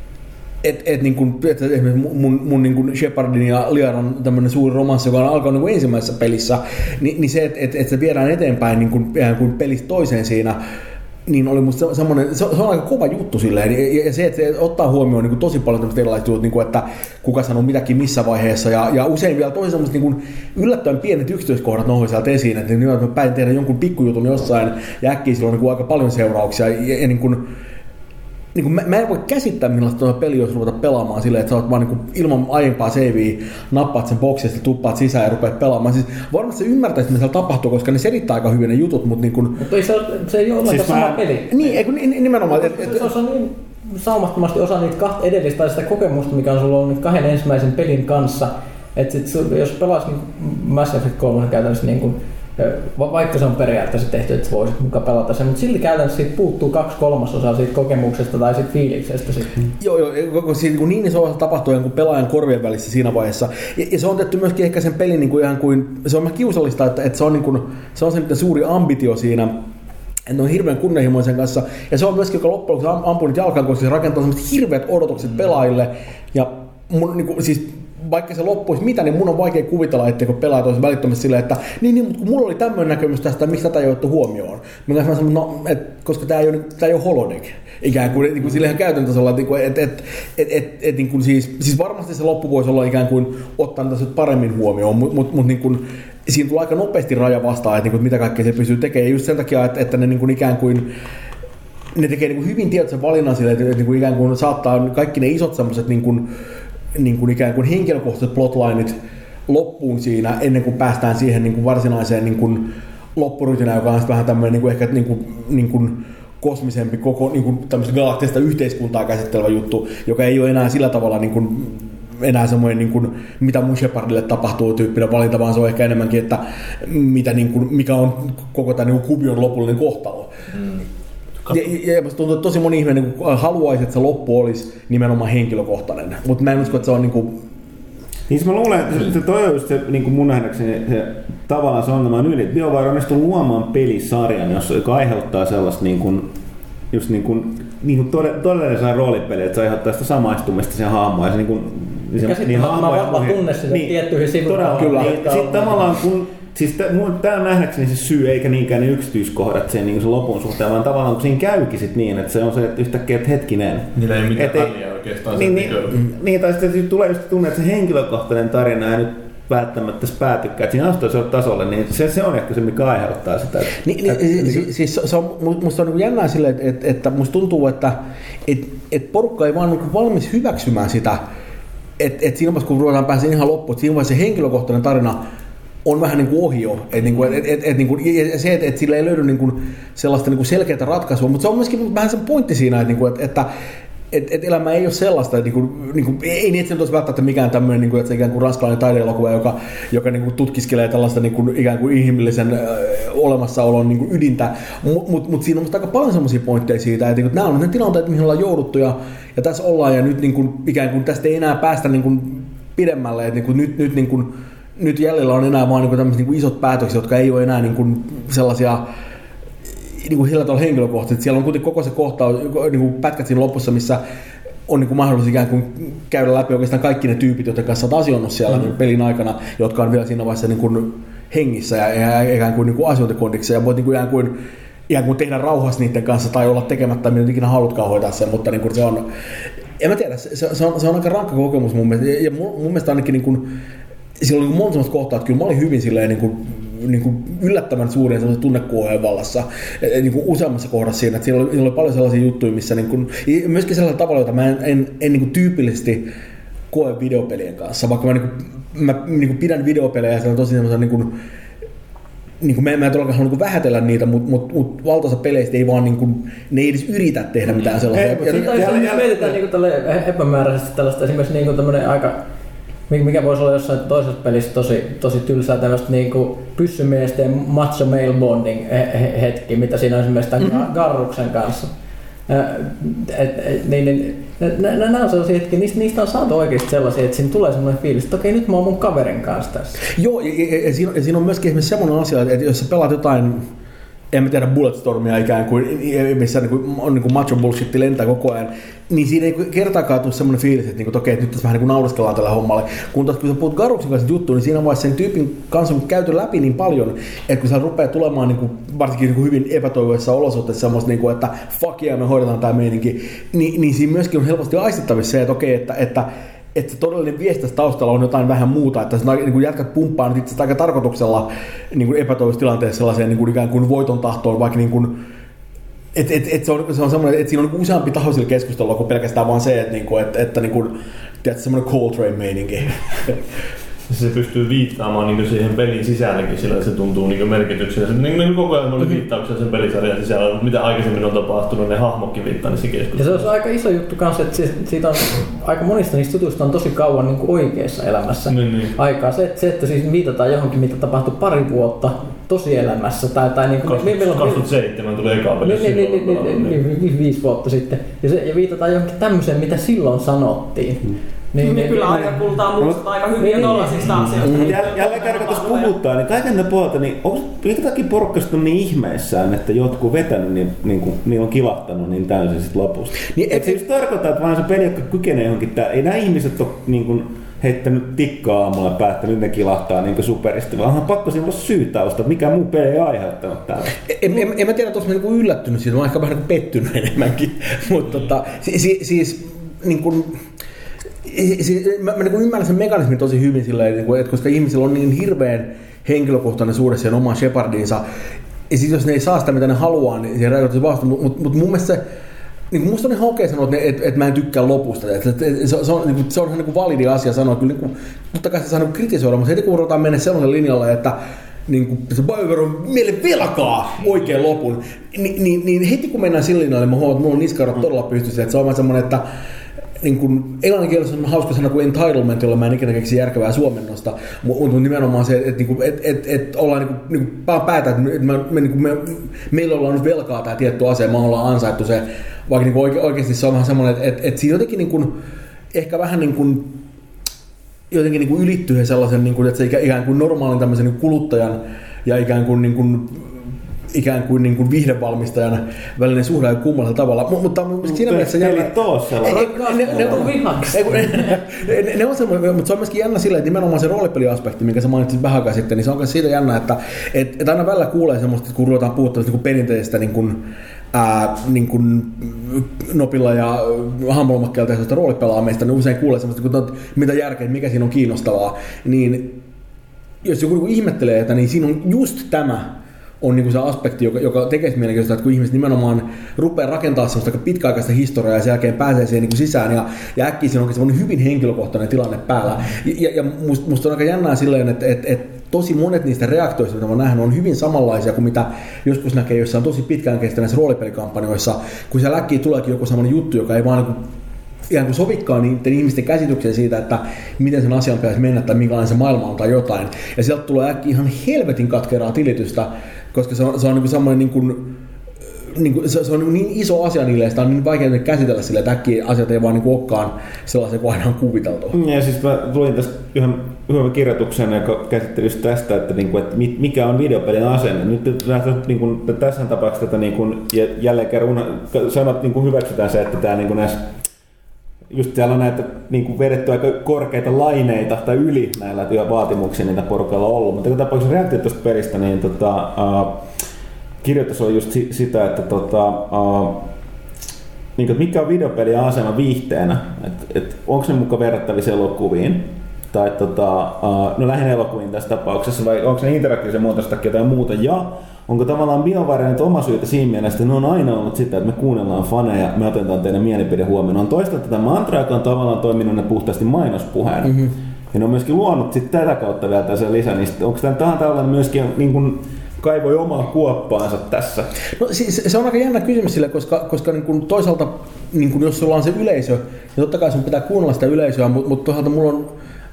Speaker 4: Et, et niin kun, et esimerkiksi mun, mun niin kun Shepardin ja Liaran tämmöinen suuri romanssi, joka on alkanut niin ensimmäisessä pelissä, niin, niin se, että et, et se viedään eteenpäin niin kun, kun pelistä toiseen siinä, niin oli musta semmoinen, se, se on aika kova juttu silleen, ja, ja se, että se ottaa huomioon niin tosi paljon tämmöistä erilaista jutut, niin että kuka sanoo mitäkin missä vaiheessa, ja, ja usein vielä tosi semmoiset niin yllättävän pienet yksityiskohdat nousee sieltä esiin, että niin, mä päin tehdä jonkun pikkujutun jossain, ja äkkiä sillä on niin aika paljon seurauksia, ja, ja niin kuin, niin kuin mä, mä en voi käsittää, millaista tuo peli olisi ruveta pelaamaan silleen, että sä oot vaan niin kuin ilman aiempaa savea, nappaat sen boksista, tuppaat sisään ja rupeat pelaamaan. Siis varmasti se ymmärtäisi, mitä siellä tapahtuu, koska ne selittää aika hyvin ne jutut, mutta niin kuin...
Speaker 3: Mutta se, se ei ole ollenkaan siis sama mä... peli.
Speaker 4: Niin, eikö nimenomaan... Et, et,
Speaker 3: se, se on niin saumattomasti osa niitä kahta edellistä tai sitä kokemusta, mikä on sulla ollut kahden ensimmäisen pelin kanssa. Että sit, jos pelaisi niin Mass Effect kolme käytännössä niin kuin, vaikka se on periaatteessa tehty, että voisit mukaan pelata sen, mutta silti käytännössä siitä puuttuu kaksi kolmasosaa siitä kokemuksesta tai siitä fiiliksestä. Sitten.
Speaker 4: Joo, joo, koska niin iso osa tapahtuu jonkun pelaajan korvien välissä siinä vaiheessa. Ja, ja se on tehty myöskin ehkä sen pelin niin kuin ihan kuin, se on ihan kiusallista, että, että se on, niin kuin, se on se suuri ambitio siinä, että on hirveän kunnianhimoisen kanssa. Ja se on myöskin, joka loppujen lopuksi ampuu nyt jalkaan, koska se rakentaa sellaiset hirveät odotukset pelaajille. Ja mun, niin kuin, siis vaikka se loppuisi mitä, niin mun on vaikea kuvitella, etteikö pelaajat olisi välittömästi silleen, että niin, niin, mutta kun mulla oli tämmöinen näkemys tästä, miksi tätä ei otettu huomioon. Mä sanoin, no, et, koska tämä ei ole, tää ei ole holodeck. Ikään kuin, niin kuin sillä ihan käytön tasolla, että et, et, et, et, et, niin kuin siis, siis varmasti se loppu voisi olla ikään kuin ottaa tässä paremmin huomioon, mutta mut, mut, niin kuin, siinä tulee aika nopeasti raja vastaan, että, niin kuin, mitä kaikkea se pystyy tekemään. Ja just sen takia, että, että ne niin kuin, ikään kuin ne tekee niin kuin hyvin tietoisen valinnan sille, että, että niin kuin, ikään kuin saattaa kaikki ne isot semmoiset niin kuin, niin kuin ikään kuin henkilökohtaiset plotlineit loppuun siinä ennen kuin päästään siihen niin kuin varsinaiseen niin kuin loppurytinään, joka on vähän tämmöinen niin kuin ehkä niin kuin, niin kuin kosmisempi koko niin kuin tämmöistä galaktista yhteiskuntaa käsittelevä juttu, joka ei ole enää sillä tavalla niin kuin, enää semmoinen niin kuin, mitä mun Shepardille tapahtuu tyyppinen valinta, vaan se on ehkä enemmänkin, että mitä, niin kuin, mikä on koko tämän niin kuin kuvion lopullinen kohtalo. Mm. Ja, ja tuntuu, että tosi moni ihminen niin haluaisi, että se loppu olisi nimenomaan henkilökohtainen, mutta mä en usko, että se on niin kuin...
Speaker 2: Niin mä luulen, että toi on just se, niin kuin mun nähdäkseni, se, tavallaan se ongelma yli, että BioWare onnistui luomaan pelisarjan, joka aiheuttaa sellaista niin kuin, just niin kuin, niin kuin todellisen roolipeliä, että se aiheuttaa sitä samaistumista siihen hahmoon. Ja se niin kuin,
Speaker 3: niin se, niin hahmoja... Mä varmaan tunne sitä niin, tiettyihin sivuihin.
Speaker 2: Kyllä. Niin, sitten tavallaan kun... Siis tämä on nähdäkseni se syy, eikä niinkään ne yksityiskohdat sen, niin sen lopun suhteen, vaan tavallaan kun siinä käykin sit niin, että se on se, että yhtäkkiä, että hetkinen.
Speaker 7: Niillä ei ole mitään väliä oikeastaan.
Speaker 2: Niin, niin, niin, niin, tai sitten tulee just tunne, että se henkilökohtainen tarina ei nyt välttämättä päätykään, että siinä astuu tasolle, niin se, se on ehkä se, mikä aiheuttaa sitä. Että,
Speaker 4: niin, että, niin, siis, siis se on, musta on niin jännää silleen, että, että, että musta tuntuu, että että, että porukka ei vaan niin valmis hyväksymään sitä, että, että siinä vaiheessa, kun ruvetaan pääsemään ihan loppuun, että siinä vaiheessa se henkilökohtainen tarina on vähän niin kuin ohi jo. Et niin kuin, et, et, et, niin kuin, ja se, että et sillä ei löydy niin kuin sellaista niin kuin selkeää ratkaisua, mutta se on myöskin vähän sen pointti siinä, että, niin kuin, että, että et, et elämä ei ole sellaista, että niin kuin, niin kuin, ei niin, että se olisi välttämättä mikään tämmöinen, niin kuin, että se ikään kuin ranskalainen taideelokuva, joka, joka niin kuin tutkiskelee tällaista niin kuin, ikään kuin inhimillisen äh, olemassaolon niin kuin ydintä, mutta mut, mut siinä on aika paljon semmoisia pointteja siitä, että, että nämä on ne tilanteet, mihin ollaan jouduttu ja, ja tässä ollaan ja nyt niin kuin, ikään kuin tästä ei enää päästä niin kuin, pidemmälle, että niin kuin, nyt, nyt niin kuin, nyt jäljellä on enää vaan niin tämmöiset niin isot päätökset, jotka ei ole enää niin sellaisia niin sillä tavalla henkilökohtaisesti. Siellä on kuitenkin koko se kohtaus, niin pätkät siinä lopussa, missä on niin mahdollisuus ikään kuin käydä läpi oikeastaan kaikki ne tyypit, joiden kanssa olet asioinut siellä mm-hmm. pelin aikana, jotka on vielä siinä vaiheessa niin kuin hengissä ja, ja ikään kuin, niin kuin asiointikondiksessa ja voit niin kuin ikään kuin, ikään kuin tehdä rauhassa niiden kanssa tai olla tekemättä, mitä ikinä halutkaan hoitaa sen, mutta niin kuin se on, en mä tiedä, se, se, on, se on aika rankka kokemus mun mielestä ja mun, mun mielestä ainakin niin kuin, siellä oli monta sellaista kohtaa, että kyllä mä olin hyvin silleen, niin kuin, niin kuin yllättävän suurin tunnekuoheen vallassa niin kuin useammassa kohdassa siinä, että siellä oli, siellä oli paljon sellaisia juttuja, missä niin kuin, myöskin sellaisella tavalla, jota mä en, en, en niin kuin tyypillisesti koe videopelien kanssa, vaikka mä, niin kuin, mä niin kuin pidän videopelejä ja se on tosi semmoisen niin kuin, niin kuin mä, mä en todellakaan halua niin vähätellä niitä, mutta mut, mut valtaosa peleistä ei vaan, niin kuin, ne ei edes yritä tehdä mitään sellaista.
Speaker 3: Ei, ja, ja, ja, jos mietitään niin tälle epämääräisesti tällaista esimerkiksi niin tämmöinen aika Mikä voisi olla jossain toisessa pelissä tosi, tosi tylsää tämmöistä niinku pyssymiesten macho male bonding hetki, mitä siinä on esimerkiksi tämän mm-hmm. Garruksen kanssa. Et, et, niin, niin, nämä on sellaisia hetkiä, niistä, niistä on saatu oikeasti sellaisia, että siinä tulee semmoinen fiilis, että okei, nyt mä oon mun kaverin kanssa tässä.
Speaker 4: Joo, ja, ja, ja, siinä, ja siinä on myöskin esimerkiksi semmoinen asia, että jos sä pelaat jotain, en mä tiedä, Bulletstormia ikään kuin, missä niin kuin, on niin kuin macho bullshit lentää koko ajan, niin siinä ei kertaakaan tule semmoinen fiilis, että, niin kuin, että okei, nyt tässä vähän niin kuin nauriskellaan tällä hommalle. Kun taas kun sä puhut Garruksen kanssa juttuun, niin siinä vaiheessa sen tyypin kanssa on käyty läpi niin paljon, että kun sä rupeaa tulemaan niin kuin, varsinkin niin kuin hyvin epätoivoisissa olosuhteissa semmoista, niin kuin, että fuck yeah, me hoidetaan tää meininki, niin, niin siinä myöskin on helposti aistittavissa se, että okei, että, että että se todellinen viesti tässä taustalla on jotain vähän muuta, että niin jätkät pumppaa nyt itse aika tarkoituksella niin epätoivoisessa tilanteessa sellaiseen niin kuin ikään kuin voiton tahtoon, vaikka niin kuin, et, et, et se on, se on semmoinen, että siinä on niin useampi taho sillä keskustelulla kuin pelkästään vaan se, että, niin kuin, että, että niin kuin, tiedätkö, semmoinen Coltrane-meininki.
Speaker 7: Se pystyy viittaamaan niin siihen pelin sisälläkin sillä, että se tuntuu niin merkityksellä. Niin, niin koko ajan oli viittauksia sen pelisarjan sisällä, mutta mitä aikaisemmin on tapahtunut, ne hahmotkin viittaa niissä keskustelussa.
Speaker 3: Ja se on aika iso juttu kanssa, että siitä on aika monista niistä jutuista on tosi kauan niin kuin oikeassa elämässä niin, niin. aikaa. Se, että, se, että siis viitataan johonkin, mitä tapahtui pari vuotta tosielämässä. Tai, tai niin kuin,
Speaker 7: kaksituhattaseitsemän tuli ekaa pelissä.
Speaker 3: Niin, niin, niin, niin, niin, niin, viisi vuotta sitten. Ja, se, ja viitataan johonkin tämmöiseen, mitä silloin sanottiin.
Speaker 6: Hmm. Niin, niin, kyllä aika kultaa muistaa aika hyvin niin, tollasista niin, asioista.
Speaker 2: Mm. Jälleen kerran, jos puhutaan, niin kaiken ne puolta, niin onko jotakin porukasta niin ihmeissään, että jotkut vetänyt, niin, niin kuin, niin on kilahtanut niin täysin sit lopusta? Niin, et se just tarkoittaa, että vaan se peli, joka kykenee johonkin, tää, ei nämä ihmiset ole niin kuin, heittänyt tikkaa aamulla ja päättänyt, nyt ne kilahtaa niin superisti, vaan onhan pakko siinä olla syy tausta, mikä muu peli ei aiheuttanut täällä.
Speaker 4: En, en, en mä tiedä, että olisin niin yllättynyt siitä, mä oon ehkä vähän niin pettynyt enemmänkin, mutta tota, siis, siis niin kuin, Siis, mä, mä niin ymmärrän sen mekanismin tosi hyvin silleen, että koska ihmisillä on niin hirveän henkilökohtainen suhde siihen omaan Shepardinsa, ja siis jos ne ei saa sitä mitä ne haluaa, niin siihen rajoittaa se vasta, mutta mut, mut mun mielestä se, niin musta on ihan okei sanoa, että, että, että mä en tykkää lopusta, että, että, että se, se, on, niin se on ihan niin validi asia sanoa, kyllä niin kuin, totta kai se saa niin kritisoida, mutta heti kun ruvetaan mennä sellaisen linjalle, että niin kuin se BioWare on meille velkaa oikein lopun, niin, niin, niin heti kun mennään sillä linjalle, mä huomaan, että mulla on niskarat todella pystyssä, että se on vaan semmoinen, että niin kuin englanninkielessä on hauska sana kuin entitlement, jolla mä en ikinä keksi järkevää suomennosta, mutta nimenomaan se, että et, et, et, et ollaan niin kuin, niin kuin päätä, että me, me, niin me, meillä ollaan nyt velkaa tämä tietty asia, me ollaan ansaittu se, vaikka niin kuin oike, oikeasti se on vähän semmoinen, että et, et siinä jotenkin niin kuin, ehkä vähän niin kuin, jotenkin niin kuin ylittyy sellaisen, niin kuin, että se ikään kuin normaalin tämmöisen niin kuluttajan ja ikään kuin, niin kuin ikään kuin, niin kuin viihdevalmistajan välinen suhde kummallisella tavalla. M- mutta siinä mielessä jännä...
Speaker 2: Eli toos sellainen.
Speaker 4: Ne on semmoinen, mutta se on myöskin jännä silleen, että nimenomaan se roolipeliaspekti, minkä sä mainitsit vähän aikaa sitten, niin se on myös siitä jännä, että et, et aina välillä kuulee semmoista, kun ruvetaan puhuttavasti niin perinteistä niin kuin, ää, niin kuin nopilla ja hampolomakkeella tehtävästä roolipelaamista, niin usein kuulee semmoista, kun mitä järkeä, mikä siinä on kiinnostavaa, niin jos joku niin ihmettelee, että niin siinä on just tämä on niinku se aspekti, joka, joka tekee mielenkiintoista, että kun ihmiset nimenomaan rupeaa rakentamaan sellaista pitkäaikaista historiaa ja sen jälkeen pääsee siihen niinku sisään ja, ja äkkiä siinä onkin semmoinen hyvin henkilökohtainen tilanne päällä. Ja, ja, ja musta, musta on aika jännää silleen, että et, et tosi monet niistä reaktioista, mitä mä oon nähnyt, on hyvin samanlaisia kuin mitä joskus näkee jossain tosi pitkään kestäneissä roolipelikampanjoissa, kun siellä äkkiä tuleekin joku semmoinen juttu, joka ei vaan niinku ihan kuin sovikkaa niiden ihmisten käsitykseen siitä, että miten sen asian pitäisi mennä tai minkälainen se maailma on tai jotain. Ja sieltä tulee äkkiä ihan helvetin katkeraa tilitystä, koska se on, se on niin kuin semmoinen niin kuin, niin kuin, se, se on niin iso asia niille ja sitä on niin vaikea käsitellä sille, että äkkiä asiat ei vaan niin kuin olekaan sellaisia kuin aina on kuviteltu.
Speaker 2: Ja siis mä luin tästä ihan hyvän kirjoituksen, joka käsitteli tästä, että, niin kuin, että mikä on videopelin asenne. Nyt niin kuin, tässä tapauksessa tätä niin kuin, jälleen kerran sanot, niin kuin hyväksytään se, että tämä niin kuin näissä just siellä on näitä niin kuin vedetty aika korkeita laineita tai yli näillä vaatimuksia niitä porukalla on ollut. Mutta joka tapauksessa reaktio tuosta pelistä, niin tota, uh, kirjoitus on just si- sitä, että tota, uh, niin kuin, mikä on videopelin asema viihteenä, että et, onko ne mukaan verrattavissa elokuviin, tai tota, uh, no lähinnä elokuviin tässä tapauksessa, vai onko ne interaktiivisen muotoista tai jotain muuta, ja onko tavallaan BioWare nyt oma syytä siinä mielessä, että ne on aina ollut sitä, että me kuunnellaan faneja, me otetaan teidän mielipide huomioon. On toista tätä mantraa, joka on tavallaan toiminut puhtaasti mainospuheena. Mm-hmm. Ja ne on myöskin luonut sitten tätä kautta vielä tässä lisää, niin onko tämä tähän tällainen myöskin niin kuin kaivoi omaa kuoppaansa tässä?
Speaker 4: No siis se on aika jännä kysymys sille, koska, koska niin kuin toisaalta niin kuin jos sulla on se yleisö, niin totta kai sun pitää kuunnella sitä yleisöä, mutta, mutta toisaalta mulla on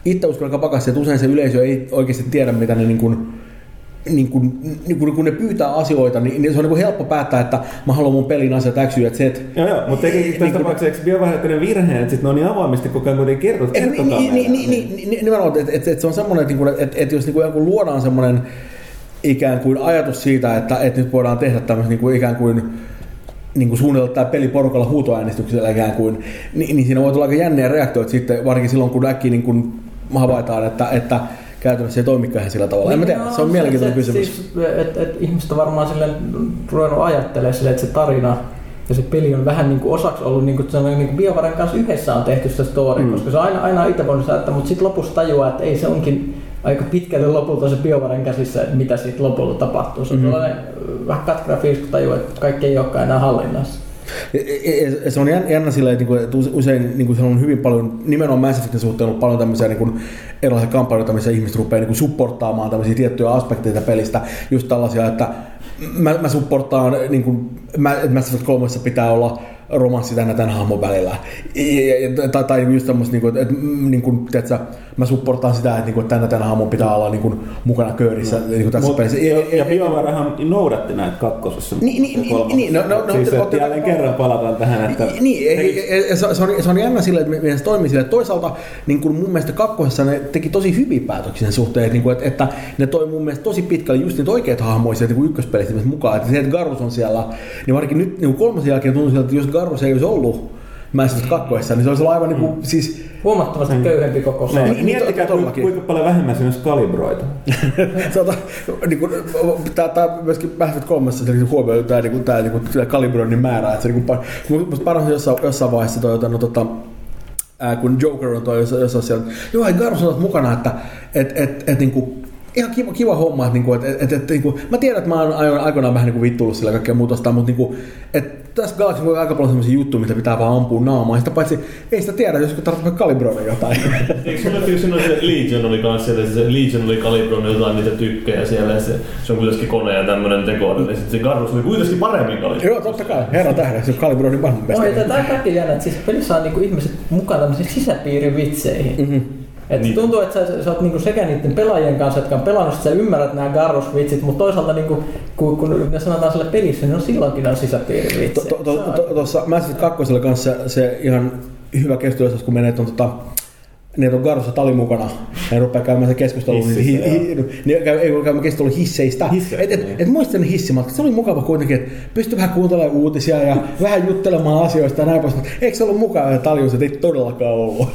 Speaker 4: itse uskon aika vakaasti, että usein se yleisö ei oikeasti tiedä, mitä ne niin kuin, niin kuin, niin kuin, kun ne pyytää asioita, niin se on niin kuin helppo päättää, että mä haluan mun pelin asiat X, Y, Z.
Speaker 2: Joo, joo, mutta eikä tässä niin tapauksessa BioWare virheen, että sitten ne on niin avoimesti koko ajan, kun ei kertoo, kertokaa
Speaker 4: niin, niin, niin, niin, niin, nimenomaan, että et, et se on semmoinen, että, että, että jos niin kuin luodaan semmoinen ikään kuin ajatus siitä, että, että nyt voidaan tehdä tämmöistä niin kuin ikään kuin niin kuin suunnitella tämä peli porukalla huutoäänestyksellä ikään kuin, niin, niin siinä voi tulla aika jänniä reaktioita sitten, varsinkin silloin, kun äkkiä niin kuin havaitaan, että, että käytännössä ei toimikaan sillä tavalla. En mä tiedä, se on mielenkiintoinen kysymys.
Speaker 3: Siis, et, et ihmiset on varmaan silleen ruvennut ajattelemaan silleen, että se tarina ja se peli on vähän niin kuin osaksi ollut, niin kuin, se on niin kuin BioWaren kanssa yhdessä on tehty sitä storya, mm. koska se on aina, aina itse voinut säättää, mutta sitten lopussa tajuaa, että ei se onkin aika pitkälle lopulta se BioWaren käsissä, että mitä siitä lopulta tapahtuu. Se on mm-hmm. vähän katkeraa fiilis, kun tajuaa, että kaikki ei olekaan enää hallinnassa.
Speaker 4: Se on jännä sillä, että usein se on hyvin paljon, nimenomaan Mass Effectin suhteen on paljon tämmöisiä erilaisia kampanjoita, missä ihmiset rupeaa supporttaamaan tämmöisiä tiettyjä aspekteita pelistä. Just tällaisia, että mä, mä supporttaan, niin kuin, Mass Effect kolme pitää olla romanssi tänä tämän hahmon välillä. Tai, tai just tämmöistä, että, että niin kuin, tiedätkö, mä supportaan sitä, että, että tänä tämän hahmon pitää olla niin kuin, mukana köörissä no. niin tässä
Speaker 2: Mut,
Speaker 4: pelissä.
Speaker 2: Ja, ja BioWarehan noudatti näitä kakkosessa.
Speaker 4: Niin, niin, niin, no, no,
Speaker 2: siis
Speaker 4: no,
Speaker 2: että jälleen kerran palataan tähän, että...
Speaker 4: Niin, se on, se on jännä sillä, että miten se toimii sillä. Toisaalta niin kuin mun mielestä kakkosessa ne teki tosi hyviä päätöksiä sen suhteen, että, että, että ne toi mun mielestä tosi pitkälle just niitä oikeita hahmoja sieltä niin ykköspelistä mukaan. Että se, että Garrus on siellä, niin varsinkin nyt niin kolmasen jälkeen tuntuu siltä, että jos Garrus ei olisi ollut Mass Effect kakkosessa, niin se olisi ollut aivan mm. niin kuin, siis...
Speaker 3: Huomattavasti mm. köyhempi koko se.
Speaker 2: Niin, miettikää, kuinka, kuinka paljon vähemmän siinä olisi kalibroita.
Speaker 4: niin tämä myöskin Mass Effect kolmessa huomioon tämä niin tämä niin kalibroinnin määrä. Että se niin kuin, musta paras jossain, jossain vaiheessa toi, no, tota, ää, kun Joker on toi jossain siellä, joo, ei Garrus on mukana, että et, et, et, niin kuin, ihan kiva, kiva homma, että, että, että, että, että, että mä tiedän, että mä oon aikoinaan vähän niin vittuillut sillä kaikkea muuta, mutta niin että tässä Galaxy voi aika paljon sellaisia juttuja, mitä pitää vaan ampua naamaan, ja sitä paitsi ei sitä tiedä, jos tarvitsee kalibroida jotain.
Speaker 7: Eikö sulla kyllä siinä se Legion oli kanssa siellä, se Legion oli kalibroinut jotain niitä tykkejä siellä, ja se, se on kuitenkin kone ja tämmönen tekoäly, ja sitten se Garrus oli kuitenkin paremmin kalibroinut.
Speaker 4: Joo, totta kai, herran tähden, se on kalibroinnin paremmin besta.
Speaker 3: Oi, tämä on kaikki jännä, että siis pelissä on niinku ihmiset mukaan tämmöisiin sisäpiirivitseihin. Mm-hmm. Et niin. Tuntuu, että sä, sä oot niinku sekä niiden pelaajien kanssa, jotka on pelannut, että sä ymmärrät nämä Garrus-vitsit, mutta toisaalta niinku, kun, kun ne sanotaan sille pelissä, niin on silloinkin on sisäpiirivitsejä.
Speaker 4: Tuossa Mass Effect kakkosella kanssa se ihan hyvä keskustelu, kun menee tuon tota, ne on Garrus ja Tali mukana, ja rupeaa käymään se keskustelu, niin ei voi käymään keskustelu hisseistä. Et, et, et muistan ne hissimatkat, se oli mukava kuitenkin, että pystyi vähän kuuntelemaan uutisia ja vähän juttelemaan asioista ja näin pois. Eikö se ollut mukava ja Taljus, että ei todellakaan ollut.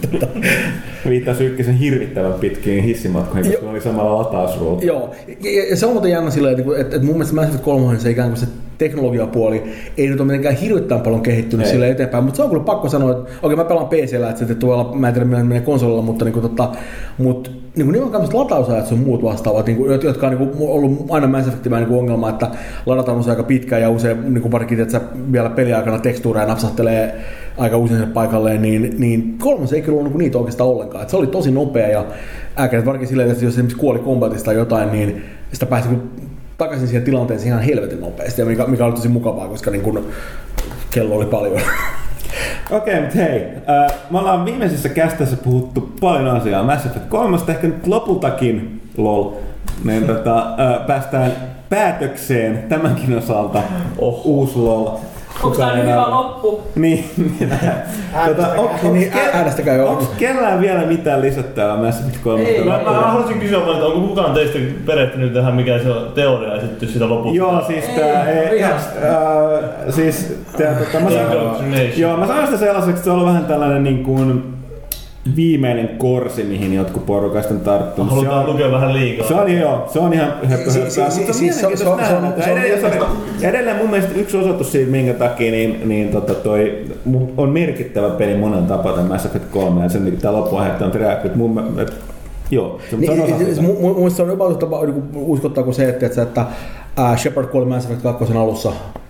Speaker 2: Viittaa Ykkösen hirvittävän pitkiin hissimatkoihin, koska oli samalla latausruutu.
Speaker 4: Joo, ja, ja se on muuten jännä silleen, että, että, että mun mielestä Mass Effect kolme se ikään kuin se teknologiapuoli ei nyt ole mitenkään hirvittävän paljon kehittynyt sille eteenpäin, mutta se on kyllä pakko sanoa, että okei okay, mä pelaan P C:llä, että se tuolla, mä en tiedä menee konsolilla, mutta niinku tota, mut niinku nimenomaan latausajat sun muut vastaavat, niinku, jotka on niinku ollut aina Mass Effectin niinku ongelma, että ladataan usein aika pitkään ja usein niinku varsinkin, että sä vielä peliaikana tekstuureja napsahtelee aika usein sen paikalleen, niin, niin kolmas ei kyllä ollut niinku niitä oikeastaan ollenkaan. Et se oli tosi nopea ja ääkäinen, varsinkin silleen, että jos esimerkiksi kuoli kombatista tai jotain, niin sitä pääsi takaisin siihen tilanteeseen ihan helvetin nopeasti, mikä, mikä oli tosi mukavaa, koska niin kun kello oli paljon.
Speaker 2: Okei, okay, mutta hei, äh, me ollaan viimeisessä kästössä puhuttu paljon asiaa Mass Effect kolme, ehkä nyt lopultakin, lol, niin tota, äh, päästään päätökseen tämänkin osalta, oh. uusi lol.
Speaker 6: Onko tämä nyt hyvä loppu?
Speaker 2: Niin, niin. tota,
Speaker 4: äänestäkää jo.
Speaker 2: Onko kellään vielä mitään lisättävää Mass Effect kolme?
Speaker 7: Mä, mä haluaisin kysyä, että onko kukaan teistä perehtynyt tähän, mikä se on teoria esitetty sitä lopulta?
Speaker 2: Joo, siis tää... Ei, äh, siis tää, tota, mä sanon, joo, mä sanon sitä sellaiseksi, että se on ollut vähän tällainen niin kuin viimeinen korsi, mihin jotkut porukasta on tarttunut.
Speaker 7: Halutaan lukea vähän liikaa.
Speaker 2: Se on, joo, se on ihan höppö höppää. Mutta on mielenkiintoista nähdä. Edelleen mun mielestä yksi osoitus siitä, minkä takia niin, niin tota toi, on merkittävä peli monen tapaa tämän Mass Effect kolme ja sen tämä loppuaiheetta on reaktioit. Mun et, joo, se on osa.
Speaker 4: Mun se on jopa uskottava kuin se, että, että uh, Shepard kuoli Mass Effect kakkosen alussa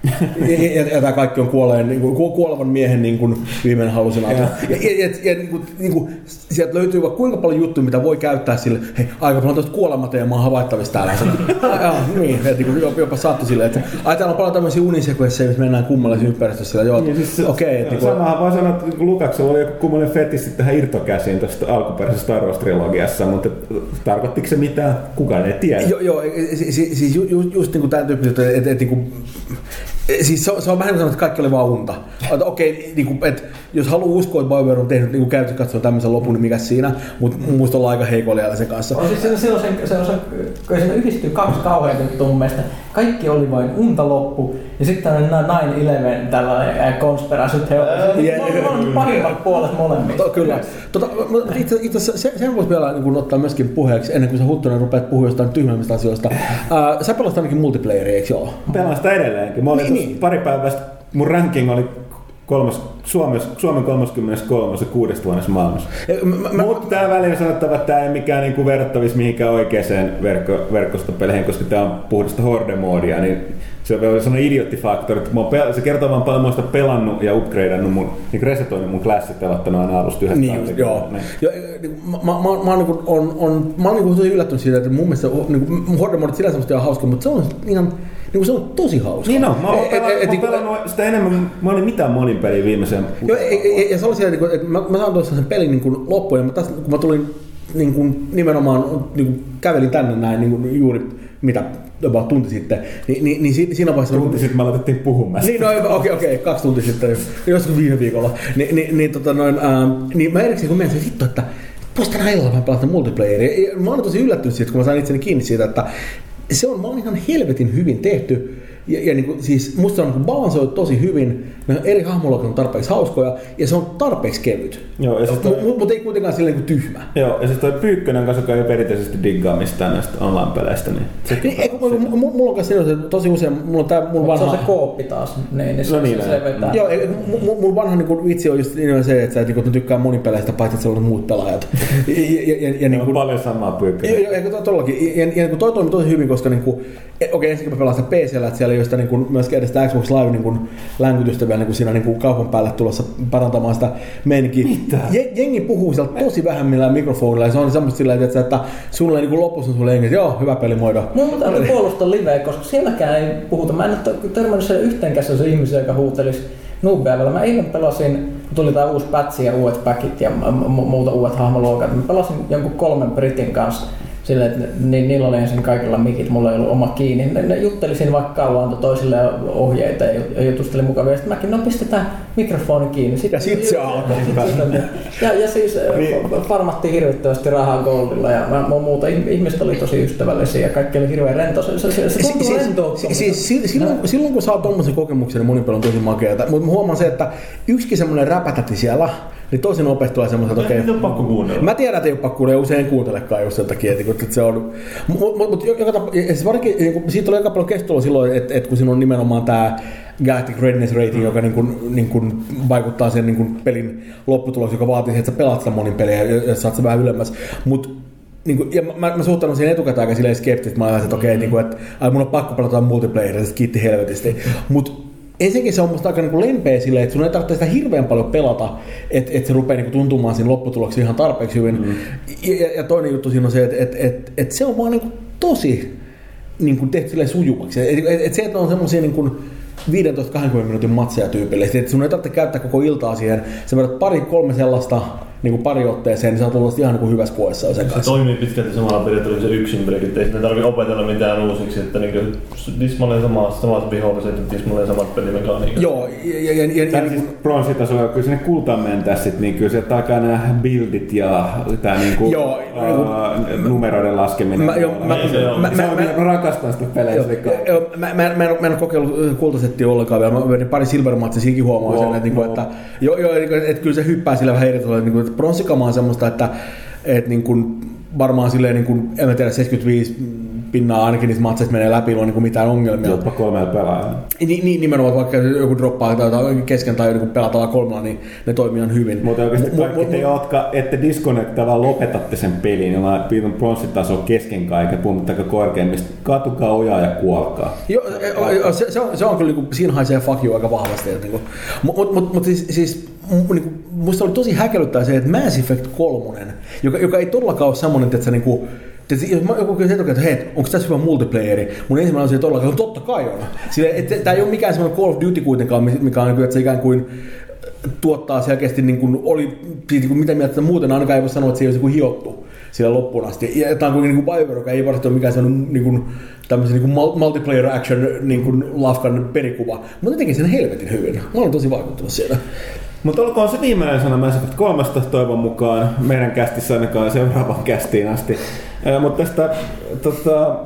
Speaker 4: ja, ja, ja tämä kaikki on kuolleen, niin kuin, kuolevan miehen niin kuin, viimeinen hallusinaatio. Ja, ja, ja, ja niin kuin, niin kuin, sieltä löytyy vaikka kuinka paljon juttuja, mitä voi käyttää sille, hei, aika paljon tuosta kuolemateemaa havaittavissa täällä. Ja, niin, että niin kuin, jopa saattoi silleen, että ai täällä on paljon tämmöisiä unisekvensseja, missä mennään kummallisessa ympäristössä. Joo,
Speaker 2: siis,
Speaker 4: okei. Okay,
Speaker 2: niin samahan voi sanoa, että Lukaksella oli joku kummallinen fetissi tähän irtokäsiin tuosta alkuperäisessä Star Wars-trilogiassa, mutta tarkoittiko se mitään? Kukaan ei tiedä.
Speaker 4: Joo, joo siis, siis ju, ju, just niin kuin tämän tyyppiset, että et, et, niin siis se on, se on vähän niin kuin että kaikki oli vaan unta. Että okei, niin kuin, että jos haluaa uskoa, että BioWare on tehnyt niin käytössä katsoa tämmöisen lopun, niin mikä siinä, mutta muista ollaan aika heikoilla sen kanssa.
Speaker 3: On siis se, se on sen, se on sen, kun siinä yhdistyy kaksi kauheita juttua mun mielestä. Kaikki oli vain unta loppu, ja sitten nine eleven tällainen conspiracy theory. Se on pahimmat puolet molemmista.
Speaker 4: To, kyllä. Tota, itse, itse asiassa sen voisi vielä niin ottaa myöskin puheeksi, ennen kuin sä Huttunen rupeat puhua jostain tyhmemmistä asioista. Ää, sä pelasit ainakin multiplayeria, eikö joo?
Speaker 2: Pelaan sitä edelleenkin. Mä olin niin, niin. pari päivästä, mun ranking oli kolmas, Suomessa, Suomen kolmaskymmeneskolmas ja kuudestuhannes maailmassa. Mutta tää väliin sanottava, että tää ei mikään niinku verrattavissa mihinkään oikeaan verkko, verkostopeleihin, koska tää on puhdasta horde-moodia, niin se on vielä sellainen idioottifaktori, että pel- se kertoo vaan paljon muista pelannut ja upgradeannut mun, niin resetoinut mun klassit pelottanut aina alusta yhdessä.
Speaker 4: Niin, joo. Jo, mä, mä, mä, mä, niin on, on, mä oon niin tosi yllättynyt siitä, että mun mielestä niin horde-moodit sillä semmoista on hauska, mutta se on ihan niin se on tosi hauska.
Speaker 2: Niin on, mä oon pelannut, pelannut sitä enemmän, mä olin mitään monin peliä viimeiseen.
Speaker 4: Joo, ja, ja se oli siellä, että mä, mä saan tuossa sen pelin niin loppuun, ja mä taas, kun mä tulin niin kuin, nimenomaan, niin kuin, kävelin tänne näin niin kuin, juuri mitä about tunti sitten, niin, niin, niin siinä vaiheessa...
Speaker 2: Tunti sitten me aloitettiin puhumaan.
Speaker 4: Niin, no okei, okay, okei, okay, kaksi tuntia sitten, joskus viime viikolla. Ni, niin, niin, tota, noin, ähm, niin mä erikseen kun menen, vittu, että vois tänä illalla mä pelata multiplayeria. Ja mä olin tosi yllättynyt siitä, kun mä sain itseni kiinni siitä, että se on, mä olin ihan helvetin hyvin tehty. Ja, ja niin kuin, siis musta se on niin balansoitu tosi hyvin, ne eri hahmoluokat on tarpeeksi hauskoja ja se on tarpeeksi kevyt.
Speaker 2: Joo, ja toi...
Speaker 4: Mutta mut ei kuitenkaan silleen niin tyhmä.
Speaker 2: Joo, ja siis toi Pyykkönen kanssa, joka ei perinteisesti diggaa mistään näistä online-peleistä. Niin,
Speaker 4: niin ei, kun, m- mulla on kanssa tosi usein, mulla on tää mun vanha...
Speaker 3: Se on se kooppi taas, niin, niin
Speaker 2: no niin,
Speaker 3: se, se vetää.
Speaker 4: Joo, mun, mun vanha niin vitsi on just niin se, että sä et, niin, tykkää monipeleistä, paitsi että siellä on muut pelaajat. ja, ja, ja, ja, niin
Speaker 2: on paljon samaa Pyykkönen.
Speaker 4: Joo, joo, todellakin. Ja, ja, ja toi toimi tosi hyvin, koska niin kuin, okei, okay, ensin kun mä pelaan sitä P C:llä, että siellä ei ole sitä niin kuin, myöskään edes sitä Xbox Live niin kuin, länkytystä vielä niin kuin siinä niin kuin kaupan päälle tulossa parantamaan sitä meininkiä. Jengi puhuu sieltä tosi vähän millään mikrofonilla ja se on semmoista silleen, että, että sulle niin lopussa on sulle jengi, että joo, hyvä peli, moido.
Speaker 3: Mun on täytyy puolustaa liveä, koska sielläkään ei puhuta. Mä en ole törmännyt siellä yhteenkään sellaisen ihmisen, joka huutelisi Noobia. Mä eilen pelasin, kun tuli tää uusi patchi ja uudet packit ja muuta uudet hahmoluokat. Mä pelasin jonkun kolmen britin kanssa. Silleen, että niin, niillä oli ensin kaikilla mikit, mulla ei ollut oma kiinni. Ne, ne jutteli siinä vaikka kauan, antoi toisille ohjeita ja jutusteli mukavia. Sitten mäkin, no pistetään mikrofoni kiinni.
Speaker 4: Sitten, ja sit se alkoi.
Speaker 3: Ja, ja siis niin. Farmattiin hirvittävästi rahaa Goldilla ja mä, muuta. Ihmiset oli tosi ystävällisiä ja kaikki oli hirveän rento. Se, se, se, se tuntuu
Speaker 4: siis,
Speaker 3: rentouttaa.
Speaker 4: Siis, siis, silloin, silloin kun saa tommosen kokemuksen, niin monipeli on tosi makeata. Mutta mä huomaan se, että yksikin semmonen räpätäti siellä, niin tosi nopeasti tulee semmoiset, että okei.
Speaker 7: Okay, ei ole pakko kuunnella.
Speaker 4: Mä tiedän, että ei ole pakko kuunnella, usein kuuntelekaan just sen takia, että se on... Mutta mut, siis varsinkin, niin siitä oli aika paljon keskustelua silloin, että, että kun siinä on nimenomaan tämä Galactic Readiness Rating, joka niin kuin, niin kuin vaikuttaa sen niin kuin pelin lopputuloksi, joka vaatii, että sä pelaat sitä monin peliä ja saat se vähän ylemmäs. Mut, niin kuin, ja mä, mä suhtaudun siihen etukäteen aika silleen skeptisesti, mä ajattelin, että okei, niin kuin, että ai, mun on pakko pelata multiplayeria, että kiitti helvetisti. Mut, ensinnäkin se on musta aika niinku lempeä silleen, että sun ei tarvitse sitä hirveän paljon pelata, että et se rupeaa niinku tuntumaan siinä lopputuloksi ihan tarpeeksi hyvin. Mm. Ja, ja toinen juttu siinä on se, että et, et, et se on vaan niinku tosi niinku tehty silleen sujuvaksi. Et, et, et se, että on semmosia niinku viisitoista kaksikymmentä minuutin matseja tyypillisesti, että sun ei tarvitse käyttää koko iltaa siihen. Sä vedät pari kolme sellaista niin pari otteeseen, niin sä oot ollut ihan niin kuin hyvässä kuessa sen kanssa.
Speaker 7: Se toimii pitkälti samalla periaatteella se yksin break, ettei sinne tarvitse opetella mitään uusiksi, että niin tismalleen samat, samat viholliset ja tismalleen samat pelimekaniikat.
Speaker 4: Joo, ja, ja, ja, ja,
Speaker 2: ja niin siis bronsitasolla, kun sinne kultaan mentäis sit, niin kyllä sieltä alkaa nämä buildit ja tää niinku joo, uh, numeroiden laskeminen. Mä, jo, mä,
Speaker 7: ei, se on.
Speaker 2: Mä, mä, mä, mä rakastan sitä peleissä.
Speaker 4: Joo, jo, mä, mä, mä, en, mä en ole kokeillut kultasettia ollenkaan vielä. Mä vedin pari silvermatsia, siinkin huomaa wow, sen, että, wow. että, jo, jo, että, että kyllä se hyppää sillä vähän eri tavalla, että bronssikama on semmoista, että, että niin kuin varmaan silleen, niin kuin, en mä tiedä, seitsemänkymmentäviisi pinnaa ainakin niistä matseista menee läpi, ilman niin mitään ongelmia.
Speaker 2: Jopa kolmella pelaajalla.
Speaker 4: Ni, niin, nimenomaan, vaikka joku droppaa tai kesken tai joku pelataan kolmella, niin ne toimii ihan hyvin.
Speaker 2: Mutta oikeasti kaikki m- te, m- jotka ette disconnecta, vaan lopetatte sen pelin, jolla on pronssitaso kesken kaiken, puhumattakaan korkeimmista, katukaa ojaa ja kuolkaa.
Speaker 4: Joo, se, se, on, se on kyllä, niin kuin, siinä haisee fuck you aika vahvasti. Niin mutta mut, mut, mut siis, siis niin musta oli tosi häkellyttää se, että Mass Effect kolme, joka, joka ei todellakaan ole semmoinen, että se niin kuin, jos joku kysyy etukäteen, että hei, onko tässä hyvä multiplayeri? Mun ensimmäinen on se, että todellakaan, totta kai on. Tämä ei ole mikään semmoinen Call of Duty kuitenkaan, mikä on, että se ikään kuin tuottaa selkeästi, niin kuin oli, niin kuin mitä mieltä muuten, ainakaan ei voi sanoa, että se ei olisi niin hiottu sillä loppuun asti. Ja tämä on kuitenkin niin Bioware, joka ei varmasti ole mikään sellainen niin kuin, tämmöisen niin kuin multiplayer action niin kuin lafkan perikuva, mutta ne teki sen helvetin hyvin. Mä olen tosi vaikuttunut siellä.
Speaker 2: Mutta olkoon se viimeinen sana Mass Effect kolmesta toivon mukaan meidän kästissä ainakaan seuraavan kästiin asti. Ää, mutta tästä tota,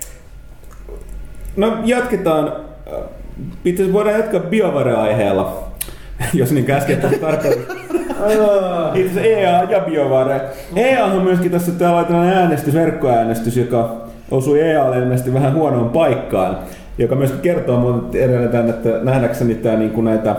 Speaker 2: no jatketaan. Itse asiassa voidaan jatkaa BioWare-aiheella, jos niin äsken tarkoitus. Itse asiassa E A ja BioWare. E A on myöskin tässä täällä tällainen äänestys, verkkoäänestys, joka osui E A:lle ilmeisesti vähän huonoon paikkaan, joka myöskin kertoo mun edelleen, että nähdäkseni tää niinku näitä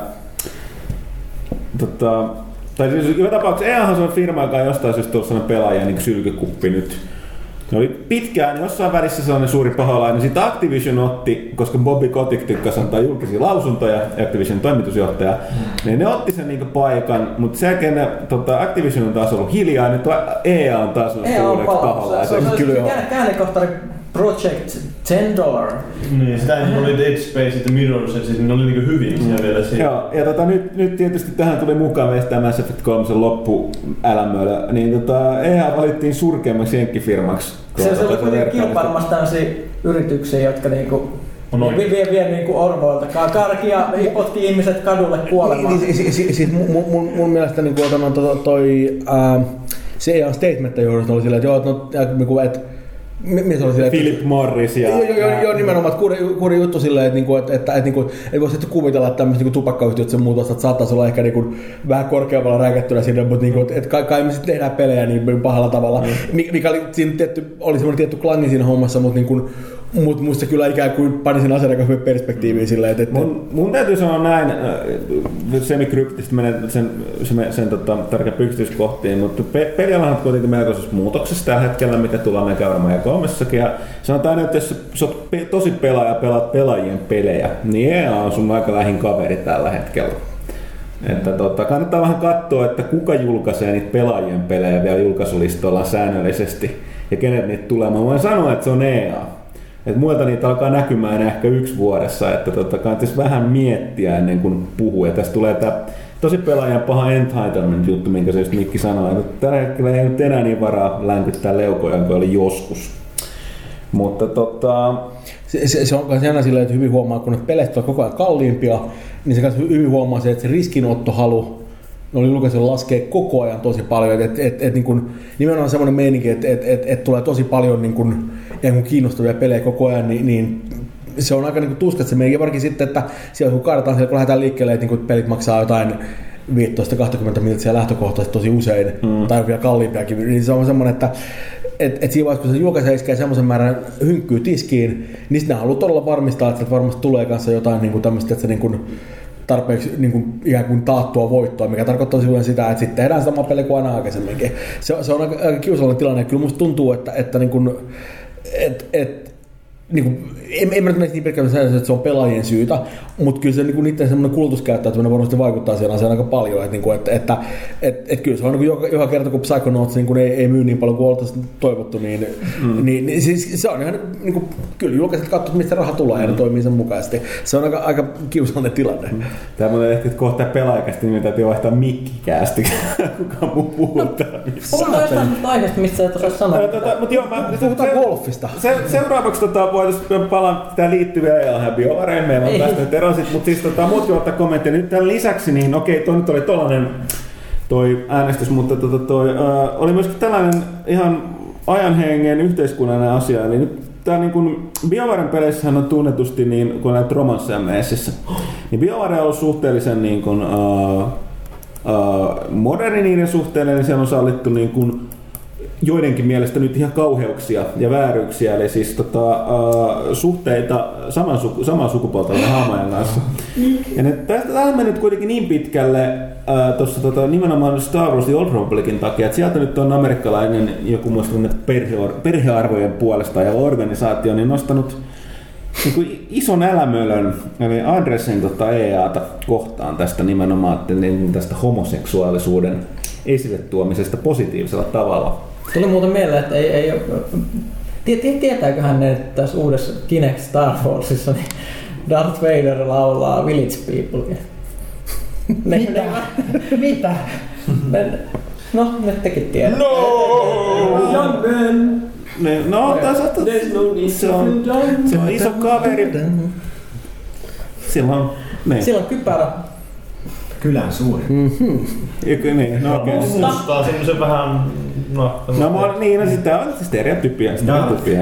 Speaker 2: Tota, tai siis joka tapauksessa E A on firma, joka on jostain syystä tullut sellainen pelaaja niin kuin sylkykuppi nyt. Ne oli pitkään jossain välissä sellainen suuri paholainen. Sitten Activision otti, koska Bobby Kotick tykkäsi antaa julkisia lausuntoja, Activision toimitusjohtaja, mm. niin ne otti sen niin kuin paikan, mutta sen jälkeen ne, tota, Activision on taas ollut hiljaa, nyt E A on taas ollut suureksi paholainen.
Speaker 3: Se on käännekohtari Project ten dollars.
Speaker 7: Niin, sitä ennen oli Dead Space ja Mirror's Edge, ne oli niinku hyvin siellä vielä siinä.
Speaker 2: Joo, ja tota, nyt, nyt tietysti tähän tuli mukaan meistä tämä Mass Effect kolme loppuälämöllä, niin tota, E A valittiin surkeammaksi jenkkifirmaksi.
Speaker 3: Se, se oli kuitenkin kilpailemassa tämmöisiä yrityksiä, jotka niinku vie, vie, vie niinku orvoilta karki ja potki ihmiset kadulle kuolemaan.
Speaker 4: Niin, siis, siis, siis mun, mun, mun mielestä niinku, toi, toi äh, se E A statementti johdosta oli silleen, että joo, no, et, Mies oli silleen,
Speaker 2: Philip Morris ja...
Speaker 4: Joo, joo, joo, nimenomaan, että kuuri, kuuri juttu silleen, että, että, että, että, että ei voi sitten kuvitella, että tämmöiset niin tupakkayhtiöt sen muutosta, että saattaisi olla ehkä niin vähän korkeammalla räkättynä sinne, mutta niin kuin, että kai, kai me sitten tehdään pelejä niin pahalla tavalla, mm. mikä oli, siinä tietty, oli semmoinen tietty klangi siinä hommassa, mutta niin kuin, Mutta musta kyllä ikään kuin pani sen asiakkaan perspektiiviin silleen, että...
Speaker 2: Mun, mun täytyy sanoa näin, äh, semikryptisesti menee sen, sen, sen tota, tärkeän yksityiskohtiin, mutta pe, pelialahan on kuitenkin melkoisessa muutoksessa tällä hetkellä, mikä tullaan meidän käymään ja kolmessakin. Ja sanotaan, että jos sä oot pe, tosi pelaaja ja pelaat pelaajien pelejä, niin E A on sun aika lähin kaveri tällä hetkellä. Että tota, kannattaa vähän katsoa, että kuka julkaisee niitä pelaajien pelejä vielä julkaisulistoilla säännöllisesti ja kenet niitä tulee. Mä voin sanoa, että se on E A. Että muilta niitä alkaa näkymään ehkä yksi vuodessa, että tota, kannattaisi vähän miettiä ennen kuin puhuu. Ja tästä tulee tämä tosi pelaajan paha entitlement-juttu, minkä se just Mikki sanoi. Että tällä hetkellä ei nyt enää niin varaa länkyttää leukoja, kuin oli joskus. Mutta tota...
Speaker 4: Se, se, se on myös jännä silleen, että hyvin huomaa, kun ne pelit on koko ajan kalliimpia, niin se kanssa hyvin huomaa se, että se riskinottohalu oli julkaisuilla laskee koko ajan tosi paljon. Et, et, et, niin kun, nimenomaan semmoinen meininki, että et, et, et tulee tosi paljon niin kun, kun kiinnostavia pelejä koko ajan, niin, niin se on aika niin tuskat se meininki. Varsinkin sitten, että siellä kun kaadetaan siellä, kun lähdetään liikkeelle, että niin pelit maksaa jotain viisitoista kaksikymmentä miltsiä lähtökohtaisesti tosi usein, mm. tai vielä kalliimpiakin, niin se on semmoinen, että et, et siinä vaiheessa, kun se julkaisee iskee semmoisen määrän hynkkyy tiskiin, niin sitten ne haluaa todella varmistaa, että varmasti tulee kanssa jotain niin tämmöistä, että se niin kuin, tarpeeksi niin kuin, ikään kuin taattua voittoa, mikä tarkoittaa silloin sitä, että sitten tehdään sama peli kuin aina aikaisemminkin. Se, se on aika, aika kiusallinen tilanne. Kyllä musta tuntuu, että, että niin kuin, et, et, niin kuin, en, en mä nyt mene niin pelkästään sen, että se on pelaajien syytä, mutta kyllä se niin kuin niiden semmoinen kulutuskäyttäytyminen varmasti vaikuttaa siihen asiaan aika paljon. Että, niin että, että, että, että kyllä se on niin kuin joka, joka kerta, kun Psychonauts niin kuin ei, ei myy niin paljon kuin oltaisiin toivottu, niin, mm. niin, niin siis se on ihan niin kuin, kyllä julkaiset katsot, mistä raha tulee mm. ja ne toimii sen mukaisesti. Se on aika, aika kiusallinen tilanne. Mm.
Speaker 2: Tämä on ehkä kohta pelaajakästi, niin täytyy vaihtaa mikkikäästi. Kukaan muu puhutaan.
Speaker 3: Puhutaan jostain aiheesta, mistä et osaa sanoa.
Speaker 4: Puhutaan golfista.
Speaker 2: Se, seuraavaksi tota, voitaisiin palaa tämä liittyviä E A-hän BioWareen. Meillä on tästä nyt erosit, mutta siis tota, muutkin ottaa kommentteja. Nyt tämän lisäksi, niin okei, toi nyt oli tollainen toi äänestys, mutta tota, toi, äh, oli myöskin tällainen ihan ajanhengen yhteiskunnallinen asia. Eli nyt tää niin kun BioWaren peleissähän on tunnetusti, niin, kun näitä romansseja messissä, niin BioWare on ollut suhteellisen niin kun, äh, äh, moderni niiden suhteen, eli siellä on sallittu niin kun, joidenkin mielestä nyt ihan kauheuksia ja vääryyksiä, eli siis tota, uh, suhteita saman, suku, saman sukupuolta olevan hahmojen kanssa. Ja ne, tästä tähän mennyt kuitenkin niin pitkälle uh, tuossa tota, nimenomaan Star Wars The Old Republicin takia, että sieltä nyt on amerikkalainen joku muistunut perhe, perhearvojen puolesta ja organisaatio niin nostanut niin kuin ison älämölön, eli Adressin tota E A:ta kohtaan tästä nimenomaan niin tästä homoseksuaalisuuden esille tuomisesta positiivisella tavalla.
Speaker 3: Tuli muuten mieleen, että ei, ei ole... Tietääköhän ne, että tässä uudessa Kinect Star Warsissa niin Darth Vader laulaa Village People.
Speaker 1: Mitä? Mitä?
Speaker 3: No, nyt tekin tiedät.
Speaker 5: No!
Speaker 6: Young man.
Speaker 2: Ne, no, tässä
Speaker 6: no
Speaker 2: se on, se on iso kaveri. Sillä on, ne.
Speaker 3: Sillä on kypärä.
Speaker 1: Kylän suuri.
Speaker 2: Mm-hmm. Niin, no okei. Okay.
Speaker 7: Mustaa semmoisen vähän... No,
Speaker 2: no mä, niin, no sitä on stereotypia. stereotypia.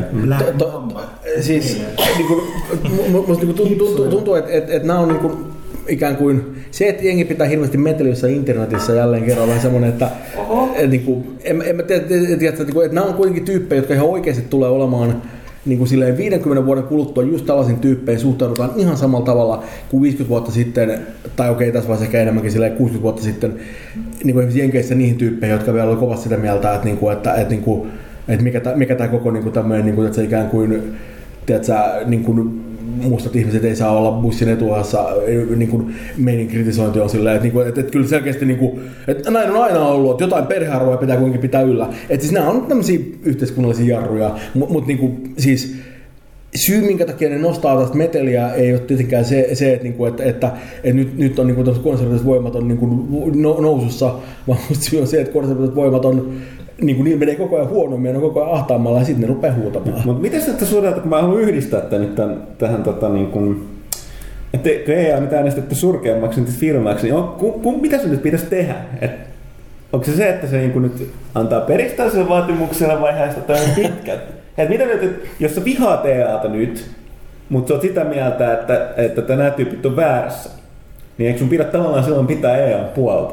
Speaker 4: Siis niinku, musta tuntuu, tuntuu että et, et nämä on niinku ikään kuin se, että jengi pitää hirveästi metelissä internetissä jälleen kerran vähän semmoinen, että et, niinku, en, en mä tiedä, että, että, että nämä on kuitenkin tyyppejä, jotka ihan oikeasti tulee olemaan niin kuin silleen viidenkymmenen vuoden kuluttua just tällaisiin tyyppeihin suhtaudutaan ihan samalla tavalla kuin viisikymmentä vuotta sitten, tai okei tässä vaiheessa ehkä enemmänkin silleen kuusikymmentä vuotta sitten, niin kuin esimerkiksi Jenkeissä niihin tyyppeihin, jotka vielä oli kovasti sitä mieltä, että, että, että, että, että, että mikä, mikä tämä koko niin tämmöinen, niin kuin, että se ikään kuin, tiedätkö, niin kuin mustat ihmiset ei saa olla bussin etuohjassa, niin kuin meinin kritisointi on silleen, että, että, että kyllä selkeästi, niin kuin, että näin on aina ollut, että jotain perhearvoja pitää kuitenkin pitää yllä. Että siis nämä on tämmöisiä yhteiskunnallisia jarruja, mutta mut, niin siis syy, minkä takia ne nostaa tästä meteliä, ei ole tietenkään se, se että, että, että, että, että nyt, nyt on niin kuin konservatiiviset voimat on niin kuin nousussa, vaan syy on se, että konservatiiviset voimat on niin kuin niin menee koko ajan huonommin ja on koko ajan ahtaammalla ja sitten ne rupeaa huutamaan.
Speaker 2: Mutta miten sä että suudelta, kun mä haluan yhdistää tämän nyt tämän, tähän tota niin kuin, että kun ei ole mitään äänestetty surkeammaksi niin firmaksi, niin on, ku, ku, mitä se nyt pitäisi tehdä? Et, onko se se, että se niin kuin nyt antaa peristaiselle vaatimukselle vai häistää pitkät? Et mitä nyt, että jos sä vihaat E A:ta nyt, mutta sä oot sitä mieltä, että, että nämä tyypit on väärässä, niin eikö sun pidä tavallaan silloin pitää E A:n puolta?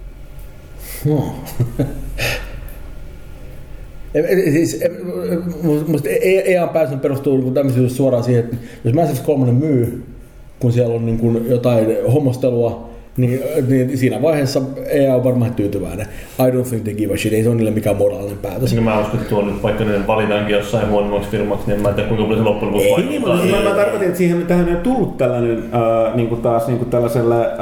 Speaker 4: No. Siis, musta E A:n pääsyn perustuu tämmöisiä suoraan siihen, että jos Mass Effect kolme myy, kun siellä on niin kuin jotain homostelua, niin, niin siinä vaiheessa E A on varmaan tyytyväinen. I don't think they give a shit, ei se ole niille mikään moraalinen päätös.
Speaker 7: Mä uskon, että tuo nyt vaikka ne valitaankin jossain huonommaksi firmaksi, niin en mä tiedä kuinka paljon se loppujen lopuksi vaikuttaa.
Speaker 2: Niin, mä, mä tarkoitin, että siihen tähän on tullut tällainen äh, niin kuin taas niin kuin tällaiselle äh,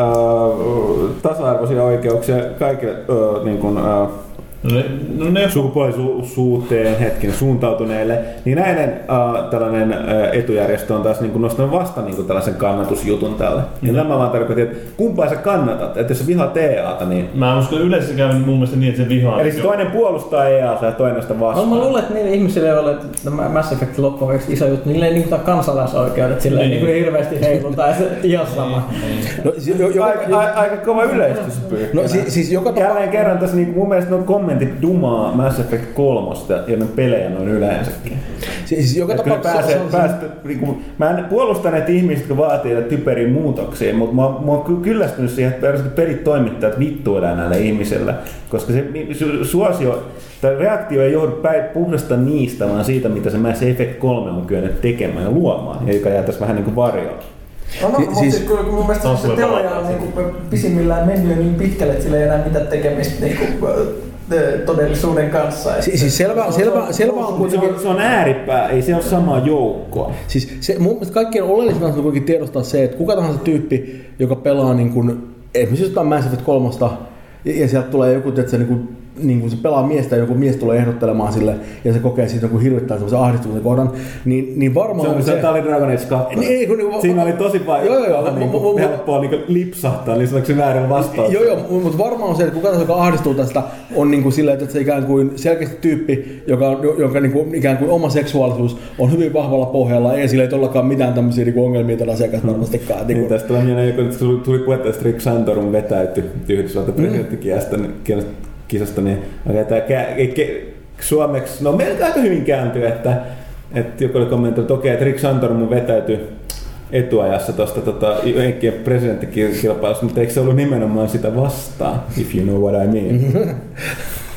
Speaker 2: tasa-arvoisia oikeuksia kaikille äh, niin kuin, äh,
Speaker 7: No, no ne...
Speaker 2: sukupuolisuuteen hetken suuntautuneille, niin näiden uh, tällainen uh, etujärjestö on taas niin kuin nostanut vasta niin kuin tällaisen kannatusjutun tälle. Mm. Ja nämä vaan tarkoitin, että kumpaa sä kannatat, että jos sä vihaat E A:ta, niin...
Speaker 7: Mä uskon yleensä käy mun mielestä niin, että se vihaa...
Speaker 2: Eli se toinen puolustaa E A:ta ja toinen sitä vastaan.
Speaker 3: No, mä luulen, että niille ihmisille, joille tämä Mass Effect loppuun iso juttu, niille ei niin kansalaisoikeudet silleen niin. Niin hirveästi heiluta ja se ihan sama.
Speaker 2: No, siis, jo, jo, aika, a, aika kova yleistyspyykkä.
Speaker 4: No siis, siis joka
Speaker 2: tapa... Jälleen kerran tässä niin mun mielestä on kommentit dumaa Mass Effect kolmosta ja ne pelejä noin yleensäkin.
Speaker 4: Siis joka tapauksessa
Speaker 2: pääsee, päästä, niin mä en puolusta näitä ihmisiä, jotka vaatii typeriä muutoksia, mutta mä, mä oon kyllästynyt siihen, että pelit toimittajat vittuillaan näille ihmisille, koska se suosio, tai reaktio ei johdu puhdasta niistä, vaan siitä, mitä se Mass Effect kolme on kyennyt tekemään ja luomaan, ja joka jää tässä vähän niin kuin varjoon.
Speaker 3: No, no, mutta siis, kyllä mun mielestä se teoria on niin pisimmillään mennyt niin pitkälle, että sillä ei enää mitään tekemistä niin kuin, todellisuuden kanssa.
Speaker 4: Siis, siis selvä,
Speaker 3: se,
Speaker 4: selvä,
Speaker 3: se,
Speaker 4: selvä on kuitenkin...
Speaker 2: Se on ääripää, ei se ole samaa joukkoa.
Speaker 4: Siis se, mun mielestä kaikkein oleellisinta on kuitenkin tiedostaa se, että kuka tahansa tyyppi, joka pelaa niin kuin, esimerkiksi jotain Mass Effect kolmosta, ja, ja sieltä tulee joku, että se niin kuin, niin kun se pelaa miestä ja joku mies tulee ehdottelemaan sille ja se kokee siitä joku hirvittävän semmoisen ahdistumisen kohdan, niin, niin varmaan
Speaker 2: se on se... Tämä oli Dragon Age kaksi. Niin, kun, niin, Siinä oli tosi paljon niin helppoa niin lipsahtaa, niin se onko se väärin vastaus.
Speaker 4: Joo, joo, mutta varmaan on se, että kuka tahansa, joka ahdistuu tästä, on niin kuin silleen, että se ikään kuin selkeästi tyyppi, joka, jonka niin kuin, ikään kuin oma seksuaalisuus on hyvin vahvalla pohjalla, ei sillä ei todellakaan mitään tämmöisiä niin ongelmia tällä asiakas varmastikaan.
Speaker 2: Niin, tästä tulee mieleen, kun tuli puhetta, että Rick Santorum vetäytyi Yhdysvaltain presidenttikijasta, kisasta, niin okay, tämä kä- ke- suomeksi, no meillä aika hyvin kääntyi, että, että joku oli kommentoinut, että okei, että Rick Santorum vetäytyi etuajassa tuosta tota, Jenkkien presidenttikilpailusta, mutta eikö se ollut nimenomaan sitä vastaan, if you know what I mean?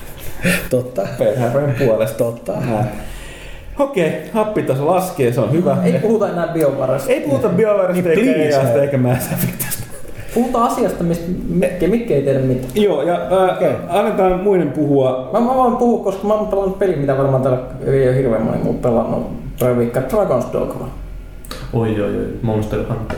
Speaker 4: Totta.
Speaker 2: Perhäreen puolesta.
Speaker 4: Totta.
Speaker 2: Okei, okay, happitaso laskee, se on hyvä.
Speaker 3: Ei puhuta enää biovarasta.
Speaker 2: Ei puhuta biovarasta
Speaker 4: Niin,
Speaker 2: eikä
Speaker 4: please,
Speaker 2: E A:sta
Speaker 4: hei.
Speaker 2: eikä Mass Effectista.
Speaker 3: Puhutaan asiasta, mistä Mikke, Mikke ei tiedä mitään.
Speaker 2: Joo, ja äh,
Speaker 4: Okei.
Speaker 2: annetaan muiden puhua.
Speaker 3: Mä, mä voin puhua, koska mä oon pelannut peli, mitä varmaan täällä ei ole hirveän moni muu pelannut. Previkka Dragon's Dogma.
Speaker 7: Oi oi oi, Monster Hunter.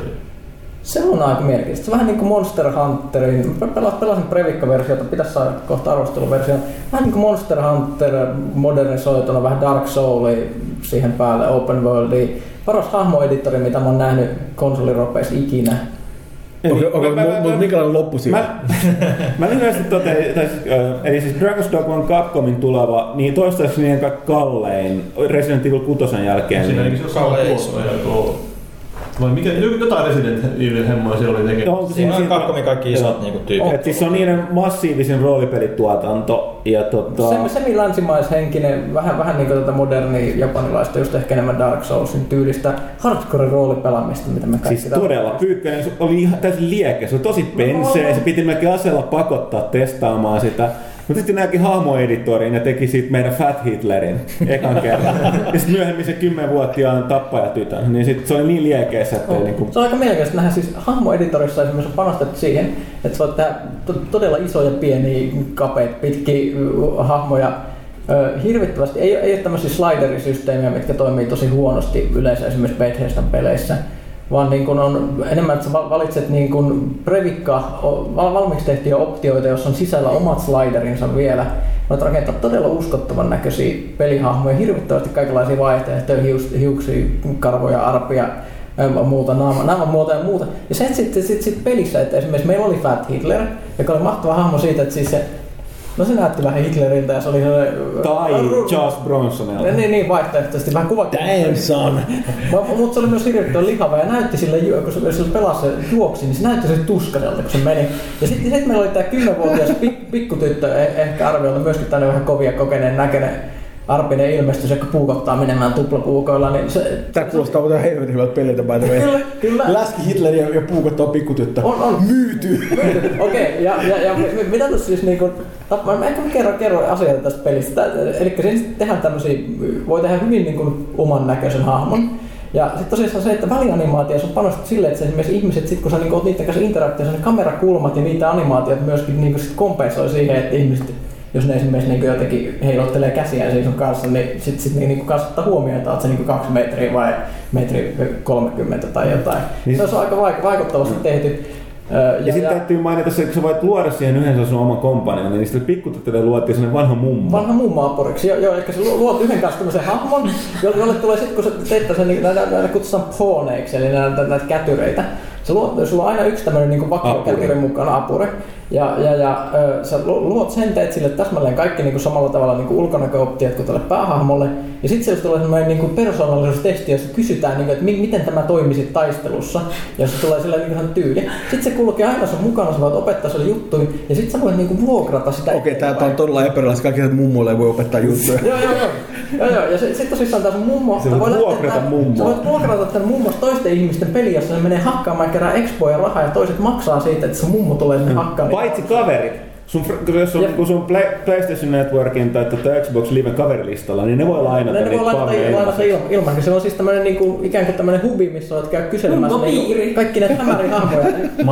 Speaker 3: Se on aika mielenkiintoista. Se on vähän niin kuin Monster Hunterin. Mä pelas- pelasin Previkka-versiota, pitäisi saada kohta arvosteluversio. Vähän niin kuin Monster Hunter modernisoituna, vähän Dark Soulia siihen päälle, Open Worldia. Paras hahmoeditori, mitä mä oon nähnyt konsoliropeissa ikinä.
Speaker 4: Okei, okei, mutta minkälainen loppu siinä?
Speaker 2: Mä, mä lyhyesti totean, tai siis, äh, eli siis Dragon's Dogma on Capcomin tuleva, niin toistaiseksi niiden kaikki kallein Resident Evil kuusi jälkeen.
Speaker 7: Siinä
Speaker 2: Niin,
Speaker 7: eikö se ole tuossa joku... Vai mikä, jotain Resident Evil hemmoja siellä oli tekemässä.
Speaker 2: no,
Speaker 5: Siinä on Capcomin kaikki isot niinku tyypit.
Speaker 2: Et siis se on niiden massiivisin roolipelituotanto. Ja tota...
Speaker 3: Se semi-länsimaishenkinen, vähän, vähän niin kuin tätä modernia japanilaista, just ehkä enemmän Dark Soulsin tyylistä hardcore-roolipelaamista, mitä me kaikki
Speaker 2: Siis todella Pyykkönen se oli ihan täysin liekeä, se oli tosi penseä, se piti melkein aseella pakottaa testaamaan sitä. Mutta sitten näki hahmoeditorin ja teki siitä meidän Fat Hitlerin ekan kerran. Ja sitten myöhemmin se kymmenvuotiaan tappajatytön, niin sit se oli niin liekeessä, että
Speaker 3: Oh.
Speaker 2: ei niinku...
Speaker 3: Se on aika mielenkiintoista nähdä, siis hahmoeditorissa esimerkiksi on panostettu siihen, että sä voit tehdä to- todella isoja, pieniä, kapeita, pitkiä uh, hahmoja. Ö, hirvittävästi ei, ei ole tämmöisiä sliderisysteemejä, mitkä toimii tosi huonosti yleensä esimerkiksi Bethesdan peleissä, vaan niin kun on enemmän, että sä valitset niin kun Previkka, val- valmiiksi tehtyjä optioita, jossa on sisällä omat sliderinsa vielä. Voit rakentaa todella uskottavan näköisiä pelihahmoja, hirvittävästi kaikenlaisia vaihtoehtoja, hius, hiuksia, karvoja, arpia, muuta, naama, naaman muuta ja muuta. Ja se sitten sit, sit pelissä, että esimerkiksi meillä oli Fat Hitler, joka oli mahtava hahmo siitä, että siis se, no se näytti vähän Hitleriltä ja se oli sellainen...
Speaker 2: Tai Charles Bronsonelta.
Speaker 3: Niin, niin vaihtoehtoisesti, vähän kuva.
Speaker 4: Damn son!
Speaker 3: Mutta se oli myös hirvittävän lihava ja näytti sille, kun se, se pelasi se juoksi, niin se näytti se tuskaselta, kun se meni. Ja sitten sit meillä oli tämä kymmenvuotias pik, pikkutyttö, eh, ehkä arviolta myöskin tänne vähän kovia kokeneen näköinen arpinen ilmestys, joka puukottaa menemään tuplapuukoilla, niin se...
Speaker 4: Tää kuulostaa muuten helvetin hyvältä peliltä, by the way.
Speaker 3: Kyllä, kyllä.
Speaker 4: Läski Hitler ja, ja puukottaa pikkutyttö.
Speaker 3: On, on.
Speaker 4: Myyty!
Speaker 3: Okei, okay, ja, ja, ja mitä tässä siis niinku... Mä ehkä kerron, kerron asioita tästä pelistä. Eli siinä tehdään tämmösiä... Voi tehdä hyvin niinku oman näköisen hahmon. Ja sitten tosiaan se, että välianimaatiossa on panostettu silleen, että esimerkiksi ihmiset, sit kun sä niinku oot niiden kanssa interaktiossa, ne kamerakulmat ja niitä animaatiot myöskin niinku sit kompensoi siihen, että ihmiset, jos ne esimerkiksi niinku jotenkin heilottelee käsiään siinä sun kanssa, niin sitten sit niinku kanssa ottaa huomioon, että oot se niinku kaksi metriä vai metri kolmekymmentä tai jotain. Niin. Se on aika vaikuttavasti tehty.
Speaker 2: Ja, ja sitten täytyy mainita se, että sä voit luoda siihen yhden sun oman kompanion, niin sitten pikkutytölle luotiin sellainen vanha mummo.
Speaker 3: Vanha mummo apuriksi, joo, joo, eli sä luot yhden kanssa tämmöisen hahmon, jolle tulee sitten, kun sä teet sen, niin näitä kutsutaan pawneiksi, eli näitä, näitä kätyreitä. Sä luot, sulla on aina yksi tämmöinen niin vakiokätyrin mukana apure. Ja, ja, ja ö, sä luot sen, teet sille täsmälleen kaikki niin kuin samalla tavalla niin kuin ulkonäköoptiot kuin tälle päähahmolle. Ja sitten siellä tulee semmoinen niin kuin persoonallisuustesti, jossa kysytään, niin kuin, että miten tämä toimisi taistelussa. Ja se tulee sillä niin kuin tyyli. Sitten se kulkee aina sun mukana, sä voit opettaa sille juttuja. Ja sitten sä voit niin kuin vuokrata sitä.
Speaker 4: Okei, tää on todella epäilyläistä. Kaikki mummoille ei voi opettaa juttuja.
Speaker 3: Joo, joo, joo. Joo, joo. Ja sitten tosissaan tää sun mummo.
Speaker 2: Sä voit vuokrata mummoa.
Speaker 3: Sä voit vuokrata tämän mummosta toisten ihmisten peli, jossa ne menee hakkaamaan ja kerää expoa ja rahaa ja toiset maksaa siitä, että se mummo tulee sinne hakkaan.
Speaker 2: Paitsi kaverit. Sun, jos on kun sun Play, PlayStation Networkin tai tuota Xbox Live kaverilistalla, niin ne voi lainata
Speaker 3: ne, ne voi lainata lainata ilman. ilman. Se on siis tämmönen niinku, ikään kuin tämmönen hubi, missä olet käy kyselemässä niinku, kaikki näitä hämärihahmoja.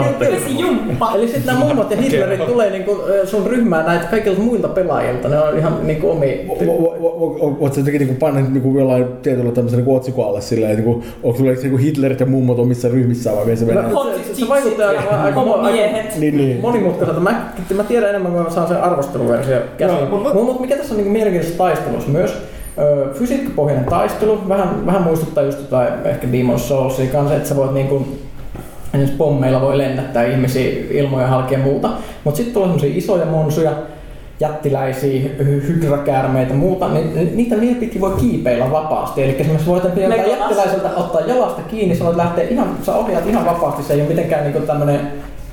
Speaker 3: Eli sitten nämä mummot ja Hitlerit tulee niinku sun ryhmään näitä kaikilta muilta pelaajilta. Ne on ihan niinku omia.
Speaker 4: Voit sä jotenkin niinku panna niinku jollain tietyllä tämmöisen niinku otsikon alle silleen, että niinku, onko sulla niinku Hitlerit ja mummot on missä ryhmissä vai missä mennään?
Speaker 3: Se vaikuttaa aika monimutkaiselta. Mä tiedän enemmän, kun mä saan sen arvosteluversio käsiin. No, mutta mut mikä tässä on niin mielenkiintoisessa taistelussa myös? Ö, fysiikkapohjainen taistelu, vähän, vähän muistuttaa just jotain ehkä Demon's Soulsia kanssa, että sä voit niin kuin, esimerkiksi pommeilla voi lennättää ihmisiä ilmoja halki ja muuta. Mutta sitten tulee semmosia isoja monsuja, jättiläisiä, hydrakäärmeitä ja muuta, niin niitä niitä pitkin voi kiipeillä vapaasti. Eli esimerkiksi voit jättiläiseltä ottaa jalasta kiinni, sä voit lähteä ihan, sä ohjaat ihan vapaasti, se ei ole mitenkään niin tämmönen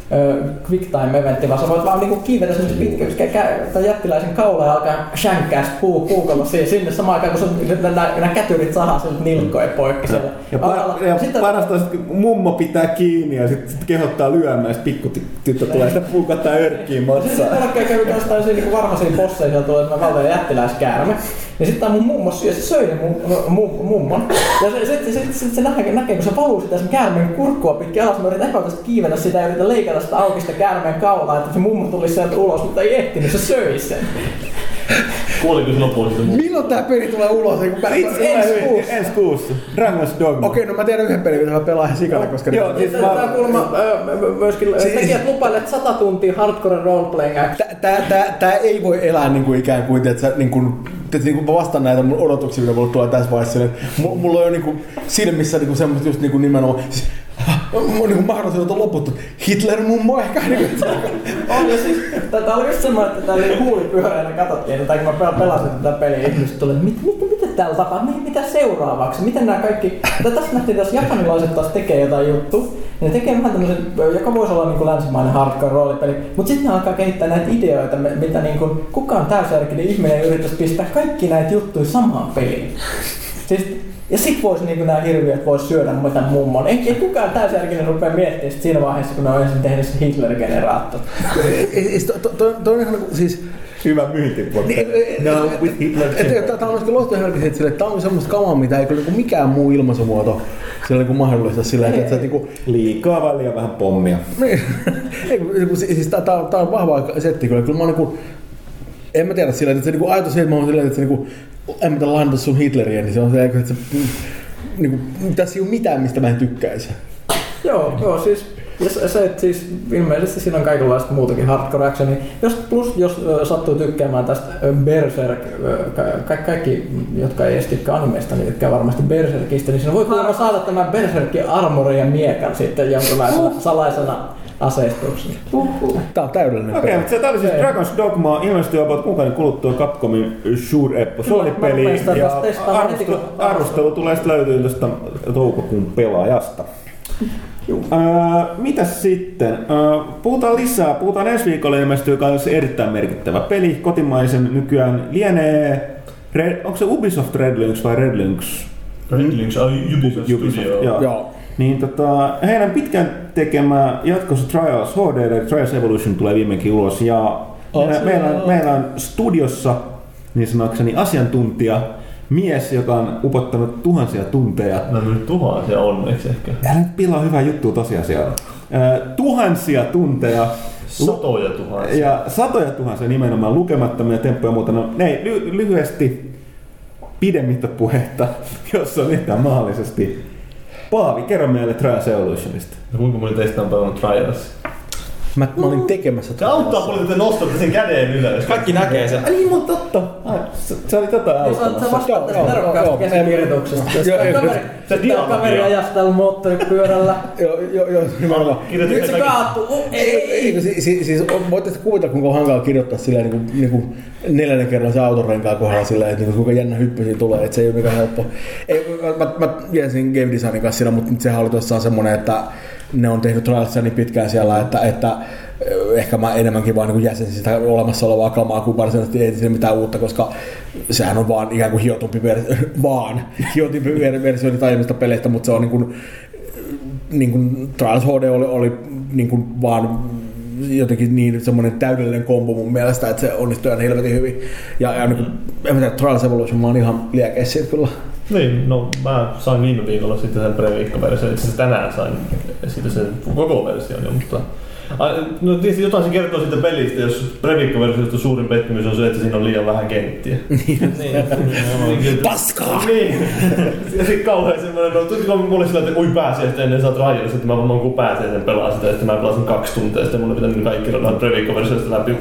Speaker 3: quicktime eventti, vaan sä voit vaan niinku kiivetä semmoisen pitkä jättiläisen kaula ja alkaa shänkkää puu, puukolla sinne samaan aikaan, kun nämä kätyrit sahaa sieltä nilkkoja poikki siellä.
Speaker 2: Ja, par- ja sitten parasta on, kun mummo pitää kiinni ja sitten sit kehottaa lyömään ja sitten pikkutyttö tulee sitä puukottaa örkkiin mossaan.
Speaker 3: Sitten alkaa käydä jostain niin varhaisiin bosseihin, siellä tulee semmoinen valtainen jättiläiskäärme. Ja sitten tämä mun mummo syö, se söi ne mummon. Ja sitten sit, sit, sit se näkee, näkee, kun se valuu sitä sen käärmeen kurkkua pitkin alas. Mä yritän epätästä kiivetä sitä ja yritän leikata sitä auki sitä käärmeen kaulaa, että se mummo tulisi sieltä ulos, mutta ei ehtinyt, se söi sen.
Speaker 7: Kuoliko se loppuun sitten?
Speaker 4: Milloin tää peli tulee ulos?
Speaker 2: Ensi kuussa. Dragon's Dogma.
Speaker 4: Okei, no mä tiedän yhden pelin, mitä mä pelaan ihan sikana, koska...
Speaker 3: Joo, siis tää on kuulemma myöskin tekijät lupailevat sata tuntia hardcore roleplaying action.
Speaker 4: Tää, tää, tää ei voi elää niinku ikään kuin, että sä niinku... Niinku vastaan näitä mun odotuksia, mitä mulle tulee tässä vaiheessa. Mulla on jo niinku silmissä niinku semmoista just niinku nimenomaan... Mun niinku mahdollisuudet on loputtu. Hitler-mummo ehkä.
Speaker 3: On ja siis, tää oli just semmoinen, että tää oli huulipyöreänä katsottiin, että kun mä pelasin tätä peliä, ihmiset tuli, että mit, mit, mitä täällä tapahtuu, mitä seuraavaksi, miten nämä kaikki... Tässä nähtiin, että jos japanilaiset taas tekee jotain juttua, niin ne tekee vähän tämmöisen, joka voisi olla niin kuin länsimainen hardcore roolipeli, mutta sitten ne alkaa kehittää näitä ideoita, mitä niin kuin kukaan täysjärkinen ihminen yrittäisi pistää kaikki näitä juttuja samaan peliin. Siis, ja sit vois niinku nää hirviöt vois syödä mitä mummon. Ei, ei kukaan täysjärkinen rupea miettimään sit siinä vaiheessa, kun ne on ensin tehnyt sen Hitler-generaattori.
Speaker 4: Toi on ihan siis...
Speaker 2: Hyvä myyntipuolta.
Speaker 7: No, with Hitler.
Speaker 4: Tää on myöskin lohtuherkisesti, että tää on semmoista kamaa, mitä ei kyllä mikään muu ilmaisumuoto sillä niin mahdollista sillä, että sä niinku...
Speaker 2: Liikaa väliä vähän pommia.
Speaker 4: Siis tää on, tää on vahva setti kyllä. Kyllä mä oon niinku... En mä tiedä sillä, että se niinku ajatus siitä, että mä oon silleen, että se niinku... En mä tiedä lahdata sun Hitleriä, niin se on se, että se... Niinku, tässä ei oo mitään, mistä mä en tykkäisi.
Speaker 3: Joo, joo, siis... Ja se, että siis ilmeisesti siinä on kaikenlaista muutakin hardcore actionia. Jos, plus jos ö, sattuu tykkäämään tästä ö, Berserk, ö, ka, kaikki, jotka ei edes tykkää animesta, niin tykkää varmasti Berserkistä, niin siinä voi kuulemma saada tämän Berserkin armorin ja miekan sitten jonkinlaisena uh. salaisena aseistuksena.
Speaker 4: Uh-huh. Tää on täydellinen
Speaker 2: Okei, okay, mutta tää oli siis Dragon's Dogma, ilmestyi about kuukauden kuluttua Capcomin Sure Eppo Sony-peli, ja arvostelu, arvostelu tulee sitten löytyy tästä toukokuun pelaajasta. Öö, mitäs sitten? Öö, puhutaan lisää. Puhutaan ensi viikolla ilmestyy myös erittäin merkittävä peli. Kotimaisen nykyään lienee... Red, onko se Ubisoft Red Lynx vai Red Lynx?
Speaker 7: Red Lynx on Ubisoft, Ubisoft Studio.
Speaker 2: Joo. Joo. Niin tota, heidän pitkään tekemä jatkossa Trials H D, eli Trials Evolution tulee viimeinkin ulos. Ja meillä, meillä, on, meillä on studiossa niin sanokseni asiantuntija, mies, joka on upottanut tuhansia tunteja.
Speaker 7: No nyt tuhansia onneksi ehkä.
Speaker 2: Älä nyt pilaa hyvää juttua tosiasialla. Tuhansia tunteja.
Speaker 7: Satoja tuhansia.
Speaker 2: Ja satoja tuhansia nimenomaan lukemattomia temppuja ja muuta. No, ne, ly- lyhyesti pidemmittä puhetta, jos on yhtään mahdollisesti. Paavi, kerro meille Trials Evolutionista.
Speaker 7: No kuinka moni teistä on pelannut Trials?
Speaker 4: Mä, mä olin tekemässä
Speaker 7: se auttaa paljon, että te nostatte sen käden ylös.
Speaker 5: Kaikki näkee sen.
Speaker 2: Niin, mutta totta. Ai, se, se oli tota auttamassa.
Speaker 3: Sä vastaat tästä nerokkaasta käsikirjoituksesta. Jos kaveri ajaa täällä moottoripyörällä.
Speaker 4: Joo, joo, joo.
Speaker 3: Nyt se kaattuu.
Speaker 4: Ei, siis voitte kuvitella, kuinka on hankala kirjoittaa silleen niinku neljännen kerran se autorenkaan kohdalla silleen, että kuinka jännä hyppy siinä tulee, että se ei ole mikään helppo. Mä jäsin game designin kanssa siinä, mutta sehän oli tuossaan semmonen, että ne on tehnyt Trialsia niin pitkään siellä, että, että ehkä mä enemmänkin vaan niin jäsen sitä olemassa olevaa kamaa kuin varsinaisesti ei siinä mitään uutta, koska sehän on vaan ikään kuin hiotumpi versio, vaan hiotumpi versio aiemmista peleistä, mutta se on niin kuin, niin kuin Trials H D oli, oli niin kuin vaan jotenkin niin semmoinen täydellinen kombo mun mielestä, että se onnistui aina helvetin hyvin. Ja, ja niin kuin, en mä tiedä, Trials Evolution mä oon ihan liekeissä siitä kyllä.
Speaker 7: Niin, no mä sain viime viikolla sitten sen pre-viikkoversion, itse asiassa tänään sain siitä sen koko version jo, mutta... No tietysti jotain se kertoo siitä pelistä, jos pre-viikkoversiosta suurin pettymys on se, että siinä on liian vähän kenttiä.
Speaker 4: Niin, paskaa!
Speaker 7: Niin, ja sitten kauhean semmoinen, no tutko mulle sillä, että ui pääsee sitten ennen saat rajoilla, että mä varmaan kun pääsee sen pelaa sitä, ja sitten mä pelasin kaksi tuntia, ja sitten mulle pitänyt kaikki rodaan pre-viikkoversiosta läpi.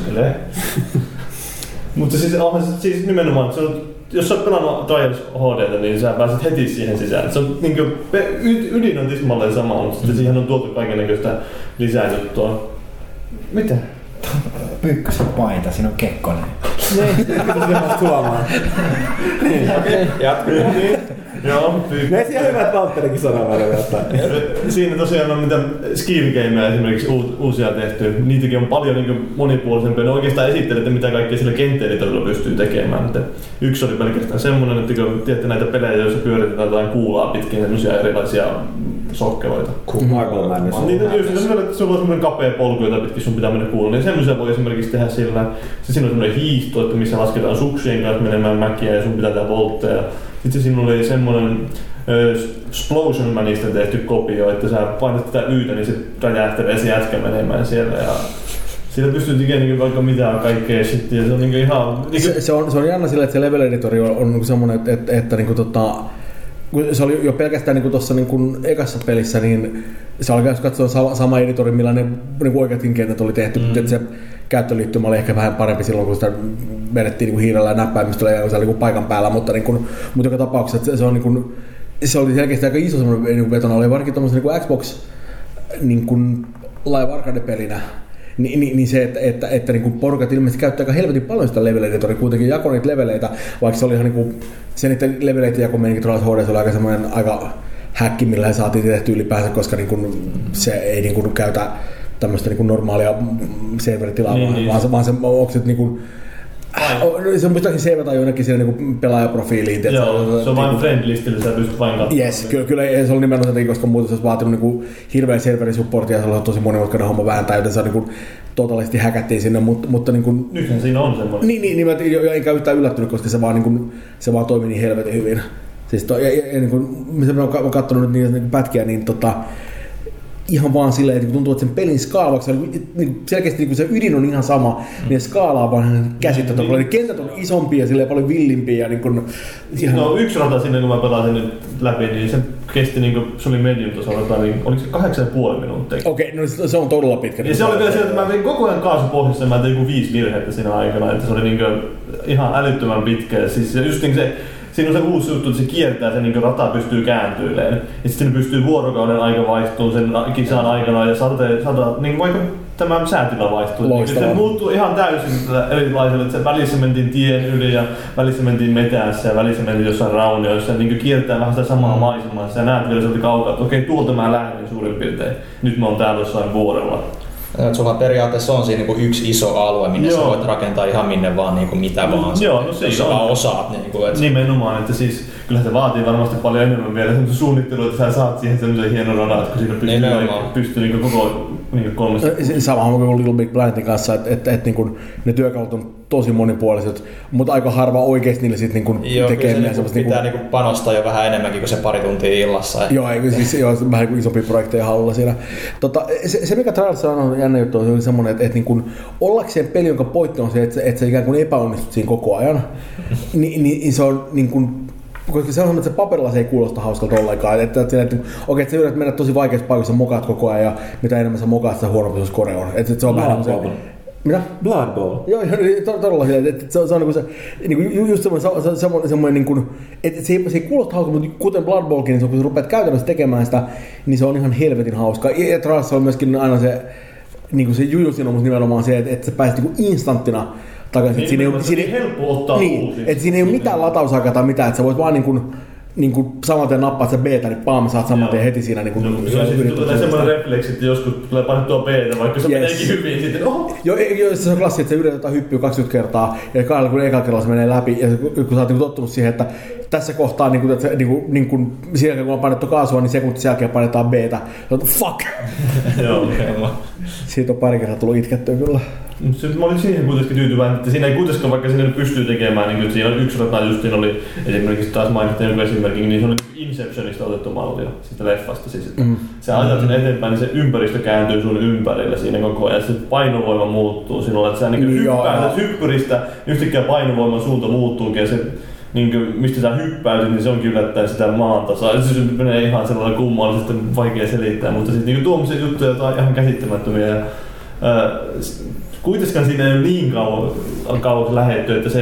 Speaker 7: Mutta siis, siis nimenomaan, se on, jos sä oot pelannut Trials H D:tä, niin sä pääset heti siihen sisään. Se on niin kuin, ydin on tismalleen sama, mutta sitten siihen on tuotu kaikennäköistä lisää juttua. Mitä?
Speaker 1: Pyykkösen paita, siinä on Kekkonen.
Speaker 2: Niin, mitä se vasta sulamaan.
Speaker 5: Okei, jatka.
Speaker 2: Joo. Ne siellä hyvät Valtterikin sanan välillä.
Speaker 7: Siinä tosiaan on mitä skill gameja esimerkiksi uusia tehty. Niitäkin on paljon niin monipuolisempia. Ne oikeastaan esittelette mitä kaikkea sillä kenttäeditorilla pystyy tekemään. Että yksi oli pelkästään semmoinen, että kun tiedätte näitä pelejä, joissa pyöritetään jotain kuulaa pitkin semmoisia erilaisia sokkeloita.
Speaker 1: Marble Madness.
Speaker 7: Niitä just semmoinen, että sulla on semmoinen kapea polku, jota pitkin sun pitää mennä kuulla. Niin semmoisia voi esimerkiksi tehdä sillä. Siinä on semmoinen hiihto, että missä lasketaan suksien kanssa menemään mäkiä ja sun pitää tehdä voltteja. Sitten siinä oli semmoinen Explosion Manista tehty kopio, että sä painat tätä Ytä, niin se räjähtelee se jätkä menemään siellä. Ja sillä pystyy tekemään vaikka mitään kaikkea shittiä. Se on niinku ihan... Niinku...
Speaker 4: Se, se, on, se on jännä sillä, että se level editori on, on niinku semmoinen, että, että, että niinku tota, se oli jo pelkästään niinku tuossa niinku ekassa pelissä, niin se alkaa katsoa sama, sama editori, millä ne niinku oikeatkin kentät oli tehty. Mm. Että se käyttöliittymä oli ehkä vähän parempi silloin, kun sitä vedettiin niinku hiirellä ja näppäimistöllä ja siellä niinku paikan päällä, mutta, niinku, mutta joka tapauksessa se, se on niinku, se oli selkeästi aika iso semmoinen niinku vetona, oli varsinkin tommosen niinku Xbox niinku live arcade-pelinä. Ni, ni, niin se, että, että, että niin porukat ilmeisesti käyttää aika helvetin paljon sitä level editoria, kuitenkin jakoi niitä leveleitä, vaikka se oli ihan niin se niiden leveleiden jakomeininki Trials H D oli aika semmoinen aika häkki, millä he saatiin tehty ylipäänsä, koska niin kuin, se ei niin kuin käytä tämmöistä niin kuin normaalia serveritilaa, niin, vaan, niin. vaan se, vaan se onko se niin kuin, se on muistaakseni seivata jonnekin siellä niinku pelaajaprofiiliin.
Speaker 7: Joo, se on vain friend-listillä, sä pystyt vain katsomaan.
Speaker 4: Yes, kyllä, kyllä se on nimenomaan se, koska muuten se olisi vaatinut niinku hirveän serverisupportia ja se on tosi monimutkainen homma vääntää, joten se on niinku totaalisesti häkättiin sinne, mutta, mutta niinku...
Speaker 7: Nythän siinä on semmoinen.
Speaker 4: Niin, niin, niin enkä yhtään yllättynyt, koska se vaan, niinku, se vaan toimi niin helvetin hyvin. Siis to, ja, ja, ja niinku, mitä mä oon katsonut nyt niitä niinku pätkiä, niin tota... ihan vaan silleen, että tuntuu, että sen pelin skaala, vaikka niin selkeästi niin se ydin on ihan sama, mm. niin skaala on vaan käsittämätöntä. Niin kentät on isompia ja paljon villimpiä. Ja niin kuin,
Speaker 7: ihan... No yksi rata sinne, kun mä pelasin nyt läpi, niin se kesti, niin kuin, se oli medium-tasolla, niin oliko se kahdeksan ja puoli minuuttia?
Speaker 4: Okei, okay, no se on todella pitkä.
Speaker 7: Ja se oli vielä sillä, että mä vein koko ajan kaasupohjassa ja mä tein joku viisi virhettä siinä aikana, että se oli niin kuin, ihan älyttömän pitkä. Ja siis just niin se, siinä on se uusi juttu, että se kiertää, se niin rata pystyy kääntyilemään. Ja sitten pystyy vuorokauden aika vaihtumaan sen kisan aikana ja sataa, sataa niin vaikka tämä säätila vaihtuu. Se muuttuu ihan täysin erilaiselle, että se välissä mentiin tien yli ja välissä mentiin metässä ja välissä mentiin jossain raunioissa ja niin kiertää vähän sitä samaa maisemaa. Ja näet vielä sieltä kaukaa, että okei, tuolta mä lähden suurin piirtein. Nyt mä oon täällä jossain vuorella.
Speaker 5: Sulla periaatteessa on siinä niinku yksi iso alue, minne Joo. sä voit rakentaa ihan minne vaan niinku mitä
Speaker 7: no,
Speaker 5: vaan,
Speaker 7: joo, no se
Speaker 5: jos sä vaan osaat. Niinku, et...
Speaker 7: Nimenomaan, että siis kyllä se vaatii varmasti paljon enemmän vielä semmoista suunnittelua, että sä saat siihen semmoisen hienon radan, että kun siinä pystyy, niin pystyy niinku koko niinku kolmesta.
Speaker 4: Sama kuin Little Big Planetin kanssa, että et, et, niinku, ne työkalut on tosi monipuoliset, mutta aika harva oikeesti niille sit niinku
Speaker 5: joo,
Speaker 4: tekee
Speaker 5: se niinku pitää niinku panostaa jo vähän enemmänkin kuin se pari tuntia illassa.
Speaker 4: Joo, ei, siis joo, vähän isompia projekteja halulla siinä. Tota, se, se mikä Trials on jännä juttu on semmoinen, että et niinku, ollakseen peli, jonka pointti on se, että et sä ikään kuin epäonnistut siinä koko ajan, niin, niin se on niinku, koska se on semmoinen, että se paperilla se ei kuulosta hauskalta ollenkaan. Että, että, että, okei, että sä yrität mennä tosi vaikeassa paikassa, sä mokaat koko ajan ja mitä enemmän sä mokaat, sitä huonompi se skore on. Että se on vähän se... Mitä?
Speaker 2: Blood Bowl.
Speaker 4: Joo, todella silleen, että se on, se on se, niin just semmoinen, semmoinen, semmoinen niin kuin, että se ei, se ei kuulosta hauskaa, mutta kuten Blood Bowlkin, niin se, kun sä rupeat käytännössä tekemään sitä, niin se on ihan helvetin hauskaa. Ja Trialsissa on myöskin aina se, niin kuin se juju siinä on nimenomaan se, että, että sä pääset niin kuin instanttina takaisin.
Speaker 7: Niin, siinä ei, siinä ei helppo ottaa
Speaker 4: niin, uusi. Että siinä ei ole mitään latausaikaa tai mitään, että sä voit vaan niin kuin, niin kuin saman tien nappaat se B-tä, niin paam, saat saman tien heti siinä. Niin kuin,
Speaker 7: no, se on sitten tulee semmoinen refleksi, että joskus tulee painettua B-tä, vaikka se yes. meneekin hyvin sitten. Oho.
Speaker 4: Joo, jo, se on klassi, että sä yritetään hyppyä kaksikymmentä kertaa ja kahdella kun ekalla kerralla se menee läpi ja kun sä oot niin tottunut siihen, että tässä kohtaa, niin kuin, että niin kuin, niin kuin, siinä kun on painettu kaasua, niin sekuntin jälkeen painetaan B-tä. Fuck!
Speaker 7: Joo,
Speaker 4: siitä on pari kertaa tullut itkettyä kyllä.
Speaker 7: Mä olin siihen kuitenkin tyytyväinen, että siinä ei kuitenkaan, vaikka sinne pystyy tekemään, niin siinä on yksi rata justiin oli, esimerkiksi taas mainittiin joku esimerkki, niin se oli Inceptionista otettu mallia, siitä leffasta siis, että mm. sä ajat sen eteenpäin, niin se ympäristö kääntyy sun ympärillä siinä koko ajan, ja se painovoima muuttuu sinulle, että sä niin niin hyppäät hyppyristä, yhtäkkiä painovoiman suunta muuttuukin, ja se niin kuin, mistä sä hyppäytit, niin se onkin yllättäen sitä maan tasaa. Se menee ihan sellainen kummallisesti vaikea selittää, mutta sitten niin tuommoisia juttuja, jotka on ihan käsittämättömiä. Ja, ää, kuitenkaan siinä ei ole niin kauan, kauan lähdetty, että se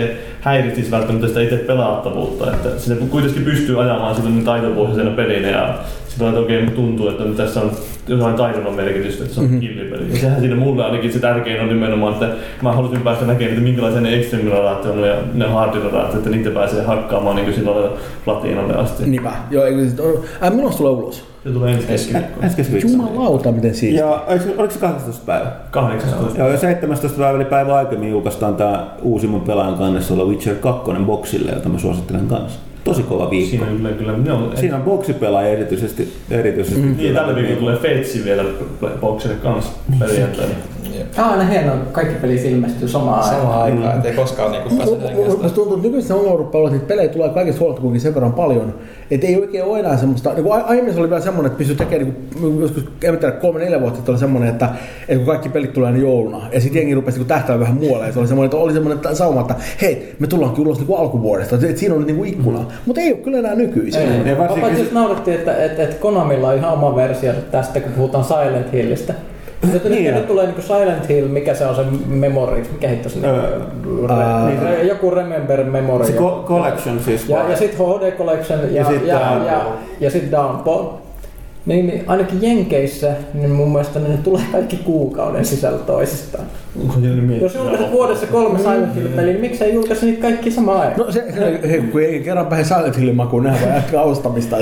Speaker 7: häiritsisi välttämättä sitä itse pelaattavuutta. Että se kuitenkin pystyy ajamaan sellainen taitopohjaisena pelinä ja sillä että okei, okay, tuntuu, että tässä on jotain taidon merkitystä, että se on mm-hmm. killipeli. Ja sehän siinä mulle ainakin se tärkein on nimenomaan, että mä halusin päästä näkemään, että minkälaisia ne extreme-radaat on ja ne hard-radaat, että niitä pääsee hakkaamaan niin kuin silloin platinalle asti.
Speaker 4: Niinpä. Joo, eikö sit on... Ää, milloin se tulee ulos?
Speaker 7: Se tulee ensi keskiviikkoon.
Speaker 2: Ensi keskiviikkoon.
Speaker 4: Jumalauta, miten siistiä.
Speaker 2: Ja oliko se kahdeksastoista päivä?
Speaker 7: kahdeksastoista.
Speaker 2: Joo, ja seitsemästoista päivä eli päivä aikemmin julkaistaan tää uusi mun pelaajan kannessa olla Witcher kaksi boxille, jota mä suosittelen kanssa. Tosi kova viikko.
Speaker 7: Siinä kyllä, kyllä. No,
Speaker 2: Siinä on boksipelaaja erityisesti. erityisesti
Speaker 7: mm. Niin, tällä viikolla tulee Fetsi vielä boksille kanssa perjantaina.
Speaker 3: Tämä on aina hienoa, kaikki pelit ilmestyy samaan aikaan.
Speaker 5: Samaan aikaan, ettei koskaan niinku pääse
Speaker 4: neljästä. Musta tuntuu, että nykyisin on ollut paljon, että pelejä tulee kaikista huolta kuitenkin sen verran paljon, että ei oikein ole enää semmoista, niin kuin aiemmin se oli vielä semmoinen, että pystyy tekemään, niin joskus en tiedä, kolme neljä vuotta sitten oli semmoinen, että, että kun kaikki pelit tulee aina jouluna, ja sitten jengi rupesi niin tähtää vähän muualle, ja se oli semmoinen, että oli semmoinen sauma, että hei, me tullaankin ulos niin alkuvuodesta, että siinä on niin ikkuna, mm. mutta ei ole kyllä enää nykyisin.
Speaker 3: Ei, paitsi jos naurattiin, että, että, että Konamilla on ihan oma versio tästä, kun puhutaan Silent Hillistä. Nyt, niin nyt tulee niinku Silent Hill, mikä se on se memory, mikä hitto se öö, uh, joku Remember Memory.
Speaker 2: Se co- collection siis.
Speaker 3: Ja, ja sitten H D Collection ja, ja, sit ja, ja, ja sitten Downfall. Niin, niin ainakin Jenkeissä, niin mun mielestä ne tulee kaikki kuukauden sisällä toisistaan. Jos julkaiset vuodessa kolme Silent Hill-peliä, niin miksei julkaisi niitä kaikki samaan aikaan?
Speaker 4: No se, se kun ei kerran pääse Silent Hillin makuun, nehän voi jatkaa ostamista.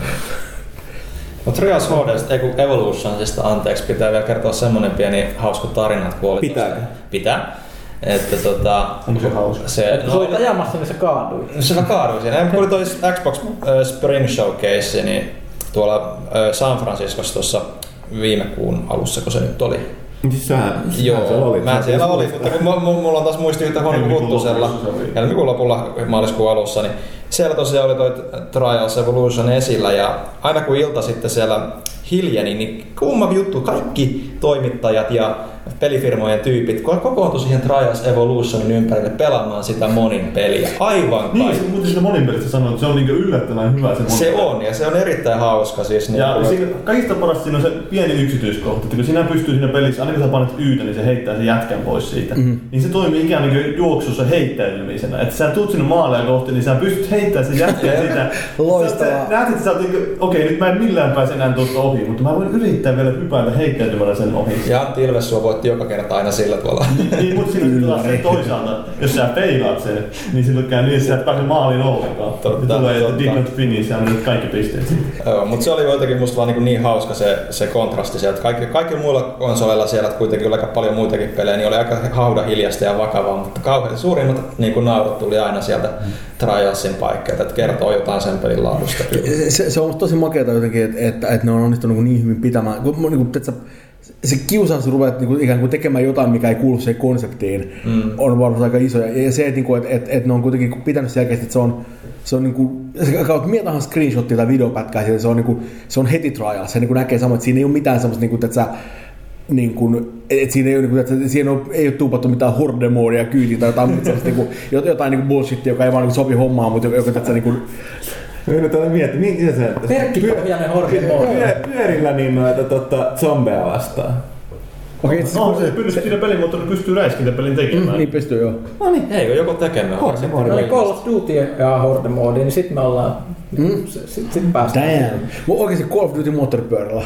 Speaker 5: No Trials H D, ei kun Evolutionsista, anteeksi, pitää vielä kertoa semmonen pieni hauska tarina, että kuoli.
Speaker 2: Pitääkö?
Speaker 5: Pitää. Että tota...
Speaker 7: Onko se hauska?
Speaker 5: Se,
Speaker 3: no, olit ajamassa, niin se kaadui.
Speaker 5: Se kaadui siinä. Kun oli toi Xbox uh, Spring Showcase, niin tuolla uh, San Franciscossa tuossa viime kuun alussa, kun se nyt oli.
Speaker 2: Siis sähän,
Speaker 5: Joo,
Speaker 2: sähän olit.
Speaker 5: mä siellä olin, mutta kun mulla on taas muisti yhtä huono Huttusella, helmikuun lopulla maaliskuun alussa, niin siellä tosiaan oli toi Trials Evolution esillä ja aina kun ilta sitten siellä hiljeni, niin kumma juttu, kaikki toimittajat ja pelifirmojen tyypit kokoontui siihen Trials Evolutionin ympärille pelaamaan sitä monin peliä. Aivan kaikki.
Speaker 7: Niin, mutta sitä monin pelistä sanoin, että se on niin yllättävän hyvä se monin
Speaker 5: Se peli. On, ja se on erittäin hauska. Siis
Speaker 7: ja
Speaker 5: niin
Speaker 7: siinä, kaikista parasta siinä on se pieni yksityiskohta, että kun sinä pystyy siinä pelissä, aina kun sä panet yytä, niin se heittää sen jätkän pois siitä. Mm-hmm. Niin se toimii ikään kuin juoksussa heittäytymisenä. Että sä tuut sinne maaleja kohti, niin sä pystyt heittämään sen jätkän siitä.
Speaker 4: Loistavaa.
Speaker 7: Näet, että sä oot niin okei, nyt mä en millään pääse enää tuosta ohi, mutta mä voin yrittää vielä hypätä heittäytymällä sen ohi.
Speaker 5: Ja Antti Ilves voitti joka kerta aina sillä tuolla.
Speaker 7: Niin, mutta siinä taas toisaalta, jos sä feilaat sen, niin silloin käy niin, että sä et pääse maaliin ollenkaan. Totta, tulee, että did not finish ja mennyt kaikki pisteet siitä.
Speaker 5: Joo, mutta se oli jotenkin musta vaan niin, niin hauska se, se kontrasti sieltä. Kaikki, kaikki muilla konsoleilla siellä, kuitenkin oli aika paljon muitakin pelejä, niin oli aika hauda hiljasta ja vakavaa, mutta kauhean suurimmat niin naurut tuli aina sieltä mm. Trialsin paikkeilta, että kertoo jotain sen pelin laadusta.
Speaker 4: Se, se on tosi makeata jotenkin, että, että, että ne on onnistunut niin hyvin pitämään. Kun, niin kuin, että se kiusaus rupeat niin ikään kuin tekemään jotain, mikä ei kuulu siihen konseptiin, mm. on varmasti aika iso. Ja se, että, että, että, että ne on kuitenkin pitänyt selkeästi, että se on, se on niin kuin, mitä tahansa screenshotia tai videopätkää, se on, niin kuin, se on heti trial. Se niin kuin näkee samoin, että siinä ei ole mitään semmoista, niin kuin, että sä, niin kuin, että siinä ei ole, niin kuin, että siinä ei ole tuupattu mitään horde-moodia kyytiä tai jotain, niin kuin, jotain niin kuin bullshittia, joka ei vaan niin kuin sopi hommaan, mutta joka että niin kuin,
Speaker 2: Mä nyt olen miettinyt, minkä se...
Speaker 3: Perkkipohjainen horde-moodi.
Speaker 2: Pyörillä niin noita tota, zombeja vastaan.
Speaker 4: Okei,
Speaker 7: okay, no, se pystyy siinä pelimoottorilla pystyy räiskintäpelin tekemään.
Speaker 4: Mm, niin pystyy joo.
Speaker 5: No niin. Eikö joku tekemään?
Speaker 3: No niin Call of Duty ja horde-moodi, niin sit me ollaan... Mm. Sit, sit päästään.
Speaker 4: Damn. Mun oikeesti Call of Duty moottoripyörällä.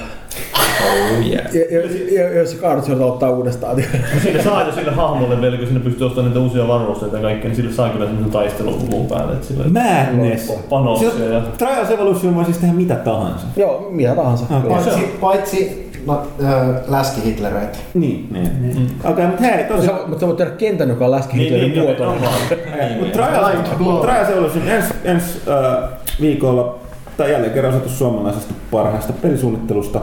Speaker 5: Oh yeah.
Speaker 4: Ja, ja, ja jos se kaadut sieltä ottaa uudestaan.
Speaker 7: Siinä saa jo sille hahmolle vielä, kun sinne pystyy ostamaan niitä uusia varusteita ja kaikkea, niin sille saa kyllä semmoisen taisteluvun päälle.
Speaker 2: Madness!
Speaker 7: Panoksia ja...
Speaker 2: Trials Evolution voi siis tehdä mitä tahansa.
Speaker 4: Joo, mitä tahansa.
Speaker 1: Okay. Paitsi, paitsi no, äh, läskihitlereitä.
Speaker 2: Niin, niin. Mm. Okei, okay, mutta hei, tosiaan...
Speaker 4: Mutta sä voit tehdä kentän, joka on läskihitlerin niin, muotoinen.
Speaker 2: Mutta Trials Evolution ensi ens, äh, viikolla, tai jälleen kerran osoitus suomalaisesta parhaasta pelisuunnittelusta.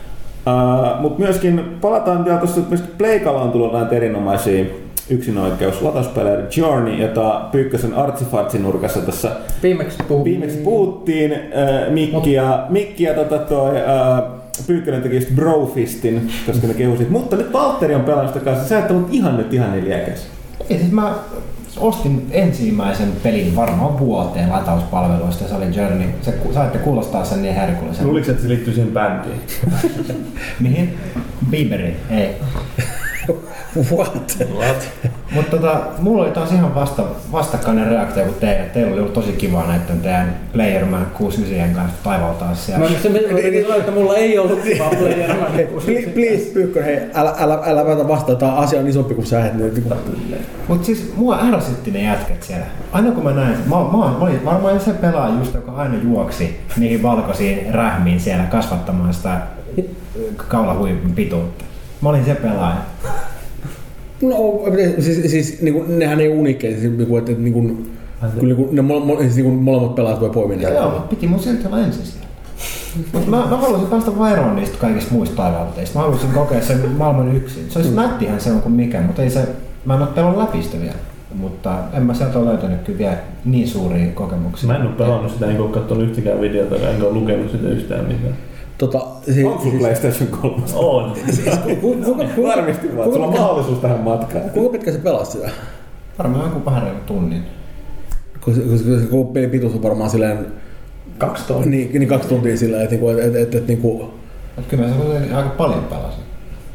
Speaker 2: Uh, mutta myöskin palataan vielä tuossa, että Pleikalla on tullut näitä erinomaisia yksinoikeus latauspelejä Journey, jota Pyykkösen artsifartsinurkassa tässä
Speaker 3: viimeksi, puh-
Speaker 2: viimeksi puhuttiin. Uh, Mikki ja, Mikki ja tota toi, uh, Pyykkönen teki just Brofistin, koska ne kehusit. Mutta nyt Valtteri on pelannut sitä kanssa. Sä et ollut ihan nyt ihan niin liekäs.
Speaker 1: Ei, siis mä ostin ensimmäisen pelin varmaan vuoteen latauspalveluista, se oli Journey. Se, saitte kuulostaa sen niin herkullisen.
Speaker 7: Luuliko, että se liittyy siihen bändiin?
Speaker 1: Mihin? Bieberiin? Ei.
Speaker 4: What?
Speaker 5: What?
Speaker 1: Mutta tota, mulla oli taas ihan vasta, vastakkainen reaktio kuin teidän. Teillä oli ollut tosi kivaa näiden teidän Playerman kuusikymmentäyhdeksän kanssa taivaltaa siellä.
Speaker 3: Mä se meni sanoa, että mulla ei ollut kivaa Playerman
Speaker 4: Please, please Pyykkönen, hei, älä, älä, älä väitä vastaan, tämä asia on isompi kuin sä et.
Speaker 1: Mut siis mua ärsytti ne jätkät siellä. Aina kun mä näin, mä, mä, mä olin varmaan se pelaaja just, joka aina juoksi niihin valkoisiin rähmiin siellä kasvattamaan sitä kaulahuivin pituutta. Mä olin se pelaaja.
Speaker 4: No siis, siis niinku, nehän ei ole uniikkeja, siis, niinku, että niinku, kyllä niinku, ne mole, mole, siis, niinku, molemmat pelaajat voi poimia niitä.
Speaker 1: Joo, piti mun silti olla ensin siellä. Mut mä, mä haluaisin päästä vairoon niistä kaikista muista taivalteista. Mä haluaisin kokea sen maailman yksin. Se olisi mm. nättihän se on kuin mikä, mutta ei se, mä en ole pelannut läpi sitä vielä. Mutta en mä sieltä ole löytänyt kyllä vielä niin suuria kokemuksia.
Speaker 7: Mä en ole pelannut sitä, enkä ole katsonut yhtäkään videota, enkä ole lukenut sitä yhtään mitään.
Speaker 4: Tota, siis,
Speaker 2: onko sulla PlayStation kolme?
Speaker 7: On.
Speaker 2: Varmasti vaan, sulla on mahdollisuus tähän matkaan.
Speaker 4: Kuinka pitkä se pelasi sitä?
Speaker 1: Varmaan joku vähän reilu tunnin.
Speaker 4: Koska koko pelin pituus on varmaan silleen...
Speaker 3: Kaksi tuntia.
Speaker 4: Niin, niin kaksi tuntia silleen, että et, et, et, et, niinku...
Speaker 1: Kyllä mä se aika paljon pelasin.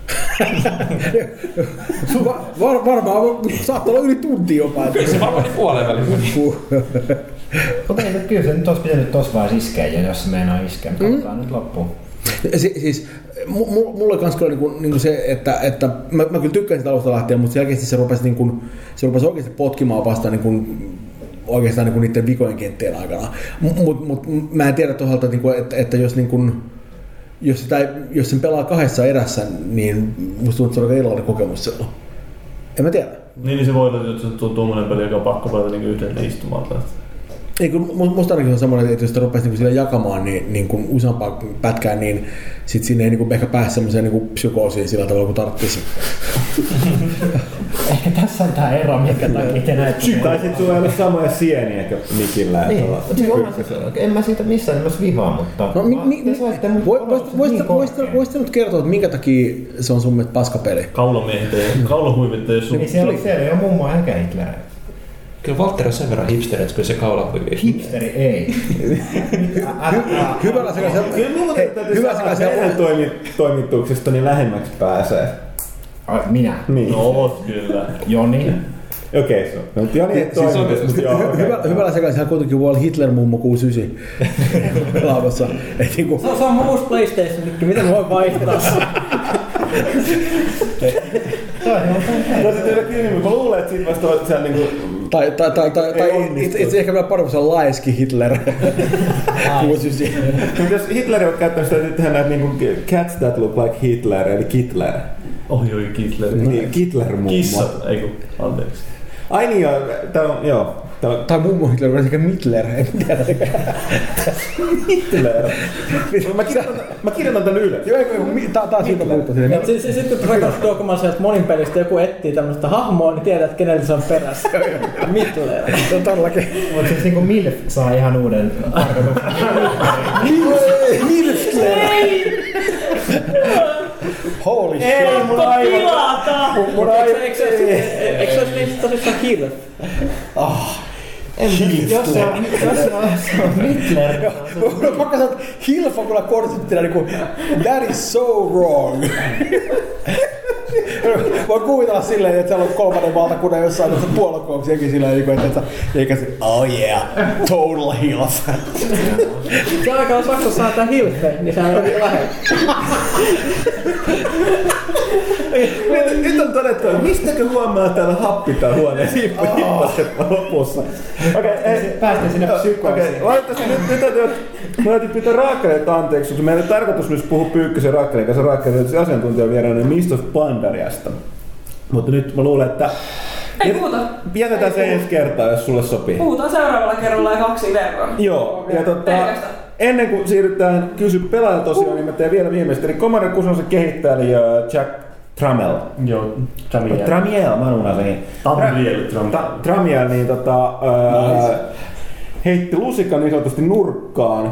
Speaker 4: Var, varmaan saattaa olla yli tunti jopa.
Speaker 5: Kyllä se varmaan puoleen väliin.
Speaker 1: Mutta kyllä se nyt olisi pitänyt tossa vaan iskeä, ja jos se meinaa iskeä, niin katsotaan mm. nyt loppuun.
Speaker 4: Si, siis, mulla on kans kyllä niinku, niinku se, että, että mä, mä kyllä tykkään sitä alusta lähtien, mutta selkeästi se rupesi, niinku, se rupesi oikeasti potkimaan vasta niinku, oikeastaan niinku niiden vikojen kenttien aikana. Mutta mut, mä en tiedä toisaalta, niinku, että, että jos, niinku, jos, sitä, jos sen pelaa kahdessa erässä, niin musta tuntuu, että se on aika erilainen kokemus silloin. En mä tiedä.
Speaker 7: Niin, niin se voi olla, että se on tuommoinen peli, joka on pakko pelata niin yhdellä istumalta.
Speaker 4: Ei, kun musta ainakin on semmoinen, että jos sitä rupesi niin jakamaan niin, niin kuin useampaa pätkää, niin sit siinä ei niin ehkä pääse semmoiseen niin psykoosiin sillä tavalla kuin tarvitsisi.
Speaker 1: Ehkä tässä on tää ero, minkä takia te näette.
Speaker 2: Tai sit sulla ei ole samoja sieniä ehkä mikillä.
Speaker 1: Niin, en mä siitä missään nimessä vihaa, mutta...
Speaker 4: No, mi, mi, mi, voisitko nyt kertoa, että minkä takia se on sun mielestä paskapeli?
Speaker 7: Kaulamiehet ja kaulahuivit ei sun...
Speaker 1: Niin siellä ei ole mummoa eikä Hitlerä.
Speaker 5: Kyllä Valtteri on sen verran hipsteri, että kyllä se kaulahuivi.
Speaker 1: Hipsteri ei.
Speaker 4: Hyvällä sekä se...
Speaker 2: Hyvä sekä se toimituksesta niin lähemmäksi pääsee.
Speaker 1: Minä?
Speaker 2: Niin.
Speaker 7: No oot kyllä.
Speaker 1: Joni.
Speaker 2: Okei, okay, so. No, Joni ei toimitus, mutta joo.
Speaker 4: Hyvällä sekä se kuitenkin voi olla Hitler-mummo kuusikymmentäyhdeksän pelaamassa.
Speaker 3: Niinku... Se on mun uusi PlayStation, miten mä voin vaihtaa sen?
Speaker 2: No se teille kiinni, mä luulen, että siitä vasta olet siellä niinku...
Speaker 4: Tai, tai, tai, tai, tai itse ehkä vielä paremmin se on Laeski Hitler.
Speaker 2: Mutta jos Hitler on käyttänyt sitä, että tehdään näitä niinku cats that look like Hitler, eli Kitler.
Speaker 7: Ohi oi Kitler.
Speaker 2: Niin, Kitler mummo.
Speaker 7: Kissat, eiku, anteeksi.
Speaker 2: Ai niin joo, tää on, joo. Tää on...
Speaker 4: Tai mummo Hitler, vai sekä Mitler, en tiedä.
Speaker 2: Hitler. Mä kirjoitan, mä kirjoitan tän ylös.
Speaker 4: Joo, tää on siitä puhuttu.
Speaker 3: Sitten kun rakas dokumaan sieltä monin pelistä joku etsii tämmöstä hahmoa, niin tiedät, että kenelle se on perässä. Mitler.
Speaker 4: Se on todellakin.
Speaker 1: Mutta siis niinku Milf saa ihan uuden tarkoituksen.
Speaker 4: Milfler! Holy shit!
Speaker 6: Ei, mun aivan!
Speaker 3: Eikö se olisi niin tosissaan Hilf?
Speaker 1: Jos se on, jos se on Hitler.
Speaker 4: Mä katson, että Hilf on kyllä kortittina niinku, that is so wrong. Voin kuvitella silleen, että siellä on kolmannen valtakunnan jossain tästä puoluekoomassa jenkin silleen, että eikä se, oh yeah, total Hilf.
Speaker 3: Se aika on Saksassa saa tää Hilfe, niin sehän on lähellä.
Speaker 2: Nyt on todettu, että mistäkö huomaa, että täällä happi tää huoneen hippasset lopussa. Okei,
Speaker 1: päästiin sinne psykoosiin.
Speaker 2: Okei, valitettavasti nyt, nyt täytyy, mä täytyy pitää Raakkareita anteeksi, koska meillä ei tarkoitus myös puhua Pyykkösen Raakkareiden kanssa Raakkareiden asiantuntijavierainen Mist of Pandariasta. Mutta nyt mä luulen, että
Speaker 6: ei puhuta.
Speaker 2: Jätetään se ensi kertaa, jos sulle sopii.
Speaker 6: Puhutaan seuraavalla kerralla ja kaksi verran.
Speaker 2: Joo, ja tota, ennen kuin siirrytään kysy pelaajalta tosiaan, niin mä teen vielä viimeistä. Eli Commander kuusi kehittäjä eli Jack Tramiel.
Speaker 7: Joo, Tramiel.
Speaker 2: Tramiel, mä unohdin.
Speaker 7: Tramiel.
Speaker 2: Tramiel, niin tota, nice. heitti lusikan niin sanotusti nurkkaan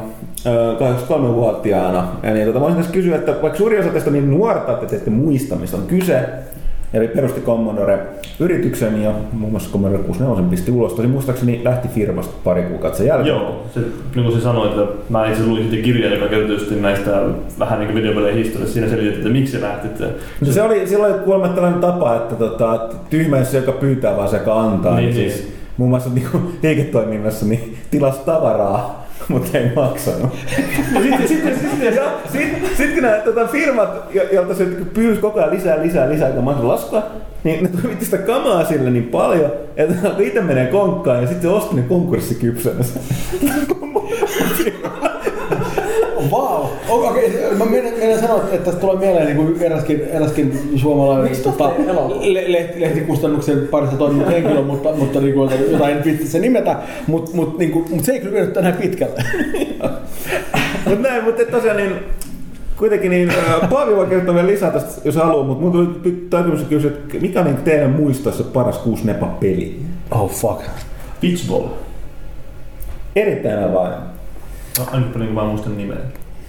Speaker 2: kahdeksankymmentäkolmevuotiaana. Ja niin, tota, mä olisin tässä kysyä, että vaikka suuri osa tästä on niin nuorta, että te ette muista, mistä on kyse, Eli perusti Commodore-yrityksen ja muun muassa Commodore kuusikymmentäneljä pisti ulos. Tosi muistaakseni lähti firmasta pari kuukautta sen jälkeen.
Speaker 7: Joo, se, niin kuin se sanoi, että mä itse luin sitten kirjan, joka kertoi näistä vähän niin kuin videopelien historiassa. Siinä selitettiin, että miksi se lähti. Että
Speaker 2: se, se oli silloin kuulemma tällainen tapa, että tota, tyhmäys, joka pyytää vaan se, joka antaa.
Speaker 7: Niin,
Speaker 2: niin siis muun muassa niin kuin liiketoiminnassa niin tilasi tavaraa, mutta ei maksanut. Sitten sit, sit, sit, sit, sit, kun nämä tota, firmat, joilta se pyysi koko ajan lisää, lisää, lisää, kun maksaa laskua, niin ne toimitti sitä kamaa sille niin paljon, että itse menee konkkaan ja sitten se osti ne konkurssikypsänä.
Speaker 4: Vau! Okei, okay. Mä menen sanoa, että tästä tulee mieleen niin eräskin, eräskin suomalainen tota, le, le, lehtikustannuksen parissa toiminut henkilö, mutta, mutta niin kuin, jotain en viitsi se nimetä, mutta mut, niin mut se ei kyllä mennyt näin pitkälle.
Speaker 2: Mutta näin, mutta tosiaan niin, kuitenkin niin, äh, Paavi voi kertoa vielä lisää tästä, jos haluaa, mutta mun tuli täytyy kysyä, että mikä on niin teidän muistossa paras kuusi nepa-peli?
Speaker 4: Oh fuck.
Speaker 7: Pitchball.
Speaker 2: Erittäin avainen.
Speaker 7: No, aina niin vaan muistan nimeä.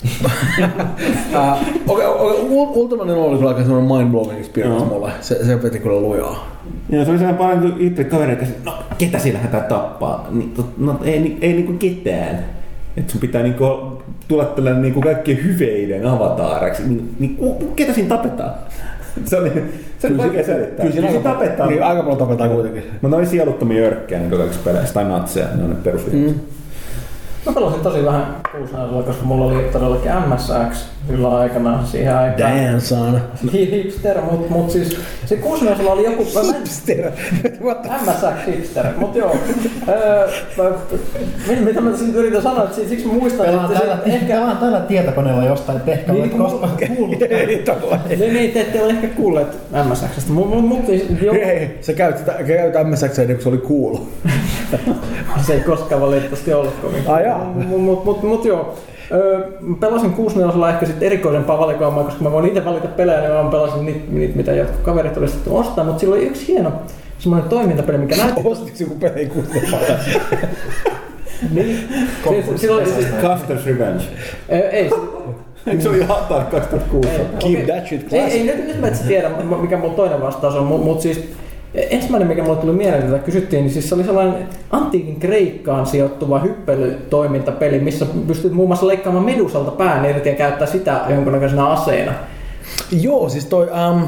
Speaker 4: uh, okay, okay. Ultimanen oli kyllä aika semmoinen mind-blowing experience no. mulle. Se, se veti kyllä lujaa.
Speaker 2: Joo, se oli sellainen paljon kuin itse kavereita, että no ketä siellä lähdetään tappaa? No ei, ei, ei niinku ketään. Että sun pitää niinku tulla tällainen niinku kaikkien hyveiden avataareksi. Niin, niin, ketä siinä tapetaan? Se oli, se oli vaikea selittää.
Speaker 4: Kyllä siinä aika, tapetaan. Niin, aika paljon tapetaan kuitenkin.
Speaker 2: Mutta ne oli sieluttomia örkkejä niin kaikissa peleissä, tai natseja, ne on ne perusliitot. Mm.
Speaker 3: Mä pelasin tosi vähän kuusenäisellä, koska mulla oli todellakin M S X kyllä aikana siihen aikaan.
Speaker 4: Damn son.
Speaker 3: Hipster, mut, mut siis se kuusenäisellä oli joku...
Speaker 4: Hipster?
Speaker 3: M S X hipster, mut joo. Öö, mitä mä tässä yritän sanoa, että siksi mä muistan,
Speaker 1: pelaan
Speaker 3: että...
Speaker 1: Tällä, ehkä pelaan tällä tietokoneella jostain, että ehkä olet koskaan kuullut.
Speaker 3: Niin, niin, te ette ole ehkä kuulleet M S X:stä.
Speaker 4: Hei, sä käyt M S X:ää, kun se oli cool.
Speaker 3: Se ei koskaan valitettavasti ollut kovin. Mut, mut, mut joo, öö, pelasin kuusikymmentäneljä ehkä sit erikoisempaa valikoimaa, koska mä voin itse valita pelejä, niin mä pelasin niitä, niit, mitä jotkut kaverit oli sitten ostaa, mutta sillä oli yksi hieno semmoinen toimintapeli, mikä näytti...
Speaker 4: Ostiksi joku peli kuusikymmentäneljä?
Speaker 3: Niin.
Speaker 2: Custer's Revenge.
Speaker 3: Ei.
Speaker 2: Eikö se oli Atari kaksituhattakuusi?
Speaker 4: Keep that shit classic.
Speaker 3: Ei, nyt, nyt mä et tiedä, mikä mun toinen vastaus on, mutta mut siis... Ensimmäinen, mikä mulle tuli mieleen, että kysyttiin, niin siis se oli sellainen antiikin Kreikkaan sijoittuva hyppelytoimintapeli, missä pystyt muun muassa leikkaamaan medusalta pään irti ja käyttää sitä jonkunnäköisenä aseena.
Speaker 4: Joo, siis toi... Um...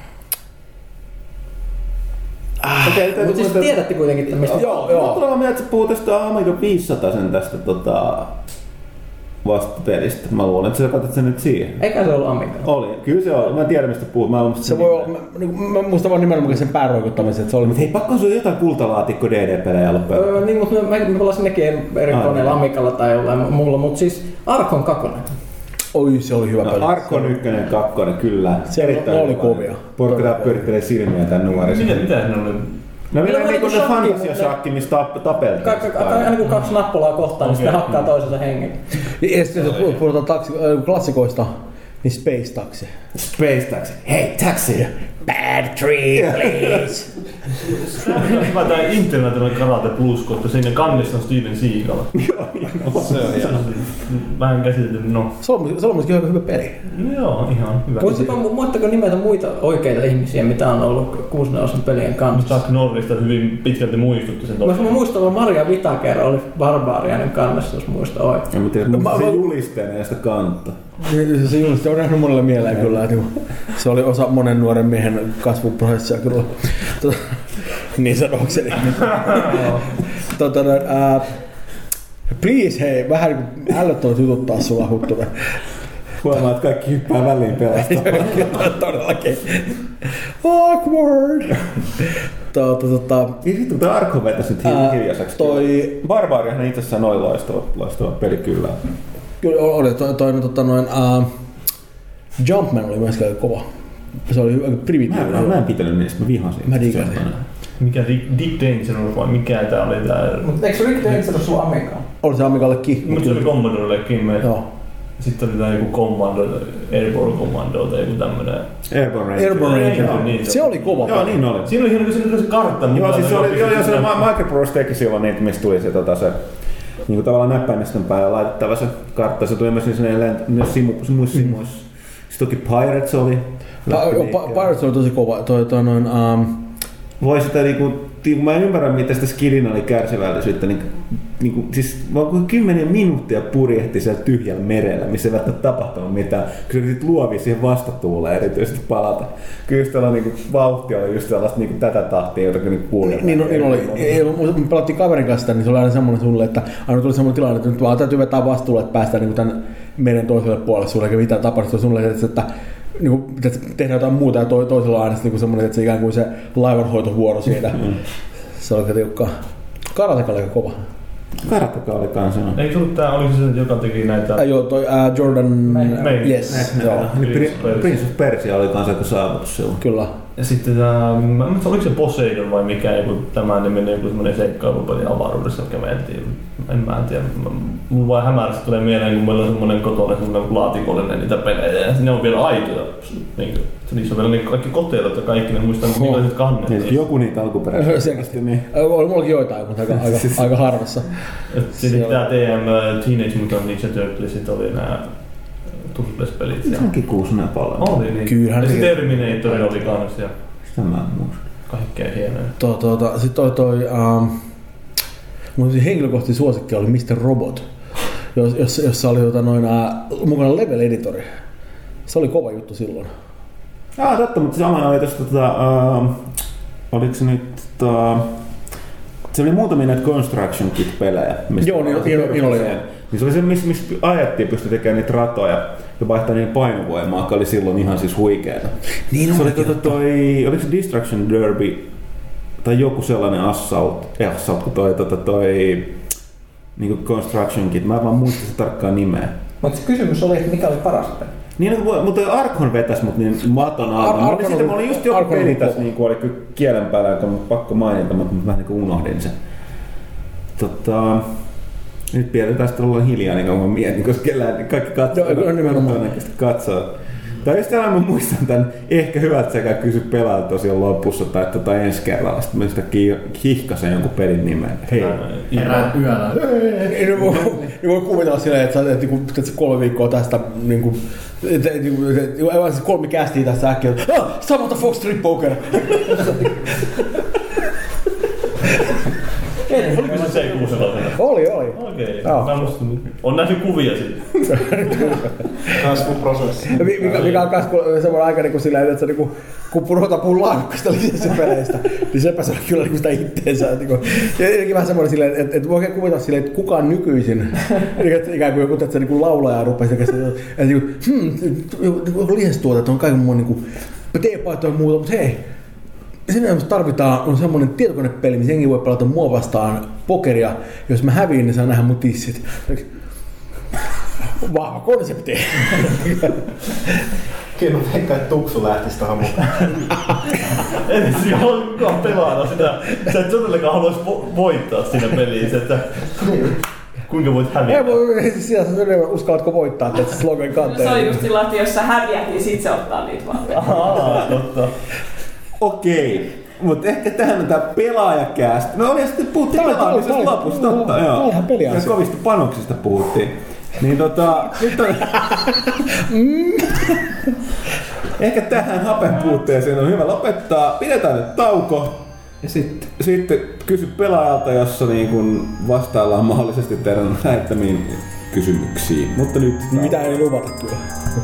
Speaker 3: Ah, okay, mutta siis tiedätte kuitenkin, että mistä...
Speaker 2: Joo, joo. Mä tulen mieleen, että sä puhut tästä Amiga viisisataa tästä tota... vastapelistä. Mä luulen, että sä katsot sen nyt siihen.
Speaker 3: Eikä se ollut Amiga.
Speaker 2: Oli. Kyllä se oli. Mä en tiedä, mistä puhut. Mä
Speaker 4: se voi olla, mä, mä muistan vaan nimenomaan sen pääroikuttamisen. Se oli...
Speaker 2: Mutta hei, pakko sulla jotain kultalaatikko D D-pelejä ollut pelata.
Speaker 3: Öö, niin, mutta mä, mä pelasin nekin eri koneilla, Amigalla tai jollain muulla. Mutta siis Arkon kakkonen.
Speaker 4: Oi, se oli hyvä peli.
Speaker 2: No, Arkon ykkönen, kakkonen, kyllä.
Speaker 4: Se erittäin oli kovia.
Speaker 2: Porukka tää pyörittelee silmiä tän nuorissa.
Speaker 7: Mitä, mitä ne oli?
Speaker 2: No meillä on niinku se fantasiashakki, missä tapeltaan.
Speaker 3: Aina kun kaksi nappulaa kohtaan, niin sitten hakkaa toisensa hengen.
Speaker 4: Ja sitten jos puhutaan klassikoista, niin Space Taxi.
Speaker 2: Space Taxi. Hei, taxi! Bad tree, please!
Speaker 7: Hyvä tää International Karate Plus, koska siinä kannessa on Steven Seagal.
Speaker 2: Joo,
Speaker 7: se on hieno. Vähän käsitelty, no.
Speaker 4: Se on myöskin hyvä peli.
Speaker 7: Joo, ihan hyvä.
Speaker 3: Muistaako nimetä muita oikeita ihmisiä, mitä on ollut kuusikymmentäneljä pelien kanssa?
Speaker 7: Chuck Norrista hyvin pitkälti muistutti sen
Speaker 3: toisaalta. Mä muistan, että Maria Vitaker oli Barbarianin kannessa, jos muista oikein.
Speaker 2: Ja mä tiedän, mutta se julisteen sitä kantta.
Speaker 4: Se juliste on nähnyt monelle mieleen kyllä. Se oli osa monen nuoren miehen kasvuprosessia kyllä. Niin sanokseni. tota, uh, please hei, vähän ällöttävät jutut taas sulla huttuve.
Speaker 2: Huomaa, että kaikki hyppää väliin pelastaa.
Speaker 4: Todellakin. Awkward. Tota, tota...
Speaker 2: Niin vittu, mutta Arko vetäisi nyt hiljaiseksi.
Speaker 4: Toi...
Speaker 2: Barbariahan itse asiassa noin loistava, loistava peli kyllä.
Speaker 4: Kyllä oli toi, toi tota noin... Uh, Jumpman oli myös kova. Se oli aika primitiivinen.
Speaker 2: Mä, mä en pitänyt niistä, mä vihasin.
Speaker 4: Mä digasin.
Speaker 7: Mikä Dick Dangerous vai mikä tää oli tää?
Speaker 3: Mutta eikö Rick Dangerous sulla Amigaan?
Speaker 4: Oli se Amigallekin.
Speaker 7: Mutta se oli Commodorellekin.
Speaker 4: Joo.
Speaker 7: Sitten oli tää joku Commando, Airborne Commando tai joku tämmönen...
Speaker 2: Airborne Ranger.
Speaker 4: Airborne Ranger. Joo, niin, se oli kova.
Speaker 2: Joo, niin oli.
Speaker 7: Siinä oli hieno, kun siinä oli se kartta.
Speaker 2: Joo, siis se oli, joo, joo, se Microprose teki silloin niitä, mistä tuli se, tota, se niin tavallaan näppäimistön päällä laitettava se kartta. Se tuli myös sinne simuissa. Sitten toki Pirates oli.
Speaker 4: Pa- pa- Pirates oli tosi kova. Toi, toi, noin, um...
Speaker 2: Voi sitä niinku, mä en ymmärrä mitä sitä Skidin oli kärsivällisyyttä, niin, niinku, siis vaan kymmenen minuuttia purjehti siellä tyhjällä merellä, missä ei välttämättä tapahtunut mitään. Kyllä sit luovi siihen vastatuuleen erityisesti palata. Kyllä sitä niinku, vauhtia oli just sellaista niinku, tätä tahtia, jota kyllä kuulee.
Speaker 4: Niin, niin oli. Me pelattiin kaverin kanssa sitä, niin se oli aina semmoinen sulle, että aina tuli semmoinen tilanne, että nyt vaan täytyy vetää vastuulle, että päästään niin tämän meren toiselle puolelle sulle, eikä mitään tapahtunut sulle, että, että niin kuin, tehdään jotain muuta ja to, toisella aina niin semmoinen, että se ikään kuin se laivanhoitovuoro siitä. Se oli tiukkaa. Karateka oli aika kova.
Speaker 2: Karateka oli kanssa.
Speaker 7: Eikö ollut tää, oliko se joka teki näitä?
Speaker 4: Äh, joo, toi uh, Jordan...
Speaker 7: May.
Speaker 4: Yes. Joo.
Speaker 2: Prince of Persia oli kanssa aika saavutus silloin.
Speaker 4: Kyllä.
Speaker 7: Ja sitten tää, mä en oliko se Poseidon vai mikä, joku tämä niminen joku semmonen seikkailupeli avaruudessa, mikä mentiin. En mä en tiedä. Mulla vaan hämärästi tulee mieleen, kun meillä on semmonen kotona semmonen laatikollinen niitä pelejä. Ja ne on vielä aitoja. Niin, niissä on vielä niin kaikki koteilot ja kaikki, ne muistan millaiset kannet.
Speaker 2: Niin, joku niitä alkuperäisesti.
Speaker 4: Selkeästi niin. Oli mullakin joitain, mutta aika, aika, aika harvassa.
Speaker 7: Sitten tää T M Teenage Mutant Ninja Turtlesit oli nää Turtles-pelit.
Speaker 2: Se onkin kuusi nää paljon.
Speaker 7: Oli niin.
Speaker 4: Kyllähän
Speaker 7: ja se Terminator oli kans ja
Speaker 2: sitä mä en muista.
Speaker 7: Kaikkea hienoja.
Speaker 4: To, tuota, sit toi toi... Um, mun henkilökohtainen suosikki oli mister Robot, jossa, jossa oli tota, noin, uh, mukana level editori. Se oli kova juttu silloin.
Speaker 2: Ah, totta, mutta samana oli tosta tota... Uh, oliko se nyt... Uh, se oli muutamia näitä Construction Kit-pelejä.
Speaker 4: Joo, niin, niin, niin oli.
Speaker 2: Niin se oli se, missä mis ajettiin, pystyi tekemään niitä ratoja ja vaihtaa niiden painovoimaa, joka oli silloin ihan siis huikeeta.
Speaker 4: Niin
Speaker 2: se oli tota toi, oliko se Destruction Derby tai joku sellainen Assault, ei Assault, kun toi, tota, toi niinku Construction Kit, mä en vaan muista se tarkkaan nimeä.
Speaker 3: Mutta se kysymys oli, että mikä oli paras peli?
Speaker 2: Niin, no, mutta Arkhon vetäs mut niin maton alla. Ar- Ar- sitten mä olin just joku peli tässä, niin kuin oli kyllä kielen päällä, joka on pakko mainita, mutta mä niin kuin unohdin sen. Tota, nyt pidetään sitten olla hiljaa, niin kuin mä mietin, koska kellään kaikki katsoo.
Speaker 4: Joo, nimenomaan.
Speaker 2: Katsoo. Tai just tänään mä muistan tämän ehkä hyvältä sekä kysy pelaajalta tosiaan lopussa tai tota ensi kerralla. Sitten mä sitä hihkasen jonkun pelin nimeen. Hei.
Speaker 3: Herään yöllä.
Speaker 4: Ei voi kuvitella silleen, että sä teet niinku, kolme viikkoa tästä niinku... Aivan siis kolme kästiä tästä äkkiä. Ah! Samantha Fox Street Poker!
Speaker 7: Oliko se se kuusella?
Speaker 4: Oli, oli.
Speaker 7: Okei. Okay. Mä musta, on nähty kuvia siitä.
Speaker 3: Kasvuprosessi.
Speaker 4: Mikä, mikä on kasvu semmoinen aika niin silleen, että niinku, kun ruvetaan puhua laadukkaista lisenssipeleistä, niin sepä se on kyllä niin sitä itteensä. Niin kuin, ja jotenkin vähän semmoinen silleen, että, että voi oikein kuvitella silleen, että kukaan nykyisin, ikään kuin joku että se niin laulaja rupesi, että niin hmm, lisenstuotet on kaiken muun niin teepaitoja ja muuta, mutta hei, sen mitä tarvitaan on semmoinen tietokonepeli, missä jengi voi pelata mua vastaan pokeria. Jos mä häviin, niin saa nähdä mun tissit. Vahva konsepti.
Speaker 1: Kyllä mä veikkaan, että Tuksu lähtisi tähän mukaan.
Speaker 7: En siis halua kukaan pelata sitä. Sä et todellakaan haluaisi vo- voittaa siinä pelissä, että kuinka voit häviä.
Speaker 4: Ei voi, siellä sä enemmän uskallatko voittaa, että se slogan kanteen.
Speaker 6: Se on just sillä, että jos sä häviät, niin sit se ottaa niitä vaan.
Speaker 7: Ahaa, totta.
Speaker 2: Okei, mutta ehkä tähän on tää pelaajakäästä. No oli sitten puhuttiin pelaamisesta lopussa, totta, joo.
Speaker 4: Tämä on ihan peliasia.
Speaker 2: Ja kovista panoksista puhuttiin. Niin tota, nyt on... ehkä tähän hapen puutteeseen on hyvä lopettaa. Pidetään nyt tauko. Ja sitten, sitten kysy pelaajalta, jossa niin kun vastaillaan mahdollisesti teidän lähettämiin kysymyksiin. Mutta nyt...
Speaker 4: Mitä ei luvata kyllä.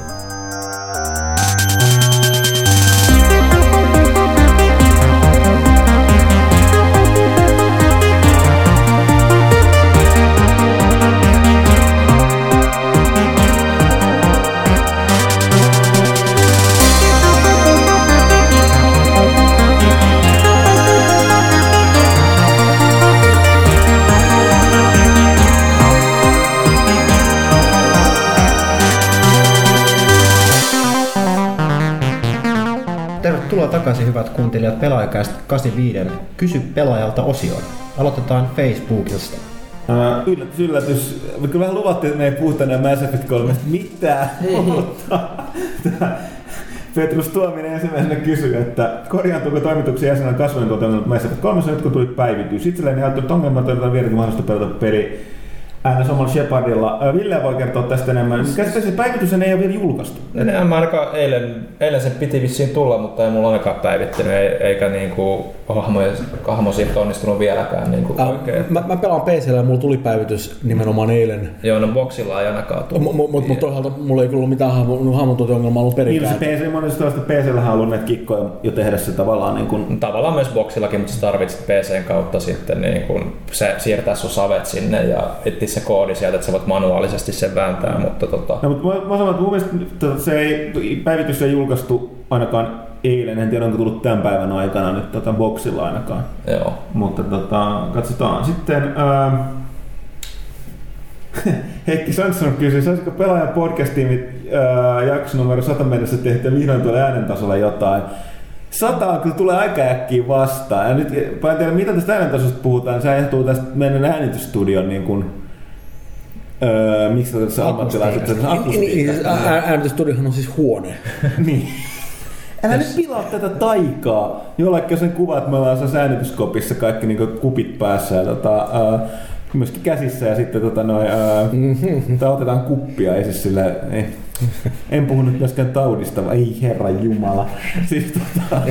Speaker 1: Tervetuloa takaisin hyvät kuuntelijat Pelaajakästä kahdeksankymmentäviisi Kysy pelaajalta -osioon. Aloitetaan Facebookista.
Speaker 2: Uh, yllätys, yllätys. Me kyllä vähän luvattiin, että me ei puhuta enää Mass Effect kolmesta mitään. Petrus Tuominen ensimmäisenä kysyy, että korjaantuuko toimituksen jäsenellä kasvojen toteutunut Mass Effect kolme, nyt kun tuli päivitys. Itselleen ei ajattelut ongelmaa, että vieläkin mahdollista pelata peli äänä samalla Shepardilla. Ville voi kertoa tästä enemmän. Käsittääkseni päivitys ei ole vielä julkaistu.
Speaker 5: En mä ainakaan eilen, eilen sen piti vissiin tulla, mutta ei mulla ainakaan päivittynyt, eikä niinku hahmosiirto onnistunut vieläkään niinku äh, oikein.
Speaker 4: Mä, mä pelaan P C:llä ja mulla tuli päivitys nimenomaan eilen.
Speaker 5: Joo, no boxilla ei ainakaan tullut.
Speaker 4: Mutta mut, mut toisaalta mulla ei kyllä ollut mitään hahmontuotiongelmaa ollut perinkään.
Speaker 2: Niin, se P C, monesti toista P C:llä on ollut näitä kikkoja jo tehdä se tavallaan niin kuin...
Speaker 5: Tavallaan myös boxillakin, mutta sä tarvitset P C:n kautta sitten niin kun se siirtää sun savet sinne ja etsiä se koodi sieltä, että sä voit manuaalisesti sen vääntää, mm. mutta tota...
Speaker 2: No, mutta mä, mä sanon, että mun mielestä se ei, päivitys ei julkaistu ainakaan eilen, en tiedä onko tullut tämän päivän aikana nyt tota boxilla ainakaan.
Speaker 5: Joo.
Speaker 2: Mutta tota, katsotaan. Sitten ää... Heikki Sansson kysyi, saisiko Pelaajan podcast-tiimit jakso numero sata mennessä tehtyä vihdoin tuolle äänentasolla jotain. Sata kyllä tulee aika äkkiä vastaan. Ja nyt, mä en tiedä, mitä tästä äänentasosta puhutaan. Se johtuu tästä meidän äänitysstudion niin kuin, öö, miksi tässä ammattilaiset akustiikasta.
Speaker 4: Äänitysstudiohan on siis huone.
Speaker 2: Niin. Älä nyt pilaa tätä taikaa. Jollakin on sen kuva, että me ollaan äänityskopissa kaikki niin kuin kupit päässä ja tota, uh, myöskin käsissä ja sitten tota, noi, uh, otetaan kuppia ei siis sillä, ei. En puhu nyt myöskään taudista, vaan ei herran jumala. Siis tota...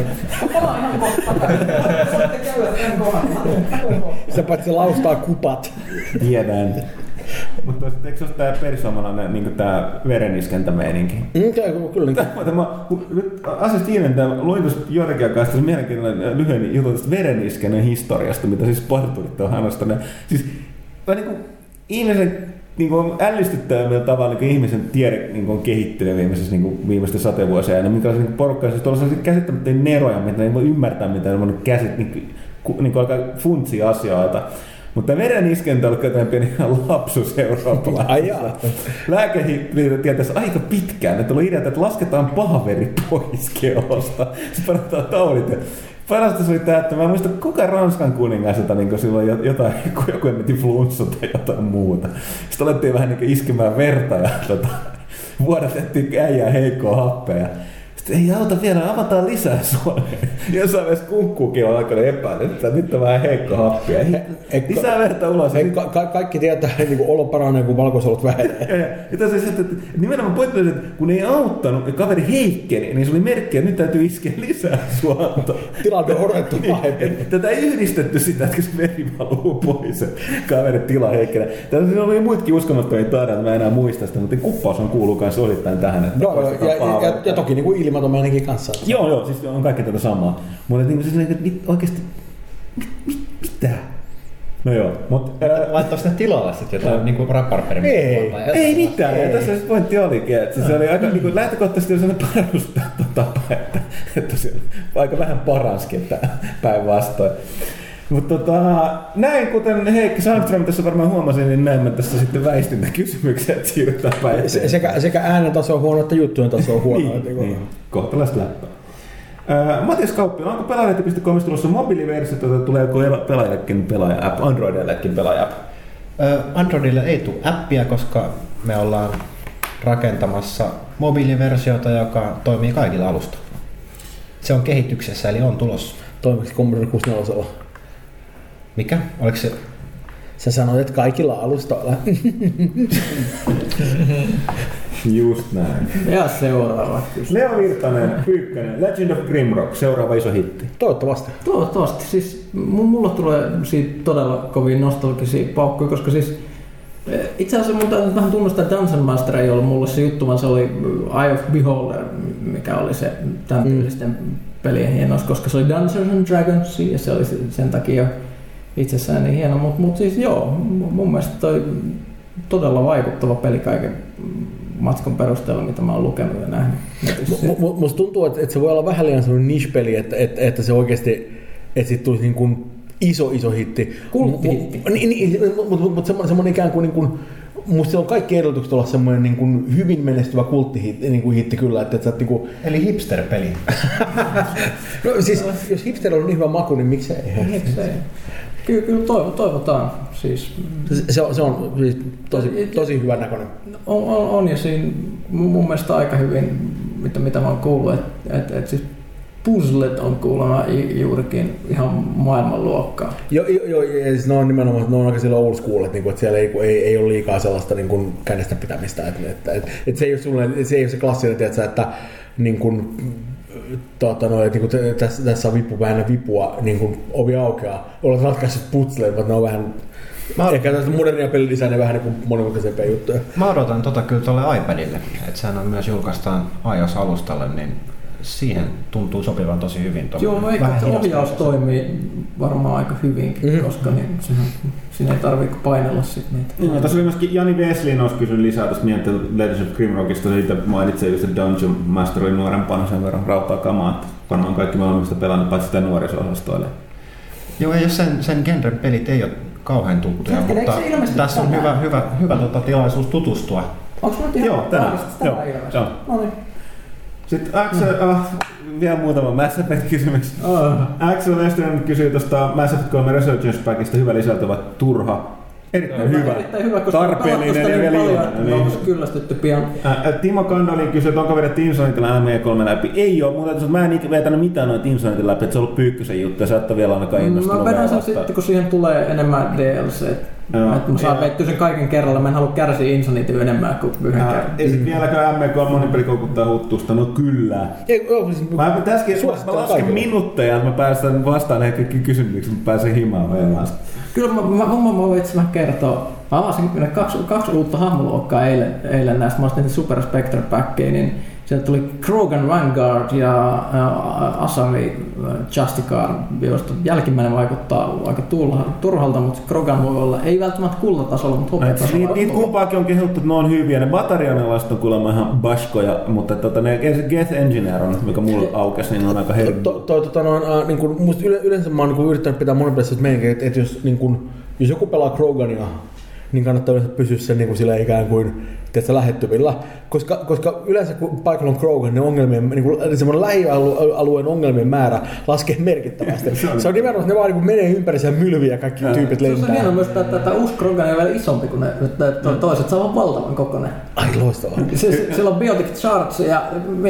Speaker 4: Sitä paitsi laustaa kupat.
Speaker 2: Tiedän. Mutta eikö se ole tää persoonalainen niin tää vereniskentämeininki?
Speaker 4: Mm, kyllä.
Speaker 2: Tämä, mä, nyt asiasta ilmentää, luin tuosta joitakin kanssa tässä mielenkiintoinen lyhyen jutun tästä vereniskenen historiasta, mitä siis parturit on harrastaneet. Siis niin kuin, ihmisen niin kuin ällistyttävällä tavalla niin ihmisen tiede niin on kehittynyt viimeisessä, niin viimeisten satevuosien aina, minkälaisia niin porukkaisia, tuolla on käsittämättömiä neroja, mitä ei voi ymmärtää, mitä on voinut käsit, niin, niin alkaa funtsia asioita. Mutta vereniskentä on jotain pieni lapsus eurooppalaisessa. Lääkehittelyitä tietäisi aika pitkään, että on idea, että lasketaan paha veri pois kehosta, se parantaa taudit. Parasta se oli tämä, että mä en muista kuka Ranskan kuningaselta niin silloin jotain, joku emmeti flunssa tai jotain muuta. Sitten alettiin vähän niin iskemään verta ja tota, vuodatettiin äijää heikkoa happea. Sitten ei auta vielä, avataan lisää suoneen. Jossain vaiheessa kunkkuukin on alkanut epäillä, että nyt on vähän heikko happia. Ei, lisää verta ulos.
Speaker 4: Ei, ka- ka- kaikki tietää, että niin olo paranee, kun valkoisolut vähenee.
Speaker 2: Ja, ja, ja tässä että, että nimenomaan pointti oli, että kun ei auttanut ja kaveri heikkeni, niin se oli merkki, että nyt täytyy iskeä lisää suonta.
Speaker 4: Tilanne on odotettu pahemmin.
Speaker 2: Tätä ei yhdistetty sitä, että se veri valuu pois, kaverin tila heikkenee. Tässä oli muitakin uskomattomia tarinoita, mä en enää muista sitä, mutta kuppaus on kuuluu myös osittain tähän. Että
Speaker 4: no, ja, ja, ja, ja toki niin kuin ilmatomeinenkin kanssa.
Speaker 2: Joo, joo, siis on kaikki tätä samaa. Mutta niin siis, että mit, oikeasti, mit, mit, mitä? No joo, mutta...
Speaker 1: Laittaa sinne tilalle sitten jotain niinku raparperin.
Speaker 2: Ei, ei mitään. Ei. Tässä se pointti olikin, että se oli aika niin lähtökohtaisesti oli sellainen parannustapa, että, että se aika vähän paranski päinvastoin. Mutta tota, näin kuten Heikki Sandström tässä varmaan huomasi, niin näemme tässä sitten väistintä kysymyksiä, että siirrytään päin.
Speaker 4: Se, sekä, sekä äänen taso on huono, että juttujen taso on huono.
Speaker 2: niin, niin, kohtalaista läppää. Äh, Matias Kauppila, onko pelaajalehti piste comissa tulossa mobiiliversio, tai tuleeko pelaajallekin pelaaja-app, Androidillekin pelaaja-app?
Speaker 1: Äh, Androidille ei tule appia, koska me ollaan rakentamassa mobiiliversiota, joka toimii kaikilla alustalla. Se on kehityksessä, eli on tulossa.
Speaker 4: Toimiko Commodore kuusikymmentäneljä?
Speaker 1: Mikä? Oliko se?
Speaker 4: Sä sanoit, että kaikilla alustoilla.
Speaker 2: Just näin.
Speaker 3: Ja seuraava.
Speaker 2: Leo Virtanen, Pyykkönen, Legend of Grimrock, seuraava iso hitti.
Speaker 4: Toivottavasti.
Speaker 3: Toivottavasti. Siis mulla tulee siitä todella kovin nostalgisia paukkuja, koska siis itse asiassa mun täytyy vähän tunnustaa, että Dungeon Master ei ollut mulle se juttu, vaan se oli Eye of Beholder, mikä oli se tämän tyylisten mm. pelien hienous, koska se oli Dungeons and Dragons ja se oli sen takia itsessään niin hieno, mutta mut siis joo, mun mielestä toi todella vaikuttava peli kaiken matskon perusteella, mitä mä oon lukenut ja nähnyt.
Speaker 4: M- m- musta tuntuu, että, että se voi olla vähän liian sellainen niche-peli, että, että, että se oikeasti, että sit tulisi niin kuin iso iso hitti.
Speaker 3: Kulttihitti.
Speaker 4: Niin, niin, mutta mut, mut semmoinen ikään kuin, niin kuin musta siellä on kaikki edellytykset olla semmoinen niin kuin hyvin menestyvä kulttihitti niin kuin hitti kyllä. Että, että, että, niin kuin...
Speaker 1: Eli hipster-peli.
Speaker 4: No siis, jos hipster on niin hyvä maku, niin miksei?
Speaker 3: Miksei? Kyllä, kyllä toivo, toivotaan. Siis,
Speaker 4: se, on, se on siis tosi, tosi hyvän näköinen.
Speaker 3: On, on, on ja siinä mun mielestä aika hyvin, mitä, mitä mä oon kuullut, että et, et siis puzzlet on kuulemma juurikin ihan maailmanluokkaa.
Speaker 4: Joo, jo, ja siis ne on nimenomaan, ne on aika silloin old school, että, niinku, että siellä ei, ei, ei ole liikaa sellaista niinku, kädestä pitämistä. Että, että, että, että se, ei ole sulle, se ei ole se klassinen, tiedätkö, että niinku, Tota, no, että, niin tässä, tässä on vipu vähän vipua, niin kuin ovi aukeaa. Olet ratkaissut puzzleen, mutta ne on vähän... Mä... Ehkä tästä modernia pelidesignia vähän niin monimutkaisempia juttuja.
Speaker 1: Mä odotan tota kyllä tuolle iPadille, että sehän on myös julkaistaan iOS-alustalle, niin siihen tuntuu sopivan tosi hyvin.
Speaker 3: Joo, no ehkä ohjaus toimii varmaan aika hyvinkin, mm-hmm. koska niin, sehän, siinä ei tarvitse painella sitten niitä.
Speaker 2: No, tässä oli myöskin Jani Weslin olisi kysynyt lisää tästä mieltä Legends of Grimrockista, siitä mainitsee just, että Dungeon Master oli nuorempana sen verran rautaa kamaa, että varmaan kaikki me olemme sitä pelannut, paitsi sitä nuoriso-osastoille.
Speaker 1: Joo, ei jos sen, sen genren pelit ei ole kauhean tuttuja, mutta tässä on hyvä, hyvä, hyvä tota, tilaisuus tutustua.
Speaker 3: Onko nyt ihan
Speaker 2: joo, tänään. Joo, joo. No niin. Sitten Axel, mm. äh, vielä muutama Mass Effect-kysymys. Oh. Axel Western kysyy tuosta Mass Effect kolme Resurgence Packista, hyvä lisältä, ovat turha. Erittäin hyvä.
Speaker 3: Erittäin hyvä, koska
Speaker 2: tarpeellinen ja vielä ilmainen.
Speaker 3: Niin. Onko kyllästytty pian?
Speaker 2: Ä, Timo Kandolin kysyy, että onko vedetty Insonitilla M E kolme läpi. Ei ole, mutta mä en ikinä vetänyt mitään noita Insonitin läpi, että se on ollut Pyykkösen juttu ja sä et ole vielä ainakaan innostunut.
Speaker 3: Mä vedän sen sitten, kun siihen tulee enemmän D L C. Että mä saan vettyä sen kaiken kerralla, mä en halua kärsiä Insonitin enemmän kuin yhden kerran.
Speaker 2: Ei sit vieläkään M E kolme monipeli koukuttaa huttusta, no kyllä.
Speaker 4: Ei, joo, siis
Speaker 2: mä täskin, mä lasken minuutteja, että mä päästän vastaan ehkä kysymyksiin, mä pääsen himaan vielä.
Speaker 3: Kyllä mä, mä, mä, mä voin itse kertoa. Mä avasin kaksi, kaksi uutta hahmoluokkaa eilen, eilen näistä. Mä ostin Super Spectre Packia, niin sieltä tuli Krogan Vanguard ja äh, Asari Justicar, josta jälkimmäinen vaikuttaa aika turhalta, mutta Krogan voi olla, ei välttämättä kullatasolla, mutta hopeatasolla.
Speaker 2: Niitä niit kumpaakin on kehuttu, että ne on hyviä. Ne Batarianilaiset on kuulemma ihan baskoja, mutta tota, ne Geth Engineer on, mikä mulle aukesi, niin on aika helppo.
Speaker 4: To, to, to, no, äh, niin kuin, musta yle, yleensä mä oon niin yrittänyt pitää monipelissä meininkin, että, että jos, niin kuin, jos joku pelaa Krogania, niin kannattaa yleensä pysyä sen niin kuin sillä ikään kuin tiedätkö, lähettyvillä. Koska, koska yleensä kun paikalla on Krogan, niin ongelmien, niin kuin, semmoinen lähialueen ongelmien määrä laskee merkittävästi. Se on nimenomaan, että ne vaan niin kuin menee ympäri sen mylviä ja kaikki tyypit lentää.
Speaker 3: Se on hienoa myös, että tämä uusi Krogan on vielä isompi kuin ne toiset. Se on valtavan kokoinen.
Speaker 4: Ai loistavaa.
Speaker 3: Sillä on Biotic Charge ja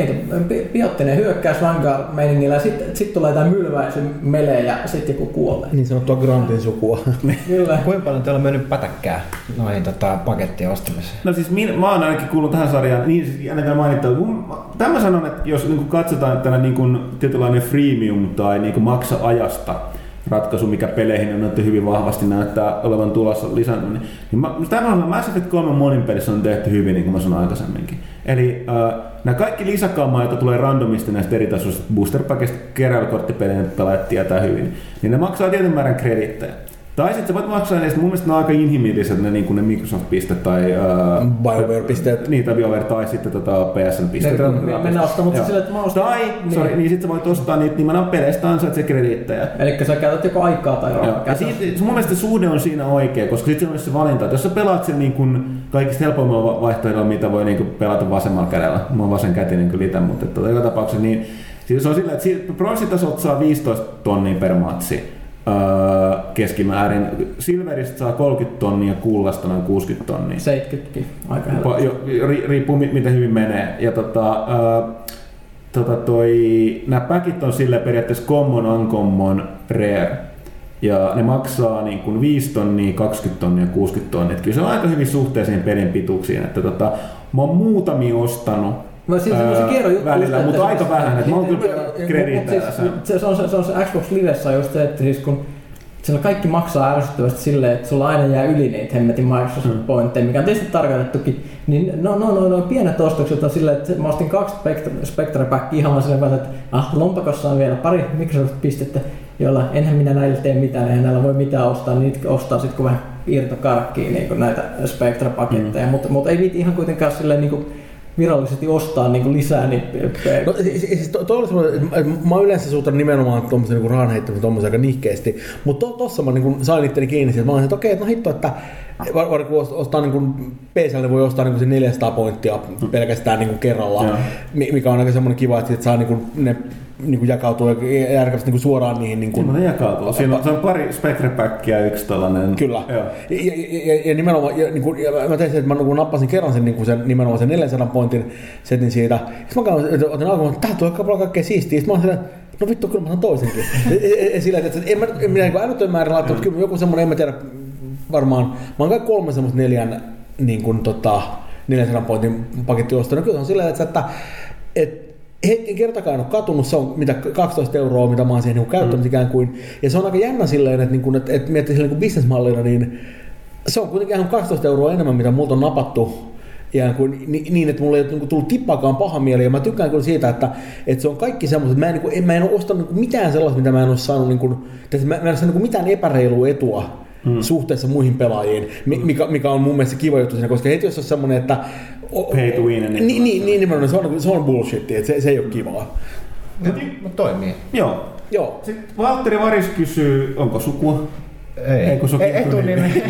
Speaker 3: biottinen hyökkäys Vanguard-meiningillä ja sitten sit tulee tämä mylväisy melee ja sitten joku kuolee.
Speaker 4: Niin sanottua Grantin sukua.
Speaker 3: Kyllä.
Speaker 1: Kuinka paljon teillä on mennyt pätäkkää noihin tota, pakettien ostamiseen?
Speaker 2: No siis min, mä oon ainakin kuullut tähän sarjaan, niin siis ainakaan mainittu. Tämä sanon, että jos niin katsotaan tällainen niin kuin, tietynlainen freemium tai niin kuin maksa ajasta ratkaisu, mikä peleihin on näytetty hyvin vahvasti näyttää olevan tulossa lisääntyminen, niin mä, tämä on Mass Effect kolme monin pelissä on tehty hyvin, niin kuin mä sanoin aikaisemminkin. Eli äh, nämä kaikki lisäkammaa, joita tulee randomisti näistä eri tasoista booster-pakeista, keräilykorttipelejä pelaajat tietää hyvin, niin ne maksaa tietyn määrän kredittejä. Tai sitten sä voit maksaa edes, mun mielestä ne on aika inhimilliset ne, niin ne Microsoft-pisteet tai uh,
Speaker 4: BioWare-pisteet.
Speaker 2: Niin, tai BioWare tai sitten tota P S N-pisteet.
Speaker 3: Mennä ostaa, mutta sillä, että mä ostan.
Speaker 2: Tai, niin. sorry, niin sit sä voit ostaa niitä nimenomaan peleistä ansaitsee krediittejä.
Speaker 3: Elikkä sä käytät joko aikaa tai rahaa.
Speaker 2: Ja siitä, mun mielestä suhde on siinä oikea, koska sitten on myös se valinta, että jos sä pelaat sen niin kun kaikista helpoimmalla vaihtoehdolla, mitä voi niin pelata vasemmalla kädellä, mä oon vasenkätinen kyllä itse, mutta tota, joka tapauksessa, niin siis se on sillä, että pronssitasolta saa viisitoista tonnia per matsi. Öö, keskimäärin. Silveristä saa kolmekymmentä tonnia, kullasta noin kuusikymmentä tonnia.
Speaker 3: seitsemänkymmentäkin, aika helposti.
Speaker 2: Riippuu miten hyvin menee. Ja tota, öö, tota toi, nämä packit on silleen periaatteessa common, uncommon, rare. Ja ne maksaa niin kuin viisi tonnia, kaksikymmentä tonnia, kuusikymmentä tonnia. Et kyllä se on aika hyvin suhteeseen pelin pituuksiin. Että tota, mä oon muutamia ostanut.
Speaker 3: Mä siis
Speaker 2: Ää,
Speaker 3: se juttu,
Speaker 2: välillä, mutta aika siis, vähän, että mä oon kyllä krediittää
Speaker 3: siis, se, se, on, se on se Xbox Livessä just se, että siis kun sillä kaikki maksaa ärsyttävästi silleen, että sulla aina jää yli niitä hemmetin Microsoft pointteja, mikä on tietysti tarkoitettukin, niin no, no, no, no pienet ostokset on silleen, että mä ostin kaksi Spectre-packia ihan silleen, että ah, lompakossa on vielä pari Microsoft-pistettä, joilla enhän minä näillä tee mitään, eihän näillä voi mitään ostaa, niitä ostaa sitten kun vähän irtokarkkiin niin näitä Spectre-paketteja, mm. mutta, mutta ei niitä ihan kuitenkaan silleen niin kuin virallisesti ostaa niin lisää. Niin
Speaker 4: no, siis to, to, to, että mä oon yleensä suutan nimenomaan tuommoisen niin rahan heittämisen tuommoisen aika nihkeästi, mutta to, tossa mä niin sain itteni kiinni siitä, että mä olin, että okei, okay, no hitto, että varmaan kun ostaa niin P C L, niin voi ostaa niin se neljäsataa pointtia pelkästään niin kerralla, ja. mikä on aika semmoinen kiva, että saa niin ne niin kuin jakautuu järkevästi niin suoraan niihin. Niin kuin,
Speaker 2: ne jakautuu. Siinä on, se on pari Spectre-packia ja yksi tällainen.
Speaker 4: Kyllä. Ja, ja, ja, ja nimenomaan, ja, niin kuin, ja mä tein sen, että mä niin nappasin kerran sen, niin kuin sen, nimenomaan sen neljänsadan pointin setin siitä. Sitten mä katsoin, että otin alkuun, että tää tulee paljon kaikkea siistiä. Sitten mä olin silleen, no vittu, kyllä mä sanon toisenkin. Sillä, että en mä, en minä niin älytön määrä laittanut, kyllä joku semmoinen, en mä tiedä, varmaan, mä oon kaikki kolme semmoista neljän, niin kuin tota, neljänsadan pointin paketti ostanut. Kyllä se on sillä, että, että, että hetken kertakaan en ole katunut, se on mitä kaksitoista euroa, mitä mä oon siihen niin käyttänyt mm. ikään kuin. Ja se on aika jännä silleen, että, niin että, että miettii silleen niin bisnesmallina, niin se on kuitenkin ihan kaksitoista euroa enemmän, mitä multa on napattu. Kuin, niin, että mulla ei ole tullut tippaakaan paha mieli, ja mä tykkään kyllä siitä, että, että se on kaikki semmoista, että mä en, en, mä en ole ostanut mitään sellaista, mitä mä en ole saanut, niin kuin, että mä, mä en ole saanut mitään epäreilua etua hmm. suhteessa muihin pelaajiin, mikä, mikä on mun mielestä kiva juttu siinä, koska heti jos on semmoinen, että
Speaker 2: pay to win,
Speaker 4: niin, niin, niin, niin nimenomaan, se on, se on bullshit, että se, se ei ole kivaa.
Speaker 5: Mutta toimii.
Speaker 2: Joo.
Speaker 4: Joo.
Speaker 2: Sitten Valtteri Varis kysyy, onko sukua?
Speaker 1: Ei, ei,
Speaker 2: kun
Speaker 1: ei, ei tuu nimi.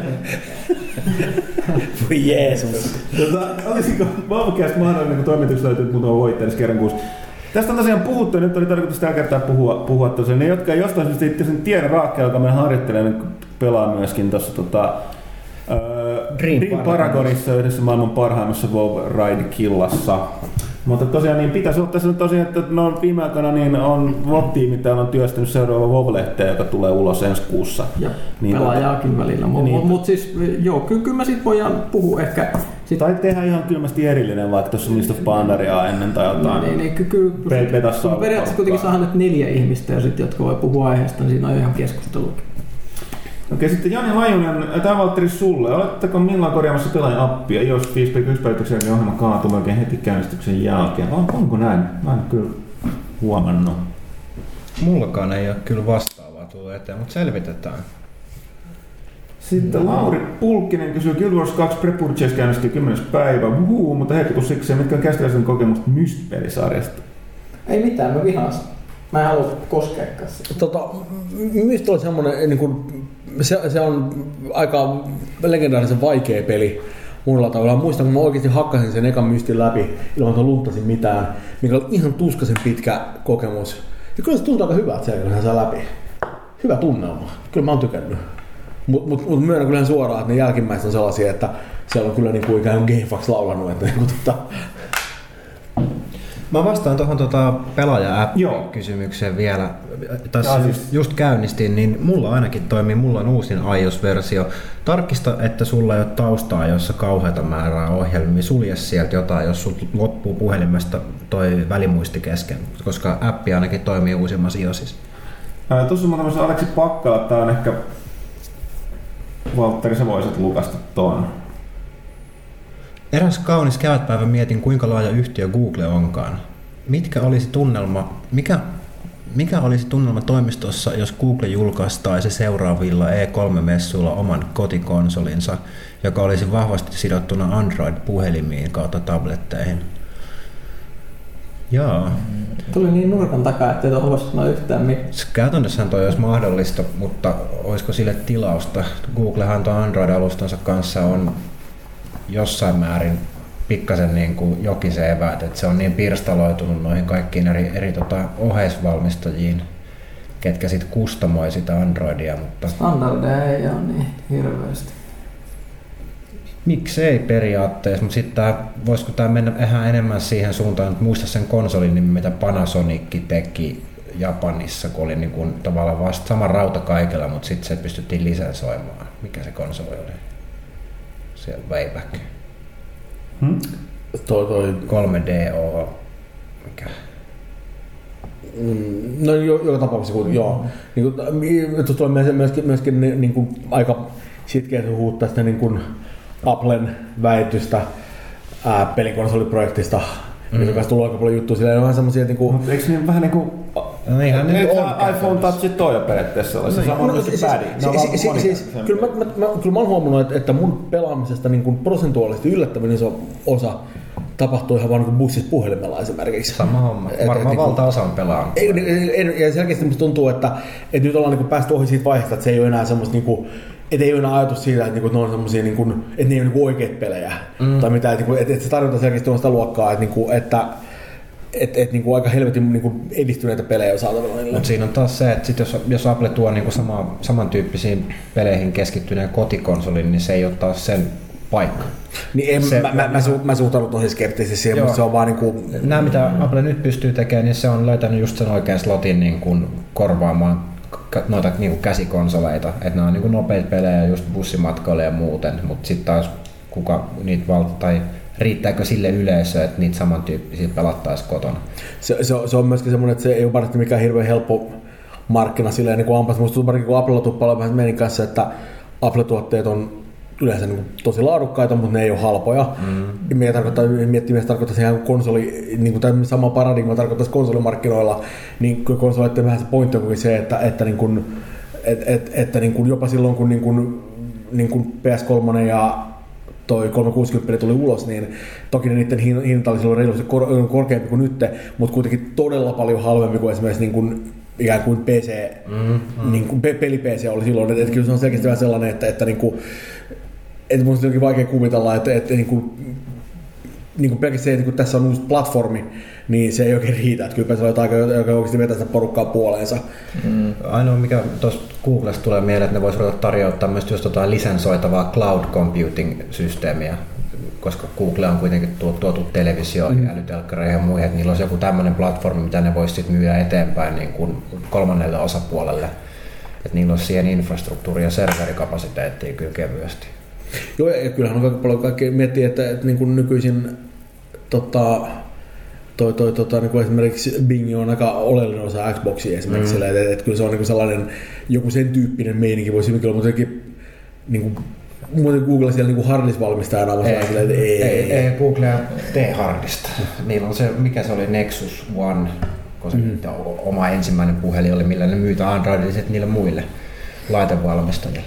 Speaker 4: Voi Jeesus.
Speaker 2: Tota, olisiko Vauvakästä mahdollinen, kun toimituksessa löytyy, että muuten on voittajassa kerran kuusi. Tästä on tosiaan puhuttu, ja nyt oli tarkoitus tällä kertaa puhua, puhua tosiaan. Ne, jotka ei jostain syystä itse sen tiedä Raakkeella, joka meidän harjoittelee, niin pelaa myöskin tuossa tota, uh, Dream, Dream Paragonissa yhdessä maailman parhaimmassa WoW Ride-killassa. Mutta tosiaan niin pitäisi olla tässä tosiaan, että no, viime aikoina niin on WoW-tiimi täällä on työstänyt seuraava WoW-lehteä, joka tulee ulos ensi kuussa.
Speaker 3: Ja
Speaker 2: niin,
Speaker 3: pelaajaakin tota, välillä. Mutta niin, mut siis joo, kyllä, kyllä mä sit voidaan puhua ehkä. Sit...
Speaker 2: Tai tehdä ihan kylmästi erillinen, vaikka tuossa Mist of Pandariaa ennen tai jotain.
Speaker 3: Niin, niin, kyllä, kyllä. Periaatteessa kuitenkin saadaan nyt neljä ihmistä, ja sit, jotka voi puhua aiheesta, niin siinä on ihan keskustelukin.
Speaker 2: Okei, sitten Jani Lajunen, tämä Valtteri sulle. Oletteko milloin korjaamassa pelaajan appia? Jos viisi piste yksi päivityksen jälkeen ohjelma kaatuu melkein heti käynnistyksen jälkeen. On, onko näin? Mä en kyllä huomannut.
Speaker 1: Mullakaan ei ole kyllä vastaavaa tullut eteen, mutta selvitetään.
Speaker 2: Sitten Lauri Pulkkinen kysyy, Guild Wars kaksi Pre-Purchase käynnistyy kymmenes päivä. Uhuu, mutta hehkutus siksi, mitkä on käsittelyisen kokemusta Myst-pelisarjasta?
Speaker 3: Ei mitään, mä vihaan sitä. Mä en halua koskea kanssa.
Speaker 4: Tota, Myst on semmoinen, niin kuin, se, se on aika legendaarisen vaikea peli monella tavalla. Muistan, kun mä oikeasti hakkasin sen ekan Mystin läpi, ilman että luntasin mitään, mikä oli ihan tuskaisen pitkä kokemus. Ja kyllä se tuntuu aika hyvältä siellä, kun hän saa läpi. Hyvä tunnelma. Kyllä mä oon tykännyt. Mutta mut, mut myönnän kyllä suoraan, että ne jälkimmäiset on sellaisia, että siellä on kyllä niin kuin ikään kuin GameFAQs laulanut. Että, niin kuin, tota...
Speaker 1: Mä vastaan tuohon tota pelaaja-app-kysymykseen vielä. Tässä just, just käynnistin, niin mulla ainakin toimii, mulla on uusin iOS-versio. Tarkista, että sulla ei ole taustaa, jossa kauheata määrää ohjelmia. Sulje sieltä jotain, jos sulla loppuu puhelimesta toi välimuisti kesken, koska appi ainakin toimii uusimmassa iOSissa.
Speaker 2: Tuossa on tämmöisen Aleksi Pakkala, tää on ehkä... Valtteri, sä voisit lukasta ton.
Speaker 1: Eräs kaunis kevätpäivä mietin, kuinka laaja yhtiö Google onkaan. Mitkä olisi tunnelma, mikä, mikä olisi tunnelma toimistossa, jos Google julkaistaisi seuraavilla E kolme -messuilla oman kotikonsolinsa, joka olisi vahvasti sidottuna Android-puhelimiin kautta tabletteihin? Jaa.
Speaker 3: Tuli niin nurkan takaa, ettei tuohon voisi sanoa yhtään mitään.
Speaker 1: Käytännössähän toi olisi mahdollista, mutta olisiko sille tilausta? Googlehan tuon Android-alustansa kanssa on jossain määrin pikkasen niin kuin jokisen eväät, että se on niin pirstaloitunut noihin kaikkiin eri, eri tota, oheisvalmistajiin, ketkä sitten kustomoi sitä Androidia. Mutta
Speaker 3: standardeja ei ole niin hirveästi.
Speaker 1: Miksei periaatteessa, mutta sitten voisiko tämä mennä ihan enemmän siihen suuntaan, että muista sen konsolin nimi, mitä Panasonic teki Japanissa, kun oli niin kuin tavallaan vasta sama rauta kaikella, mutta sitten se pystyttiin lisensoimaan. Mikä se konsoli oli? Siellä way back.
Speaker 4: Hmm? Toi, toi.
Speaker 1: kolme D O. Mikä?
Speaker 4: No joka tapauksessa kuitenkin, joo. Niin kuin, tuossa oli myöskin, myöskin niin kuin, aika sitkeästi huuttaa sitä niin kuin Applen väitystä ää, pelikonsoliprojektista, mm. joka on tullut aika paljon juttua. Sillä on vähän semmosia niinku...
Speaker 2: Mutta eikö niin vähän niinku...
Speaker 1: No niinhän nyt on.
Speaker 2: iPhone Touchit toi jo periaatteessa oli. Se no, sama no,
Speaker 4: siis, siis, siis, kyllä, mä, mä, mä, kyllä mä oon huomannut, että, että mun pelaamisesta niin kuin prosentuaalisesti yllättävän iso osa tapahtuu ihan vaan niin bussissa puhelimella esimerkiksi.
Speaker 1: Sama homma. Et, varmaan et, valtaosa on pelaa.
Speaker 4: Ja selkeästi musta tuntuu, että, että nyt ollaan niin kuin päästy ohi siitä vaiheesta, että se ei ole enää semmoista... Niin kuin, et ei ole enää ajatus siitä, että ne on semmosia, että ne ei ole oikeat pelejä. Mm. Tai mitä, että, että se tarjotaan selkeästi sitä luokkaa, että, että, että, että aika helvetin edistyneitä pelejä on saatavilla niille.
Speaker 1: Mutta siinä on taas se, että sit jos, jos Apple tuo niinku sama, samantyyppisiin peleihin keskittyneen kotikonsolin, niin se ei ole taas sen paikka.
Speaker 4: Niin en,
Speaker 1: se,
Speaker 4: mä, mä, mä, su, mä suhtaudun tosi skeptisesti siihen, mutta se on vaan niin kuin...
Speaker 1: Nämä, mitä Apple nyt pystyy tekemään, niin se on löytänyt just sen oikean slotin niin kuin korvaamaan noita niin kuin käsikonsoleita. Että nämä on niin kuin nopeita pelejä just bussimatkoille ja muuten, mutta sitten taas kuka niitä valta tai riittääkö sille yleisöä, että niitä samantyyppisiä pelattaisiin kotona?
Speaker 4: Se, se, on, se on myöskin semmoinen, että se ei ole varmasti mikään hirveän helppo markkina silleen niin kuin ampas. Musta tuntuu kun Applella tuppaa vähän menin kanssa, että Apple-tuotteet on yleensä niin kuin tosi laadukkaita, mutta ne ei ole halpoja. Mm. Mikä tarkoittaa, miettii, että tarkoittaa ihan konsoli, niin kuin sama paradigma tarkoittaisi konsolimarkkinoilla, niin konsoleiden vähän se pointti on se, että, että, niin kuin, et, et, että niin kuin jopa silloin, kun, niin kuin, niin kuin P S kolme ja toi kolmesataakuusikymmentä tuli ulos, niin toki ne niiden hinta oli silloin reilusti kor- korkeampi kuin nyt, mutta kuitenkin todella paljon halvempi kuin esimerkiksi niin kuin ikään kuin P C, mm-hmm. niin kuin peli-P C oli silloin. Että kyllä se on selkeästi vähän sellainen, että, että, niin kuin, että mun on jotenkin vaikea kuvitella, että, että niin kuin, niin kuin pelkästään se, että kun tässä on uusi platformi, niin se ei oikein riitä. Että kyllä se on jotain, joka oikeasti vetää sitä porukkaa puoleensa.
Speaker 1: Mm. Ainoa mikä tuosta Googlesta tulee mieleen, että ne voisi ruveta tarjottaa myös just jotain lisensoitavaa cloud computing-systeemiä, koska Google on kuitenkin tuotu televisioon mm. ja älytelkkareihin ja muihin, että niillä olisi joku tämmöinen platformi, mitä ne voisi sitten myydä eteenpäin niin kuin kolmannelle osapuolelle. Että niillä olisi siihen infrastruktuuri- ja serverikapasiteettia kyllä kevyesti.
Speaker 4: Joo, ja kyllähän on kaikki paljon kaikki miettii, että, että niin kuin nykyisin tota, toi, toi, tota, niin kuin esimerkiksi Bing on aika oleellinen osa Xboxia esimerkiksi, mm. että, että kyllä se on niin kuin sellainen joku sen tyyppinen meininki voisi hyvinkin olla, mutta jotenkin niin kuin, muuten Google siellä niin kuin harddisk-valmistajana on
Speaker 1: ei,
Speaker 4: sillä, että ei,
Speaker 1: ei, ei Google tee hardista. Niillä on se, mikä se oli, Nexus One, kun se mm. oma ensimmäinen puhelin oli, millä ne myytä Androidilliset niille muille laitevalmistajille.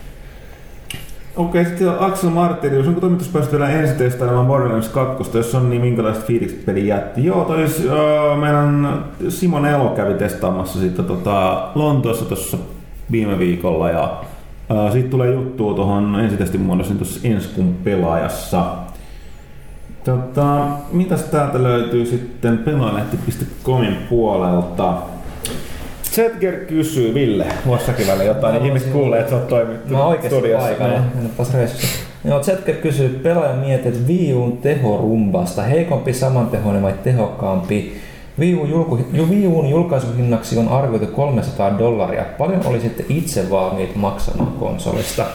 Speaker 2: Okei, sitten Axel Martelius, onko toimitus päässyt vielä ensin testailemaan Borderlands kaksi, jos on niin minkälaiset fiilikset peli jätti? Joo, toi uh, meidän Simon Elo kävi testaamassa sitten tota, Lontoossa tuossa viime viikolla ja uh, siitä tulee juttua tuohon ensitestin muodossa tuossa ensi kuun pelaajassa. Tota, mitäs täältä löytyy sitten pelaajalehti piste comin puolelta? Zetger kysyy, Ville, vuossakin välillä jotain, niin ihmiset kuulee, että sä oot toimittu
Speaker 8: studiossa. Mä oon oikeesti paikalla, en oppas reissussa. Joo, Zetger kysyy, pelaaja mietit, että Wii U:n tehorumbasta, heikompi, samantehoinen vai tehokkaampi? Wii U:n julkaisuhinnaksi on arvioitu kolmesataa dollaria. Paljon olisitte itse valmiit maksamaan konsolista?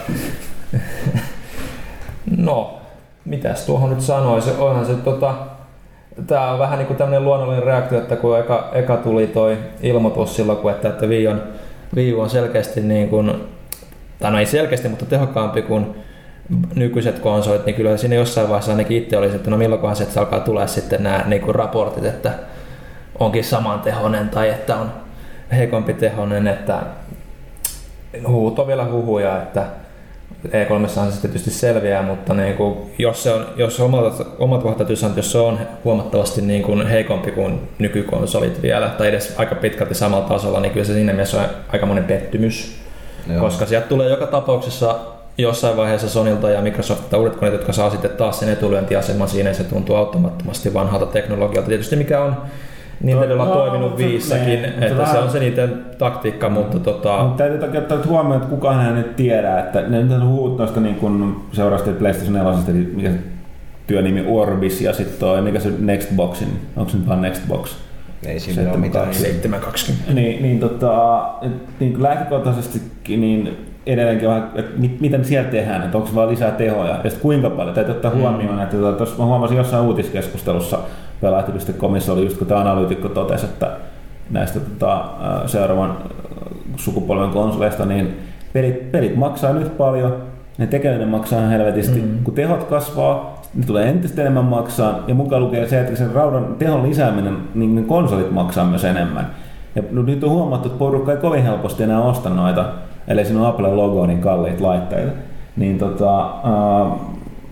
Speaker 8: No, mitäs tuohon nyt sanoisi? Onhan se tota... Tää on vähän niin kuin tämmöinen luonnollinen reaktio, että kun eka, eka tuli toi ilmoitus silloin, kun että, että Wii, on, Wii U on selkeästi niin kuin, tai no ei selkeästi, mutta tehokkaampi kuin nykyiset konsolit, niin kyllä siinä jossain vaiheessa ainakin itse olisi, että no milloinkohan se, että se alkaa tulla sitten nämä niin kuin raportit, että onkin samantehoinen tai että on heikompi tehoinen, että huut on vielä huhuja, että E kolme on se tietysti selviää, mutta niin kuin, jos, se on, jos omat, omat kohdat täytyy sanoa, että jos se on huomattavasti niin kuin heikompi kuin nykykonsolit vielä, tai edes aika pitkälti samalla tasolla, niin kyllä se siinä mielessä on aikamoinen pettymys. Joo. Koska sieltä tulee joka tapauksessa jossain vaiheessa Sonylta ja Microsoftilta uudet koneet, jotka saa sitten taas sen etulyöntiaseman siinä, se tuntuu auttamattomasti vanhalta teknologialta. Tietysti mikä on Nintendo on no, toiminut viissäkin, että vähän, se on se niiden taktiikka, mutta tota...
Speaker 2: Mutta täytyy ottaa nyt huomioon, että kukaan ei nyt tiedä, että ne nyt on huut noista niin kuin seurasti PlayStation neljä, mikä se työnimi Orbis ja sitten toi, mikä se Nextboxin, onko se nyt vaan Nextbox?
Speaker 1: Ei siinä ole mitään
Speaker 2: seitsemän kaksikymmentä. Niin, niin, tota, niin lähtökohtaisestikin niin edelleenkin vähän, että miten siellä tehdään, että onko se vaan lisää tehoja ja sitten kuinka paljon. Täytyy ottaa huomioon, mm. että tuossa mä huomasin jossain uutiskeskustelussa Pelaajalehti piste comissa oli just kun tämä analyytikko totesi, että näistä tota, seuraavan sukupolven konsoleista, niin pelit, pelit maksaa nyt paljon, ne tekeminen maksaa helvetisti, mm. kun tehot kasvaa, ne tulee entistä enemmän maksaa, ja mukaan lukee se, että sen raudan tehon lisääminen, niin ne konsolit maksaa myös enemmän. Ja nyt on huomattu, että porukka ei kovin helposti enää osta noita, ellei siinä on Applen logo, niin kalliit laitteita. Niin tota, uh,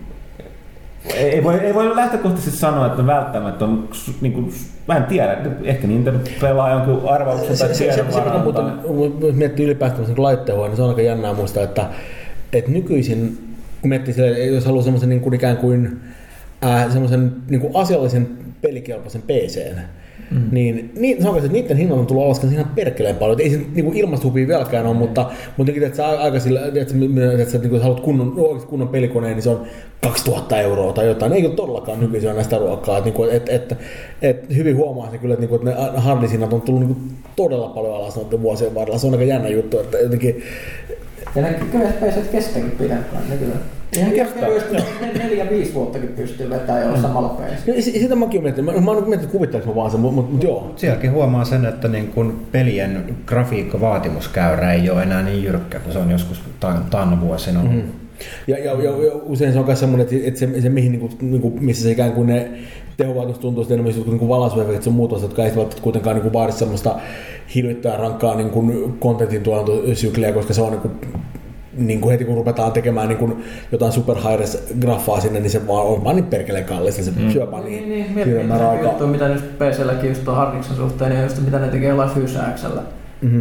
Speaker 2: ei, voi, ei voi lähtökohtaisesti sanoa, että välttämättä on, niin kuin, mä en tiedä, ehkä Nintendo pelaa jonkun arvauksen tai tiedon varaan. Se,
Speaker 4: jos miettii ylipäätään niin laittehoa, niin se on aika jännää muistaa, että, että nykyisin, kun miettii sille, jos haluaa semmoisen niin kuin ikään kuin äh, semmoisen niin kuin asiallisen pelikelpoisen P C:n, Mm. Niin, niin se on että niiden hinnat on tullut alaskaan ihan perkeleen paljon. Ei se niinku ilmastohupia vieläkään ole, mm. mutta, mutta että sä aika sillä, että, että, että sä niin haluat kunnon, kunnon pelikoneen, niin se on kaksituhatta euroa tai jotain. Ei ole todellakaan nykyisin näistä ruokaa. Että, että, että, että hyvin huomaa se kyllä, että, että ne hardisinnat on tullut niin todella paljon alas noiden vuosien varrella. Se on aika jännä juttu. Että jotenkin...
Speaker 3: Ja ne peiset kestääkin pidempään nykyään. Ihan kestää. Neljä, viisi vuottakin pystyy vetämään jollain samalla peisellä.
Speaker 4: Sitä mäkin olen miettinyt. Mä, mä oon miettinyt, kuvittaanko mä vaan sen, mutta mut joo.
Speaker 1: Sielläkin huomaa sen, että niin kun pelien grafiikkavaatimuskäyrä ei ole enää niin jyrkkä kuin se on joskus taanna vuosina. Mm-hmm.
Speaker 4: Ja, ja, ja, ja usein se on myös semmoinen, että, että se, se mihin, niin kuin, niin kuin, missä se ikään kuin ne tehovaatimus tuntuu sitten enemmän niin kuin valaisuefektit ja muut jotka ei kuitenkaan niin kuin vaadi semmoista hirvittää rankkaa niin kuin kontentin tuotantosykliä, koska se on niin kuin, niin kuin heti kun ruvetaan tekemään niin kuin jotain super high-res-graffaa sinne, niin se vaan on vaan niin perkeleen kallista, se mm. syö vaan niin,
Speaker 3: niin, niin hirveän määrä aikaa. Juttu, mitä nyt P C:lläkin just tuon Hardixen suhteen, niin just mitä ne tekee jollain Fysäksellä. Mm-hmm.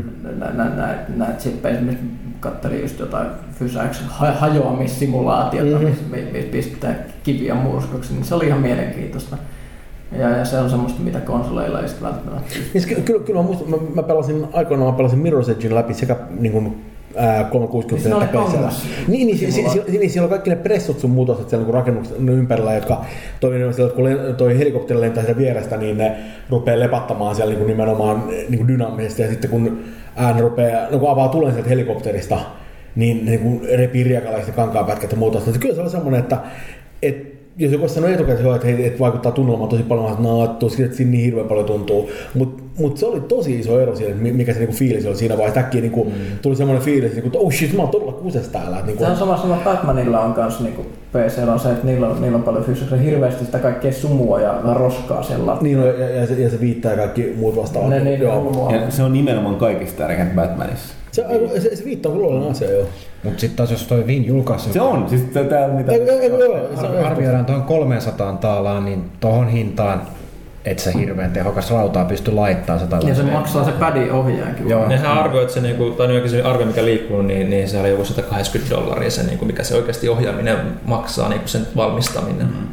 Speaker 3: Näitä chippejä, esimerkiksi katselin just jotain Fysäksen hajoamissimulaatiota, mm-hmm. missä pistetään kiviä murskoksi, niin se oli ihan mielenkiintoista. Ja, ja se on semmoista, mitä konsoleilla ei sitten välttämättä.
Speaker 4: Niin, kyllä, kyllä mä, muistan, mä, mä pelasin aikoinaan mä pelasin Mirror's Edgen läpi sekä niin kuin kolmesataakuusikymmentä että P C:llä. Niin, niin, si, si, si, niin, siellä on kaikki ne pressot sun muutokset siellä niin rakennuksen ympärillä, jotka toimivat sillä, että kun toi helikopteri lentää sitä vierestä, niin ne rupeaa lepattamaan siellä niin kuin nimenomaan niin kuin dynaamisesti. Ja sitten kun ään rupeaa, no kun avaa tulen sieltä helikopterista, niin ne niin repii riekalaisesti kankaanpätkät ja muuta. Kyllä se on semmoinen, että et, jos joku sanoo etukäteen, että, että vaikuttaa tunnelmaan tosi paljon, että no, tosi, että siinä niin hirveän paljon tuntuu. Mutta mut se oli tosi iso ero siinä, mikä se niinku fiilis oli siinä vaiheessa. Äkkiä niinku, mm. tuli semmoinen fiilis, että oh shit, mä oon todella kuses täällä. Niinku,
Speaker 3: se on sama, sama Batmanilla on kanssa niinku P C:llä on se, että niillä on, niillä on paljon fysiikkaa, hirveästi sitä kaikkea sumua ja roskaa siellä.
Speaker 4: Niin, ja, ja, ja, se, ja se viittaa ja kaikki muut vastaavat.
Speaker 2: Ne, niin, ja se on nimenomaan kaikista tärkeintä Batmanissa.
Speaker 4: Se, se, se viittaa kyllä olevan asia, joo.
Speaker 1: Mutta sitten taas jos toi Vin julkaisi...
Speaker 2: Se on, siis täällä mitä...
Speaker 1: Arvioidaan tuohon kolmesataa taalaan, niin tohon hintaan et sä hirveän tehokas rautaa pysty laittamaan sitä.
Speaker 3: Ja se maksaa se padin ohjaakin.
Speaker 8: Joo. Nehän arvioit se, niinku, tai oikein se arvio mikä liikkuu, niin, niin se oli joku sata kahdeksankymmentä dollaria se, niinku, mikä se oikeasti ohjaaminen maksaa, niinku sen valmistaminen. Mm-hmm.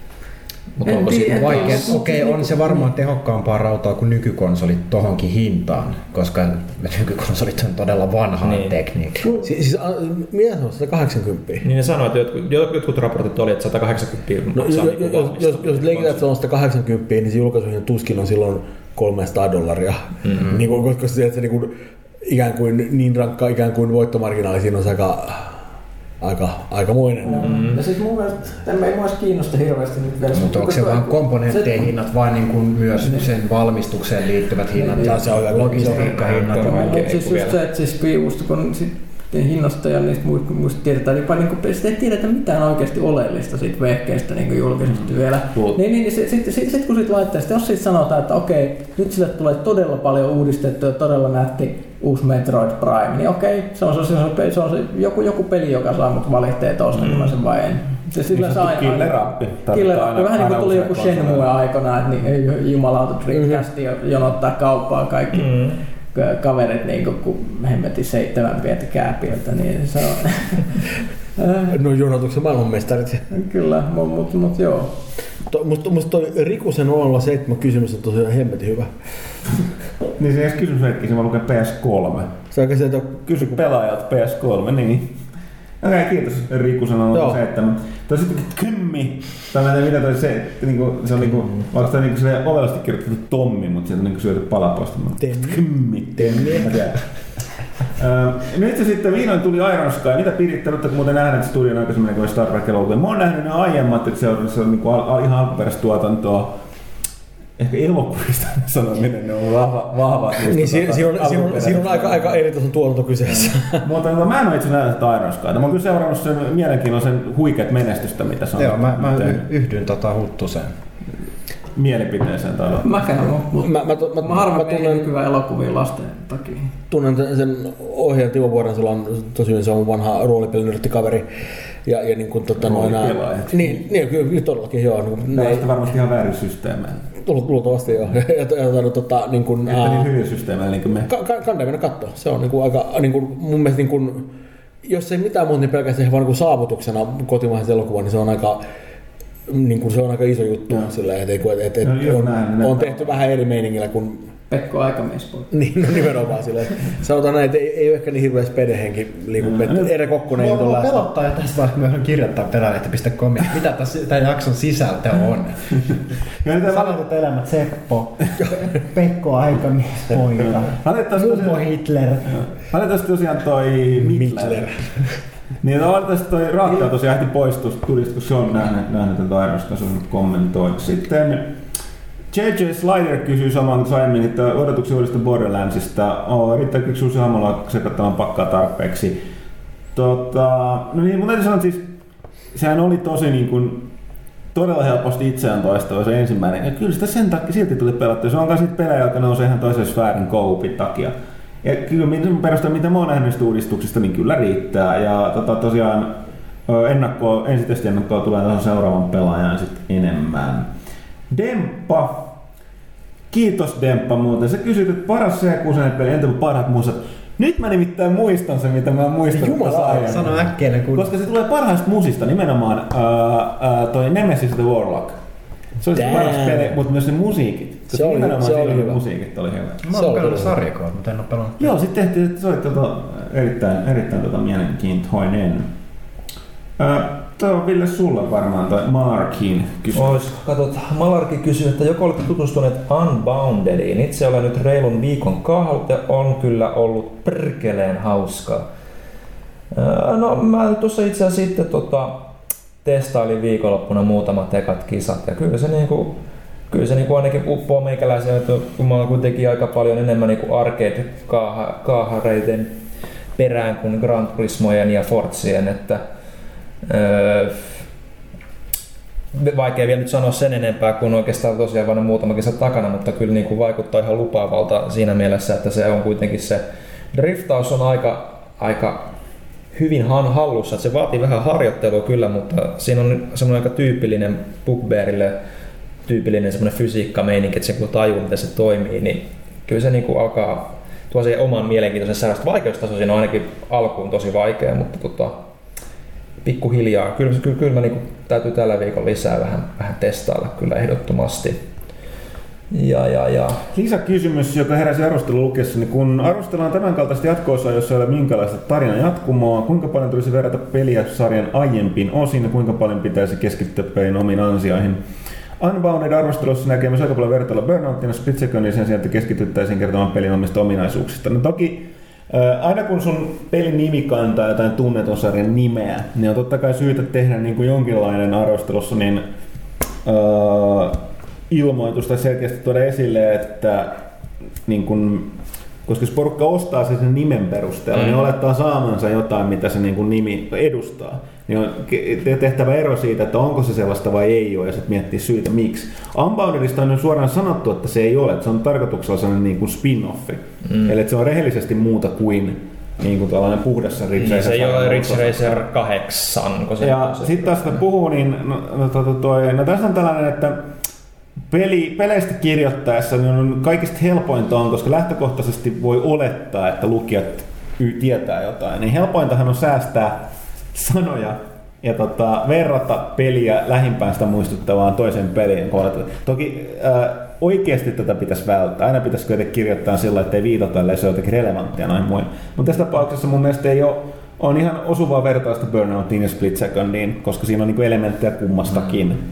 Speaker 1: Mutta onko siitä vaikea? Okei, okay, on se varmaan tehokkaampaa rautaa kuin nykykonsolit tohonkin hintaan, koska nykykonsolit on todella vanhaa niin. tekniikkaa.
Speaker 4: Si- siis mitä se on, sata kahdeksankymmentä?
Speaker 8: Niin ne sanoo, että jotkut, jotkut raportit oli, että sata kahdeksankymmentä maksaa no,
Speaker 4: niin jos, jos, jos leikitään, että se on sata kahdeksankymmentä, niin se julkaisujen tuskin on silloin kolmesataa dollaria. Mm-hmm. Niin kuin, koska se, että se niin kuin, ikään kuin niin rankka ikään kuin voittomarginaali siinä on se aika... Aika, aikamoinen.
Speaker 3: No. Mm. Ja sitten mun mielestä tämä ei mua kiinnosta hirveästi nyt vielä.
Speaker 1: Mutta onko se vaan komponenttien hinnat vai niin kuin myös ne. Sen valmistukseen liittyvät hinnat ja se on logistiikkahinnat?
Speaker 3: Mutta siis just se, että siis just kun sitten hinnasta ja niistä muista tiedetään, niin paljon niin sitä ei tiedetä mitään oikeasti oleellista siitä vehkeestä niin julkisesti mm. vielä. Mm. Niin, niin sitten sit, sit, sit, kun siitä laitteesta, jos siitä sanotaan, että okei, nyt sille tulee todella paljon uudistettu ja todella nätti uusi Metroid Prime, niin okei, se on, se on, se on se, joku, joku peli, joka saa mut valitteet ostamaan mm. sen vai en. Se sillä saa aina.
Speaker 2: Killerappi.
Speaker 3: Killerappi. Vähän niin kuin tuli joku Shenmue aikana, että niin, jumalauta Dreamcasti mm-hmm. jonottaa kauppaa kaikki mm. kaverit niin kuin, kun hemmetin seitsemän pientä kääpiöltä, niin se on...
Speaker 4: No jonotuksen maailmanmestarit.
Speaker 3: Kyllä, mutta mut, mut, joo.
Speaker 4: To, musta, musta toi Rikusen nolla seitsemän kysymys on tosiaan hemmetin hyvä.
Speaker 2: Niin se edes kysymyshetki, se vaan lukee P S kolme.
Speaker 4: Se oikein sieltä...
Speaker 2: Kysy pelaajat P S kolme, niin. Okei, okay, kiitos Rikusen nolla seitsemän. Toi sitten kymmi. Tai mä en tiedä mitä toi se, niinku, se on niinku, vaikka toi niinku silleen ovelasti kirjoitettu Tommi, mutta sieltä on niinku syöty palapoista. Kymmi.
Speaker 4: Temmi.
Speaker 2: Nyt se sitten vihdoin tuli Iron Sky. Mitä piditte? Olette muuten nähneet studion aikaisemmin, kun Star Trek-elokuva. Mä oon nähnyt ne aiemmat, että se on, se on niinku al, ihan alkuperäistä tuotantoa. Ehkä elokuvista sanominen, ne on vahva. vahva
Speaker 4: niin siinä, siinä, on, siinä, on, siinä on aika, aika eritason tuotanto kyseessä.
Speaker 2: Mutta mä en ole itse nähnyt Iron Skyta. Mä oon kyllä seurannut sen mielenkiintoisen huikeat menestystä, mitä se on.
Speaker 1: Joo, mä, mä yhdyn tota Huttuseen
Speaker 2: mielipiteeseen tai
Speaker 3: Mäkään on, mutta mä, mä, mä, mä harvoin tunnen hyvää elokuvia lasten takia.
Speaker 4: Tunnen sen ohjaajan Timo Vuorensula on tosiaan se on vanha roolipelinyrttikaveri. Ja, ja niin kuin tota noin... Niin, niin kyllä todellakin joo.
Speaker 2: Niin, ne on sitten varmasti ihan väärin systeemejä.
Speaker 4: Luultavasti joo. Ja, ja, ja, tota, niin kuin,
Speaker 2: että niin hyviä systeemejä niin kuin me.
Speaker 4: Ka- kannattaa mennä katsoa. Se on niin kuin aika, niin kuin, mun mielestä niin kuin, jos ei mitään muuta, niin pelkästään vaan niin kuin saavutuksena kotimaisen elokuvan, niin se on aika niin kuin se on aika iso juttu. Sillä, et, et, et, et,
Speaker 2: no,
Speaker 4: on,
Speaker 2: näin,
Speaker 4: on tehty vähän eri meiningillä kuin
Speaker 3: Pekko Aikamies.
Speaker 4: niin, no nimenomaan silleen. Sanotaan näin, että ei, ei ole ehkä niin hirveä spedehenki, niin kuin mm. Ere Kokkonen ei
Speaker 1: ole läsnä. Pelottaa jo tästä vaiheessa, kun me kirjoittaa pelaajalehti piste com, mitä tämän jakson sisältö on. Sanotut elämät Seppo, Pekko Aikamies, poika, Mummo Hitler.
Speaker 2: Valitettavasti tosiaan toi Hitler. Niin valitettavasti toi Raakka tosiaan ehti poistua studiosta, kun se on nähnyt, nähnyt tätä ainoastaan, se on kommentoi. Sitten J J Slider kysyy saman kuin aiemmin, että odotuksia uudesta Borderlandsista. Oh, riittääkö Susi Hamola sekoittamaan pakkaa tarpeeksi? Tota, no niin, mun täytyy sanoa, että siis sehän oli tosi niin kuin, todella helposti itseään toistava se ensimmäinen. Ja kyllä sitä sen takia silti tuli pelattua. Se on myös niitä pelejä, jotka nousee ihan toisen sfäärin co-opin takia. Ja kyllä perusteella, mitä mä oon nähnyt niistä uudistuksista, niin kyllä riittää. Ja tota, tosiaan ennakkoa, ensitestiennakkoa tulee tuohon seuraavan pelaajan sitten enemmän. Demppa. Kiitos Demppa muuten. Sä kysyt, että paras C kuusi-peli, entä parhaat musat? Nyt mä nimittäin muistan sen, mitä mä muistan.
Speaker 1: Jumala, sano äkkiä kun...
Speaker 2: Koska se tulee parhaista musista nimenomaan uh, uh, toi Nemesis the Warlock. Se oli se paras peli, mutta myös ne musiikit.
Speaker 4: Se oli, se oli hyvä.
Speaker 2: Musiikit oli hyvä.
Speaker 1: Mä oon pelannut sarjakoon, mutta en oo pelannut.
Speaker 2: Joo, sit tehtiin, että se oli tota, erittäin, erittäin tota mielenkiintoinen. Uh, Tuo on Ville sulla varmaan toi Markin kysymys.
Speaker 8: Ois, katot, Malarki kysyy, että joko olette tutustuneet Unboundediin. Itse olen nyt reilun viikon kahlut ja on kyllä ollut perkeleen hauskaa. No mä tuossa itse asiassa sitten tota, testailin viikonloppuna muutamat ekat kisat ja kyllä se niinku, kyllä se niinku ainakin uppoo meikäläisiä, että kun mä oon kuitenkin aika paljon enemmän niinku arcade-kaahareiden perään kuin Gran Turismojen ja Forzien, että Öö, vaikea vielä nyt sanoa sen enempää, kun oikeastaan tosiaan vain muutama kisa takana, mutta kyllä niin kuin vaikuttaa ihan lupaavalta siinä mielessä, että se on kuitenkin se driftaus on aika, aika hyvin hallussa, että se vaatii vähän harjoittelua kyllä, mutta siinä on semmoinen aika tyypillinen bugbearille tyypillinen semmoinen fysiikkameininki, että se kun tajuu, miten se toimii, niin kyllä se niin kuin alkaa tuo siihen oman mielenkiintoisen säädöstä. Vaikeustaso siinä on ainakin alkuun tosi vaikea, mutta tota, pikkuhiljaa. Kyllä, kyllä, kyllä mä niin kuin, täytyy tällä viikolla lisää vähän, vähän testailla kyllä ehdottomasti. Ja, ja, ja.
Speaker 2: Lisäkysymys, joka heräsi arvostelun lukiessa, niin kun arvostellaan tämän kaltaista jatko-osaa, jossa ei ole minkälaista tarinan jatkumoa, kuinka paljon tulisi verrata peliä sarjan aiempiin osiin ja kuinka paljon pitäisi keskittyä pelin omiin ansioihin? Unbounded arvostelussa näkee myös aika paljon vertailla Burnoutin ja Split Secondin sen sijaan, että keskityttäisiin kertomaan pelin omista ominaisuuksista. No toki aina kun sun pelin nimi kantaa jotain tunnetun sarjan nimeä, niin on totta kai syytä tehdä niin kuin jonkinlainen arvostelussa niin, uh, ilmoitus tai selkeästi tuoda esille, että niin kun, koska jos porukka ostaa sen nimen perusteella, mm. niin olettaa saamansa jotain, mitä se niin kun nimi edustaa. Niin on tehtävä ero siitä, että onko se sellaista vai ei ole, ja sitten miettiä syitä miksi. Unboundedista on suoraan sanottu, että se ei ole, että se on tarkoituksella sellainen niin kuin spin-offi. Mm. Eli että se on rehellisesti muuta kuin niin kuin tällainen puhdas Ridge Racer.
Speaker 8: Se ei ole Ridge Racer kahdeksan.
Speaker 2: Ja sitten taas kun puhuu, niin no, no, toi, no tässä on tällainen, että Peli, peleistä kirjoittaessa niin on kaikista helpointa on, koska lähtökohtaisesti voi olettaa, että lukijat tietää jotain, niin helpointahan on säästää sanoja ja tota, verrata peliä lähimpään sitä muistuttavaan toiseen peliin. Toki äh, oikeasti tätä pitäisi välttää. Aina pitäisi kuitenkin kirjoittaa sillä, että ei viitata, ellei se ole jotenkin relevanttia noin muin. Mutta tässä tapauksessa mun mielestä ei ole, on ihan osuvaa vertausta Burnoutiin ja Split Secondiin, koska siinä on niinku elementtejä kummastakin. Mm.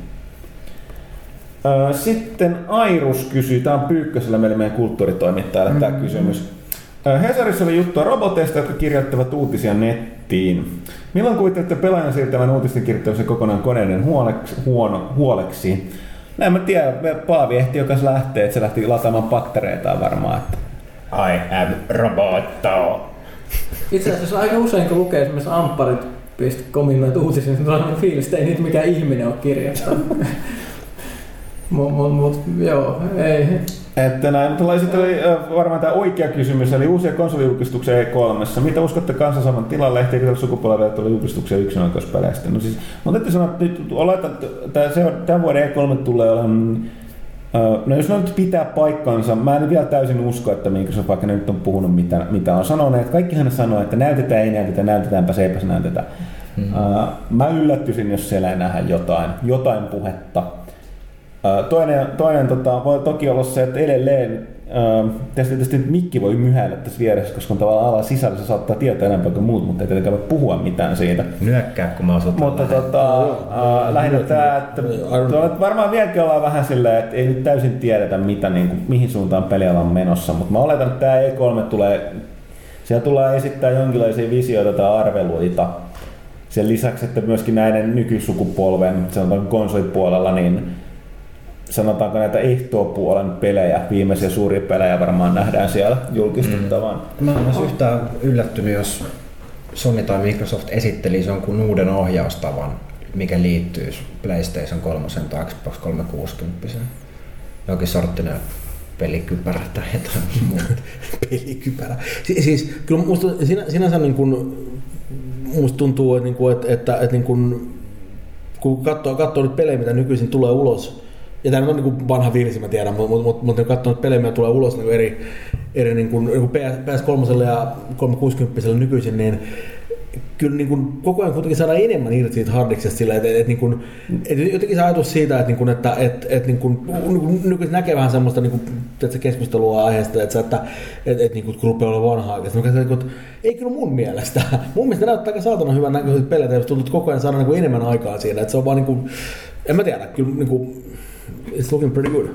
Speaker 2: Sitten Airus kysyy, tämä on Pyykkösellä meille meidän kulttuuritoimittajalle mm-hmm. tämä kysymys. Hesarissa oli juttua roboteista, jotka kirjoittavat uutisia nettiin. Milloin kuvittelette pelaajan siirtävän uutisten kirjoittamisen kokonaan koneiden huoleksi? Huono, huoleksi? No en mä tiedä, Paavi ehti jokas lähtee, että se lähti lataamaan pattereitaan varmaan. Että I am robotto.
Speaker 3: Itse asiassa aika usein kun lukee esimerkiksi ampparit piste comin noita uutisia, niin on fiilis, että ei niitä mikään ihminen ole kirjoittanut. Mut, mut, mut, joo, ei.
Speaker 2: Että näin, mutta sitten oli varmaan tämä oikea kysymys, eli uusia konsolijulkistuksia E kolme. Mitä uskotte kansan saman tilalle, ehtiikö tällä sukupolvella tulla julkistuksia yksioikeuspeleistä? No siis, mutta täytyy sanoa, että nyt oletan, että tämän vuoden E kolme tulee olemaan, no jos nyt pitää paikkansa, mä en vielä täysin usko, että Microsoft vaikka ne nyt on puhunut mitä, mitä on sanoneet. Kaikkihan ne sanoo, että näytetään, ei näytetä, näytetäänpä, eipäs näytetä. Hmm. Uh, mä yllättyisin, jos siellä ei nähdä jotain, jotain puhetta. Uh, toinen toinen tota, voi toki olla se, että edelleen uh, tästä tietysti mikki voi myhäillä tässä vieressä, koska on tavallaan alan sisällä se saattaa tietää enemmän kuin muut, mutta ei tietenkään voi puhua mitään siitä.
Speaker 1: Nyökkää, kun mä osoitan.
Speaker 2: Mutta tota, uh, lähinnä tämä, että varmaan vieläkin ollaan vähän silleen, että ei nyt täysin tiedetä, mitä, niin kuin, mihin suuntaan peliala on menossa, mutta mä oletan, että tämä E kolme tulee, siellä tulee esittää jonkinlaisia visioita tai arveluita. Sen lisäksi, että myöskin näiden nykysukupolven, sanotaan konsolipuolella, niin sanotaanko näitä ehtoopuolen pelejä, viimeisiä suuria pelejä varmaan nähdään siellä julkistettavan.
Speaker 1: Mm. Mä en olisi yhtään yllättynyt, jos Sony tai Microsoft esittelisi jonkun uuden ohjaustavan, mikä liittyy PlayStation kolme tai Xbox kolmesataakuusikymmentä. Jokin sorttinen pelikypärä tai jotain muuta.
Speaker 4: Pelikypärä. Si- siis kyllä musta sinänsä niin kuin, musta tuntuu, että, että, että, että niin kuin, kun katsoo, katsoo nyt pelejä, mitä nykyisin tulee ulos, ja tämä on niin kuin vanha virsi, mä tiedän, mutta, mutta, mutta kun katsoo nyt pelejä, mitä tulee ulos niin eri, eri niin kuin, niin kuin P S kolme ja kolmesataakuusikymmentä nykyisin, niin kyllä niin kuin koko ajan kuitenkin saadaan enemmän irti siitä hardiksesta sillä, että, että, että, että, että jotenkin se ajatus siitä, että, että, että, että, että niin kuin, nykyisin näkee vähän semmoista niin kuin, että keskustelua aiheesta, että, että, että, että, että kun rupeaa olla vanha-aikaista, että, että ei kyllä mun mielestä. Mun mielestä näyttää aika saatana hyvän näköiset pelejä, jos tuntuu, että koko ajan saadaan niin kuin enemmän aikaa siinä, että se on vaan niin kuin, en mä tiedä, kyllä niin kuin, it's looking pretty good.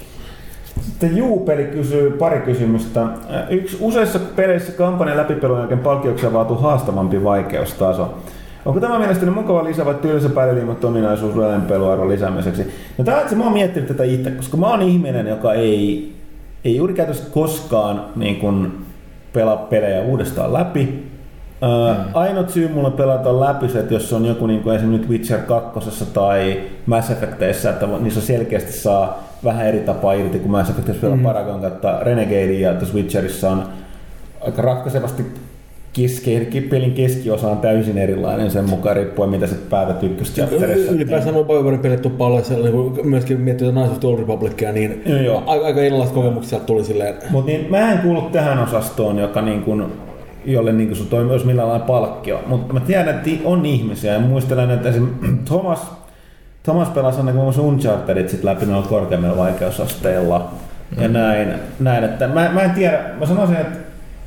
Speaker 2: Sitten Juu-peli kysyy pari kysymystä. Yksi, useissa peleissä kampanjan läpipelun jälkeen palkkiuksia vaatuu haastavampi vaikeustaso. Onko tämä mielestäni mukava lisä vai tylsä päiväliimattu ominaisuus peluarvon lisäämiseksi? No tämä on se, mä oon miettinyt tätä itse, koska mä oon ihminen, joka ei, ei juuri käytössä koskaan niin kun pelaa pelejä uudestaan läpi. Mm. Ainut syy mulle pelata läpi se, että jos on joku niin kuin esimerkiksi Witcher kaksi tai Mass Effecteissä, että niissä selkeästi saa vähän eri tapaa irti kuin Mass Effecteissä pelaa mm. Paragon kautta Renegadea, ja tässä Witcherissa on aika ratkaisevasti keski, pelin keskiosa on täysin erilainen sen mukaan riippuen mitä sä päätät ykköschapterissa.
Speaker 4: Ylipäänsä nuo BioWaren pelit on paljon, niin myöskin miettii Knights of the Old Republicia, niin
Speaker 2: joo, joo.
Speaker 4: aika, aika erilaiset kokemukset sieltä tuli silleen.
Speaker 2: Mut niin, mä en kuulu tähän osastoon, joka niin kuin jolle niin sun toimii olisi millään lailla palkkio. Mutta mä tiedän, että on ihmisiä ja muistelen, että esimerkiksi Thomas, Thomas pelasi aina muun muassa Unchartedit sit läpi noilla korkeammilla vaikeusasteilla mm. ja näin, näin. Että mä, mä en tiedä, mä sanoisin, että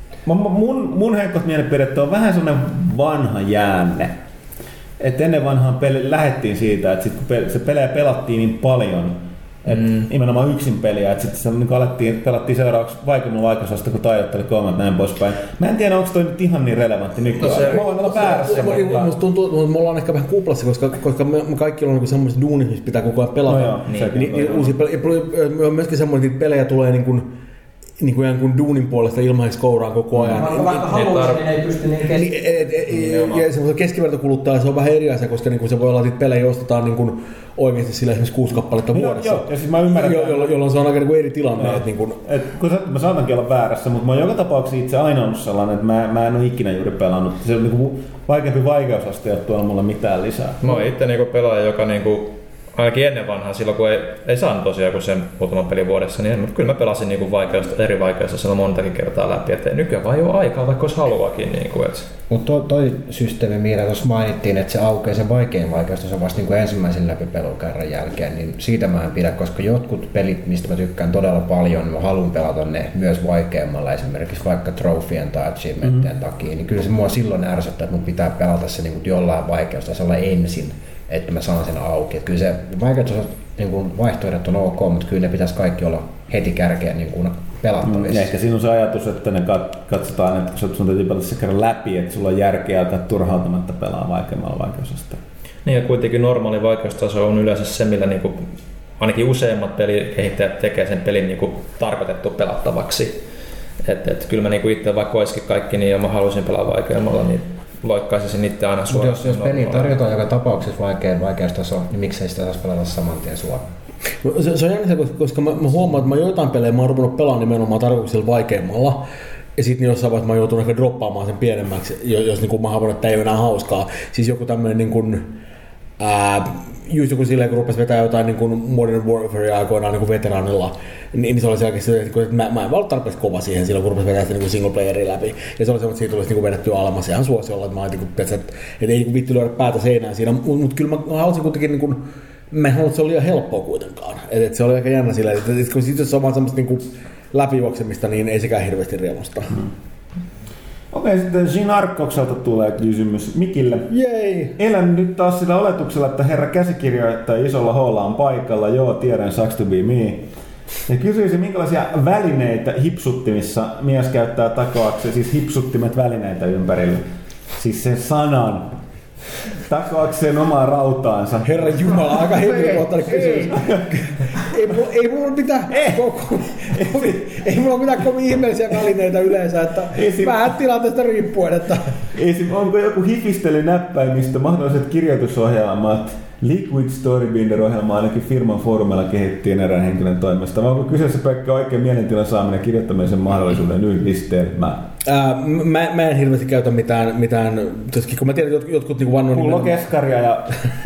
Speaker 2: mun, mun heikot mielipiteet on vähän sellainen vanha jäänne. Että ennen vanhaan peli, lähdettiin siitä, että sit kun pe, se pelejä pelattiin niin paljon, että mm. nimenomaan yksin peliä, että sitten niin alettiin, pelattiin seuraavaksi vaikeammalla vaikeusasta, kun taidotteli kolmat näin poispäin. Mä en tiedä, onko toi nyt ihan niin relevantti nykyään. No mä voin olla väärässä.
Speaker 4: Musta tuntuu, että me ollaan ehkä vähän kuplassa, koska, koska me, me kaikki ollaan niin semmoiset duunit, missä pitää koko ajan pelata.
Speaker 2: No joo,
Speaker 4: niin, niin, niin, uusia pelejä. On myöskin semmoinen, että pelejä tulee niin kuin, niin kuin jonkun duunin puolesta ilmaiseksi kouraan koko ajan.
Speaker 3: Vaikka, vaikka haluaisi, niin ei pysty niin keskivertokuluttaa.
Speaker 4: Ja semmoista keskivertokuluttaa se on vähän eri asia, koska niin se voi olla, että pelejä ostetaan niin kuin oikeasti sillä esimerkiksi kuusi kappaletta vuodessa.
Speaker 2: Joo, ja siis mä ymmärrän,
Speaker 4: jo, jolloin, jolloin se on aika niin kuin eri tilanne.
Speaker 2: Et, niin kuin et, kun sä, mä saatankin olla väärässä, mutta mä oon joka tapauksessa itse aina ollut sellainen, että mä, mä en ole ikinä juuri pelannut. Se on niin kuin vaikeampi vaikeusaste, että tuolla mulla mitään lisää.
Speaker 8: Mä oon itse niin pelaaja, joka niin kuin ainakin ennen vanhaa, silloin kun ei, ei saanut tosiaan kuin sen muutaman pelin vuodessa, niin mutta kyllä mä pelasin niin vaikeusta, eri vaikeusta montakin kertaa läpi, että nykyään vaan ei ole aikaa, vaikka olisi haluakin. Niin
Speaker 1: mutta toi, toi systeemi, mitä tuossa mainittiin, että se aukeaa se vaikein vaikeus, se on vasta niin ensimmäisen läpipelukerran jälkeen, niin siitä mä en pidä, koska jotkut pelit, mistä mä tykkään todella paljon, mä haluan pelata ne myös vaikeammalla, esimerkiksi vaikka trofien tai achievementtien mm-hmm. takia, niin kyllä se mua silloin ärsyttää, että mun pitää pelata se niin jollain vaikeustasolla ensin, että mä saan sen auki. Että kyllä se vaikeutusosat, niin vaihtoehdot on ok, mutta kyllä ne pitäisi kaikki olla heti kärkeen niin pelattavissa.
Speaker 2: Mm, ehkä siinä on se ajatus, että ne katsotaan, että kun sun täytyy pelata se kerran läpi, että sulla on järkeä alkaa turhautumatta pelaa vaikeammalla vaikeusasta.
Speaker 8: Niin ja kuitenkin normaali vaikeustaso on yleensä se, millä niinku, ainakin useimmat pelikehittäjät tekee sen pelin niinku tarkoitettu pelattavaksi. Että et, kyllä mä niinku itse vaikka olisikin kaikki niin ja mä haluaisin pelaa vaikeammalla, niin loikkaisisin itse aina suoraan.
Speaker 1: Jos, jos peli tarjotaan joka tapauksessa vaikein vaikeustaso, niin miksei sitä saisi pelata saman tien suoraan?
Speaker 4: Se, se on jännä, koska mä, mä huomaan, että mä joitain pelejä mä oon rupunut pelaamaan nimenomaan tarkoituksella vaikeimmalla. Ja sitten jossain vaiheessa mä oon joutunut ehkä droppaamaan sen pienemmäksi, jos niin mä haluan, että ei ole enää hauskaa. Siis joku tämmöinen niin kuin Ää, just joku silleen, kun rupesi vetää jotain niin kuin Modern Warfare aikoinaan niin kuin veteraanilla, niin, niin se oli selkeästi, että mä, mä en ollut tarpeeksi kova siihen silloin, kun rupesi vetää sitä niin single playerin läpi. Ja se oli semmoinen, että siitä tulisi niin vedettyä alemmas ihan suosiolla, että mä olin, että, että, että ei niin vittu lyödä päätä seinään siinä, mutta mut kyllä mä halusin kuitenkin, niin kuin, mä en halunnut, että se oli liian helppoa kuitenkaan. Että, että se oli aika jännä silleen, että, että kun sitten se on vaan semmoista niin läpijuoksemista, niin ei sekään hirveästi riemusta. Hmm.
Speaker 2: Okei, sitten Jean Arkokselta tulee kysymys Mikille.
Speaker 4: Jei!
Speaker 2: Elän nyt taas sillä oletuksella, että herra käsikirjoittaja isolla H:lla on paikalla. Joo, tiedän, sucks to be me. Ja kysyisin, minkälaisia välineitä hipsuttimissa mies käyttää takoakseen, siis hipsuttimet välineitä ympärillä. Siis sen sanan takoakseen omaa rautaansa.
Speaker 4: Herra Jumala, aika henkilökohtainen kysymys. Ei mulla, ei mulla ole mitään, koko, ei mulla ole mitään kovin ihmeellisiä välineitä yleensä, että Esim... vähän tilanteesta riippuen. Että...
Speaker 2: Esim, onko joku hifistelynäppäimistä, mahdolliset kirjoitusohjelmat, Liquid Storybinder-ohjelma ainakin firman foorumilla kehittiin erään henkilön toimesta, vai onko kyseessä pelkkä oikein mielentilan saaminen kirjoittamisen mahdollisuuden yhdistelmä?
Speaker 4: Ää, mä, mä en hirveästi käytä mitään, mitään kun mä tiedän, että jotkut niinku vannoo...
Speaker 2: Pullo keskaria ja...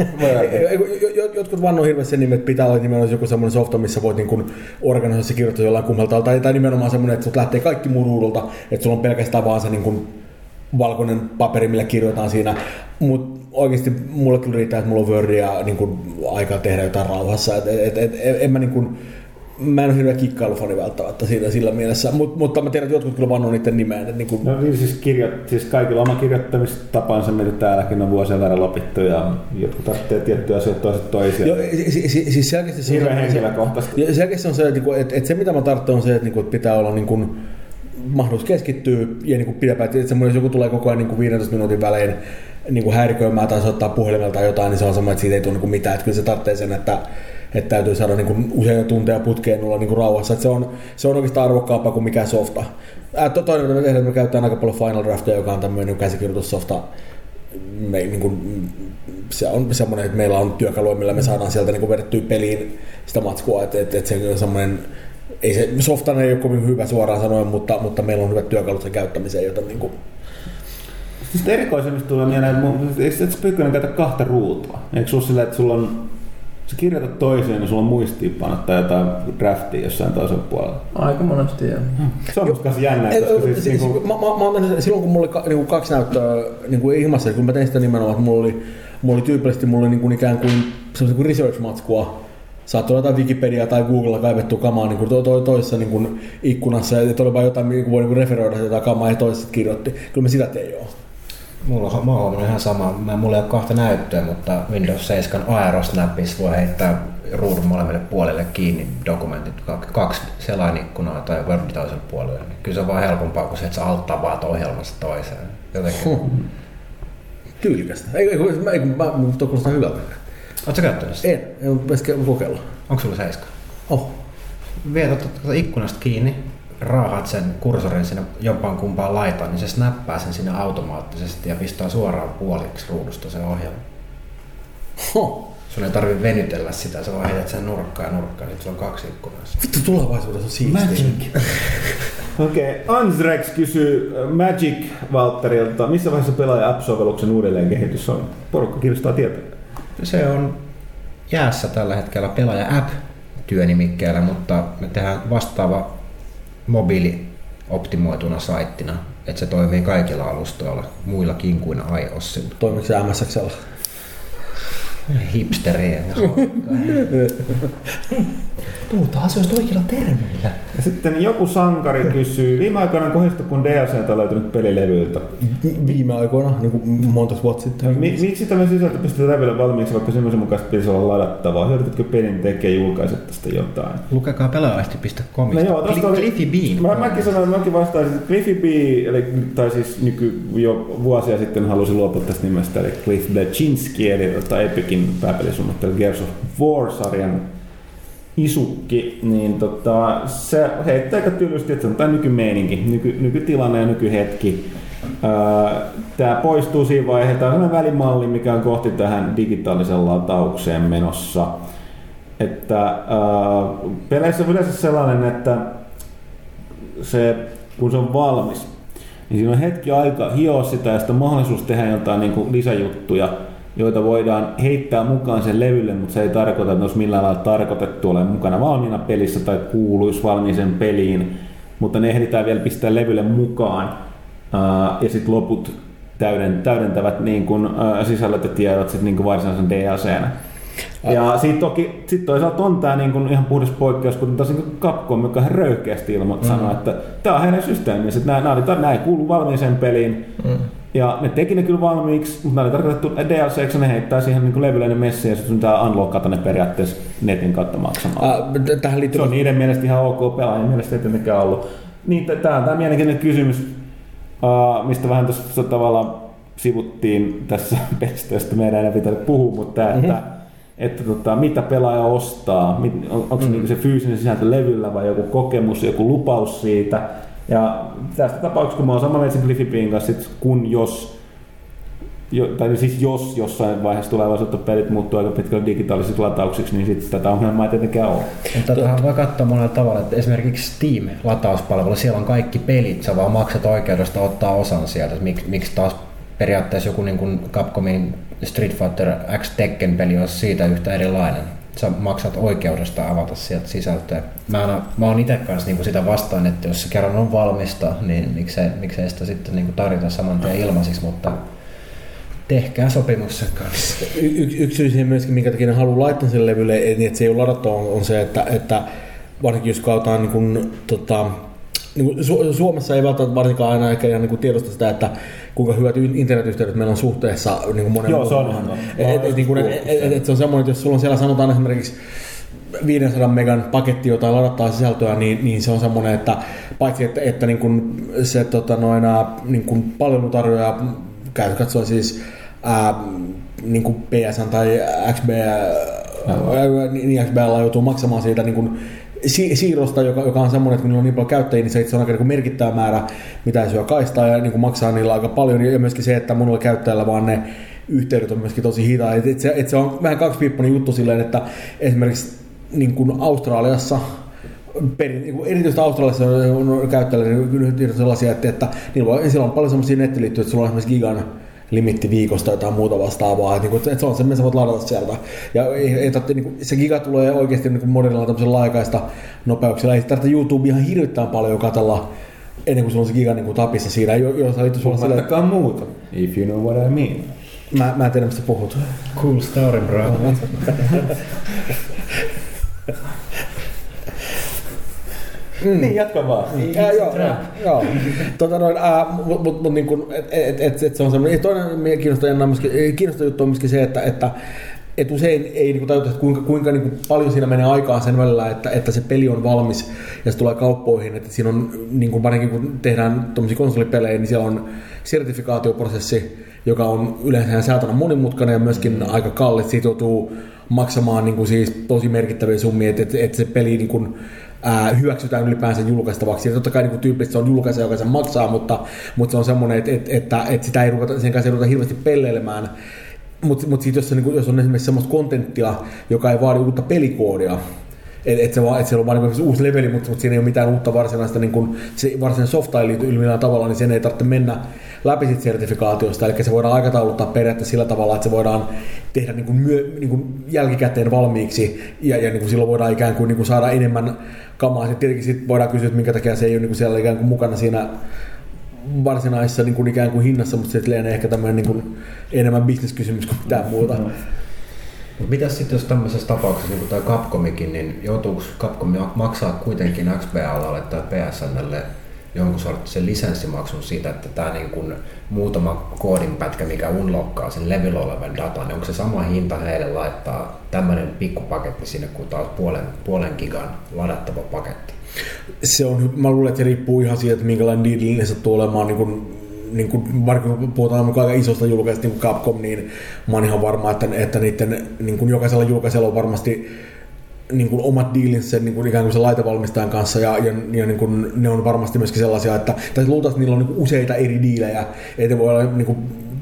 Speaker 4: jotkut vannoo hirveästi sen nimen, että pitää olla nimenomaan joku semmoinen softa, missä voit niinku organisoida se kirjoittaa jollain kummalta, tai, tai nimenomaan semmoinen, että sut lähtee kaikki muu ruudulta, että sulla on pelkästään vaan se niinku valkoinen paperi, millä kirjoitetaan siinä, mutta oikeasti mulle kyllä riittää, että mulla on Wordia niin aikaa tehdä jotain rauhassa, et, et, et, et, en mä niin kuin, mä en ole hirveä kikkailufani välttämättä siinä, sillä mielessä, Mut, mutta mä tiedän, että jotkut kyllä vannoo niiden nimeen. Niin kuin...
Speaker 2: No niin, siis, kirjo, siis kaikilla oma kirjoittamistapansa, mitä täälläkin on vuosien verran lopittu ja jotkut tarvitsee tiettyjä asioita toiset toisia.
Speaker 4: Joo, siis, siis selkeästi se on,
Speaker 2: henkilökohtaisesti.
Speaker 4: Selkeästi on se, että, että, että se mitä mä tarvitsen on se, että, että pitää olla niin kuin, mahdollisuus keskittyä ja niin pidäpä, että jos joku tulee koko ajan niin viidentoista minuutin välein niin häiriköimään tai soittaa puhelimelta tai jotain, niin se on sama, että siitä ei tule niin mitään. Että kyllä se tarvitsee sen, että, että täytyy saada niin useita tunteja putkeen olla niin rauhassa. Että se, on, se on oikeastaan arvokkaampaa kuin mikään softa. Ää, toinen, mitä me tehdään, me käytetään aika paljon Final Draftia, joka on tämmöinen niin käsikirjoitussofta. Me, niin kuin, se on semmoinen, että meillä on työkaluja, millä me saadaan sieltä niin vedettyä peliin sitä matskua. Että, että, että se on semmoinen... Ei se softan ei ole kovin hyvä suoraan sanoen, mutta, mutta meillä on hyvät työkalut sen käyttämiseen, joten niin kuin...
Speaker 2: Sitten erikoisemmista tulee mieleen, että eikö et Pyykkönen käytä kahta ruutua? Eikö sulla silleen, että sulla on... Sä kirjoitat toiseen ja sulla on muistiinpanot tai jotain draftia jossain toisella puolella?
Speaker 3: Aika monesti, joo.
Speaker 2: Se on musta jännä, koska siis... siis niinku...
Speaker 4: mä, mä, mä oon silloin, kun mulla oli niinku kaksi näyttöä niinku ilmassa, kun mä tein sitä nimenomaan, että mulla oli, mulla oli tyypillisesti mulla oli niinku ikään kuin semmoista research-matskua. Saattoi olla jotain Wikipediaa tai Googlella kaivettua kamaa niin to, to, toisessa niin ikkunassa, että oli vain jotain, niin voi niin referoida jotain kamaa ja toisessa kirjoitti. Kyllä mä sitä tein joo.
Speaker 1: Mulla on, mä oon ihan sama. Mä, mulla ei ole kahta näyttöä, mutta Windows seitsemän Aerosnapissa voi heittää ruudun molemmille puolelle kiinni dokumentit, kaksi selainikkunaa tai Word toiselle puolelle. Kyllä se on vaan helpompaa kuin se, että sä alttavat ohjelmasta toiseen. Jotenkin.
Speaker 4: Huh. Tyylikästä. Ei, ei, ei, ei, mä, mä kuulostaa hyvältä.
Speaker 1: Oletko sä käyttänyt sitä?
Speaker 4: En, en pitäisi kokeilla.
Speaker 1: Onko sulla seiska?
Speaker 4: Oh.
Speaker 1: Vietät ikkunasta kiinni, raahat sen kursorin sinne jompaan kumpaan laitaan, niin se snappaa sen sinne automaattisesti ja pistää suoraan puoliksi ruudusta sen ohjelman.
Speaker 4: Huh.
Speaker 1: Sun ei tarvitse venytellä sitä, sä vaan heität sen nurkkaan ja nurkkaan, niin sulla on kaksi ikkunaa.
Speaker 4: Vittu, tulevaisuudessa on siistiä.
Speaker 2: Magic. Okei, okay. Ansrex kysyy Magic Valtterilta, missä vaiheessa pelaaja app-sovelluksen uudelleen kehitys on? Porukka kiinnostaa tietää.
Speaker 1: Se on jäässä tällä hetkellä pelaaja app työnimikkeellä, mutta me tehdään vastaava mobiili optimoituna saittina, että se toimii kaikilla alustoilla, muillakin kuin iOSilla.
Speaker 4: Toimiiko se M S X:llä?
Speaker 1: Hipsteriä. Puhutaan asioista oikeilla termeillä.
Speaker 2: Ja sitten joku sankari kysyy, viime aikoina kohdista kun D L C:tä on löytynyt pelilevyiltä.
Speaker 4: Viime aikoina, niin kuin monta vuotta sitten.
Speaker 2: Mi- miksi tämä sisältö pistetään vielä valmiiksi, vaikka semmoisen mukaisesti pitäisi olla ladattavaa? Hyödytätkö pelin tekee julkaiset tästä jotain?
Speaker 1: Lukekaa pelaajalehti piste comista.
Speaker 2: No joo, tosta oli...
Speaker 1: Cliffy B.
Speaker 2: Mä, mäkin sanoin, mäkin vastaisin, että Cliffy B, eli, tai siis nyky, jo vuosia sitten halusin luopua tästä nimestä, eli Cliff Bleszinski, eli tota Epicin pääpelisuunnittelu Gears of War-sarjan isukki, niin tota, se heittää aika tylysti, että se on tämä nykymeininki, nyky, nykytilanne ja nykyhetki. Tämä poistuu siinä vaiheessa, tämä on sellainen välimalli, mikä on kohti tähän digitaaliseen lataukseen menossa. Että ää, peleissä on yleensä sellainen, että se, kun se on valmis, niin siinä on hetki aika hioa sitä ja sitten on mahdollisuus tehdä jotain niin kuin lisäjuttuja joita voidaan heittää mukaan sen levylle, mutta se ei tarkoita, että ne olisi millään lailla tarkoitettu ole mukana valmiina pelissä tai kuuluisi valmiiseen peliin, mutta ne ehditään vielä pistää levylle mukaan ja sitten loput täydentävät niin kuin, sisällöt ja tiedot sit niin kuin varsinaisen D L C:nä. Ja sitten toki sit toisaalta on tämä niinku ihan puhdas poikkeus, kuten taas niinku Capcom, joka ihan röyhkeästi ilmo mm-hmm. sanoi, että tämä on heidän systeeminsä, että nämä ei kuulu valmiiseen peliin. Mm. Ja ne teki ne kyllä valmiiksi, mutta nämä oli tarkoitettu D L C:ksi, ne heittää siihen niinku levylle ne messi ja sitten pitää unlockata ne periaatteessa netin kautta maksamaan. Ah, tähän liittyy... Se on niiden mielestä ihan ok, pelaajien mielestä ei tietenkään ollut. Niin, tämä on tämä mielenkiintoinen kysymys, uh, mistä vähän tuossa tavallaan sivuttiin tässä pesteestä, meidän ei enää pitänyt puhua, mutta tämä, mm-hmm. että että tota, mitä pelaaja ostaa, on, onko se, mm. niinku se fyysinen sisältö levyllä vai joku kokemus, joku lupaus siitä. Ja tästä tapauksessa, kun mä oon samaa mieltä sen Cliffy kanssa, sit kun jos, jo, tai siis jos jossain vaiheessa tulevaisuutta pelit muuttuu aika pitkälle digitaalisiksi latauksiksi, niin sitten tätä ongelmaa ei tietenkään ole.
Speaker 1: Tätähän voi katsoa monella tavalla, että esimerkiksi Steam-latauspalvelu, siellä on kaikki pelit, sä vaan maksat oikeudesta ottaa osan sieltä, miksi mik taas periaatteessa joku niin kuin Capcomin Street Fighter X Tekken-peli on siitä yhtä erilainen. Sä maksat oikeudesta avata sieltä sisältöä. Mä, aina, mä oon itse kanssa niin sitä vastaan, että jos se kerran on valmista, niin miksei, miksei sitä sitten niin tarjota saman tien ilmaisiksi, mutta tehkää sopimus sen kanssa.
Speaker 4: Y- y- yksi syy myöskin, minkä takia ne haluaa laittaa sen levylle, niin että se ei ole ladattu, on, on se, että, että varsinkin jos kautaan niin kuin, tota, niin kuin Su- Suomessa ei välttämättä varsinkaan aina ehkä ihan niin tiedosta sitä, että kuinka hyvät internetyhteydet meillä on suhteessa niin monen
Speaker 2: Joo, se on
Speaker 4: et, et, niin et, et, et se on semmoinen, että jos sulla on siellä sanotaan esimerkiksi viisisataa megan paketti, jota ladattaa sisältöä, niin, niin se on semmoinen, että paitsi että, että niin kuin se tota, noina, niin kuin palvelutarjoaja katsoen siis ää, niin kuin P S N tai X B, ää, niin X B L joutuu maksamaan siitä niin kuin siirrosta, joka, joka on semmoinen, että kun niillä on niin paljon käyttäjiä, niin se itse on aika niin merkittävä määrä, mitä syö kaistaa ja niin kuin maksaa niillä aika paljon. Ja myöskin se, että monella käyttäjällä vaan ne yhteydet on myöskin tosi hitaita. Et, et se, et se on vähän kaksipiippunen juttu silleen, että esimerkiksi niin kuin Australiassa, perin, niin kuin erityisesti Australiassa on käyttäjällä niin sellaisia, että, että niillä, on, on paljon sellaisia nettiliittyjä, että sulla on esimerkiksi gigan limitti viikosta jotain muuta vastaavaa, että, että se on se, sä voit ladata sieltä. Ja ei, että, niin se giga tulee oikeasti niin modernilla tämmöisellä laajakaista nopeuksilla. Ei tarvitse YouTube ihan hirvittävän paljon katsella ennen kuin sulla on se giga niin tapissa siinä.
Speaker 2: Puhumattakaan muuta. If you know what I mean.
Speaker 4: Mä, mä en tiedä, mistä puhut.
Speaker 1: Cool story, bro.
Speaker 2: Mm. Niin, jatka vaan.
Speaker 4: Niin, ää, joo, joo. Tota noin, mutta mut, mut, niin et, et, et, et se on semmoinen. Toinen kiinnostava juttu on myöskin se, että, että et usein ei niin tajuta, että kuinka, kuinka niin paljon siinä menee aikaa sen välillä, että, että se peli on valmis ja se tulee kauppoihin. Että siinä on, niin kuin varsinkin kun tehdään tuommoisia konsolipelejä, niin siellä on sertifikaatioprosessi, joka on yleensä ihan säätänä monimutkainen ja myöskin mm. aika kallis. Siitä joutuu maksamaan niin kuin siis tosi merkittäviä summia, että, että, että se peli niin kuin Ää, hyväksytään ylipäänsä julkaistavaksi. Ja totta kai niin tyypillisesti se on julkaisija, joka sen maksaa, mutta, mutta se on semmoinen, että, että, että, että sitä ei ruveta, sen kanssa ei ruveta hirveästi pelleilemään. Mutta mut sitten jos, niin jos on esimerkiksi semmoista kontenttia, joka ei vaadi uutta pelikoodia, että et se, et se on vain niin uusi leveli, mutta, mutta siinä ei ole mitään uutta varsinaista, niin kuin se varsinainen softa ei liity millään tavalla, niin sen ei tarvitse mennä läpi sit sertifikaatiosta. Eli se voidaan aikatauluttaa periaatteessa sillä tavalla, että se voidaan tehdä niin kuin myö, niin kuin jälkikäteen valmiiksi ja, ja niin kuin silloin voidaan ikään kuin, niin kuin saada enemmän kamaa. Sitten tietenkin sit voidaan kysyä, että minkä takia se ei ole niin kuin siellä ikään kuin mukana siinä varsinaisessa niin kuin ikään kuin hinnassa, mutta se lienee ehkä tämmöinen niin kuin enemmän bisneskysymys kuin mitään muuta.
Speaker 1: No. Mutta mitäs sitten jos tämmöisessä tapauksessa, niin kuin toi Capcomikin, niin joutuuko Capcom maksaa kuitenkin X B L:lle tai P S N:lle jonkun sortin lisenssimaksun siitä, että tämä niin kuin muutama koodinpätkä, mikä unlockkaa sen levyllä olevan datan, niin onko se sama hinta heille laittaa tämmöinen pikkupaketti sinne, kun taas puolen, puolen gigan ladattava paketti?
Speaker 4: Se on, mä luulen, että se riippuu ihan siitä, että minkälainen deal ne sattuu olemaan, niin kuin, niin kuin, vaikka puhutaan aika isosta julkaisesta niin kuin Capcom, niin mä oon ihan varma, että, että niiden, niin kuin jokaisella julkaisella on varmasti niin kuin omat dealinsä niin kuin ikään kuin sen laitevalmistajan kanssa ja, ja, ja niin kuin ne on varmasti myöskin sellaisia, että tai luultavasti niillä on niin kuin useita eri diilejä, että voi olla niin kuin,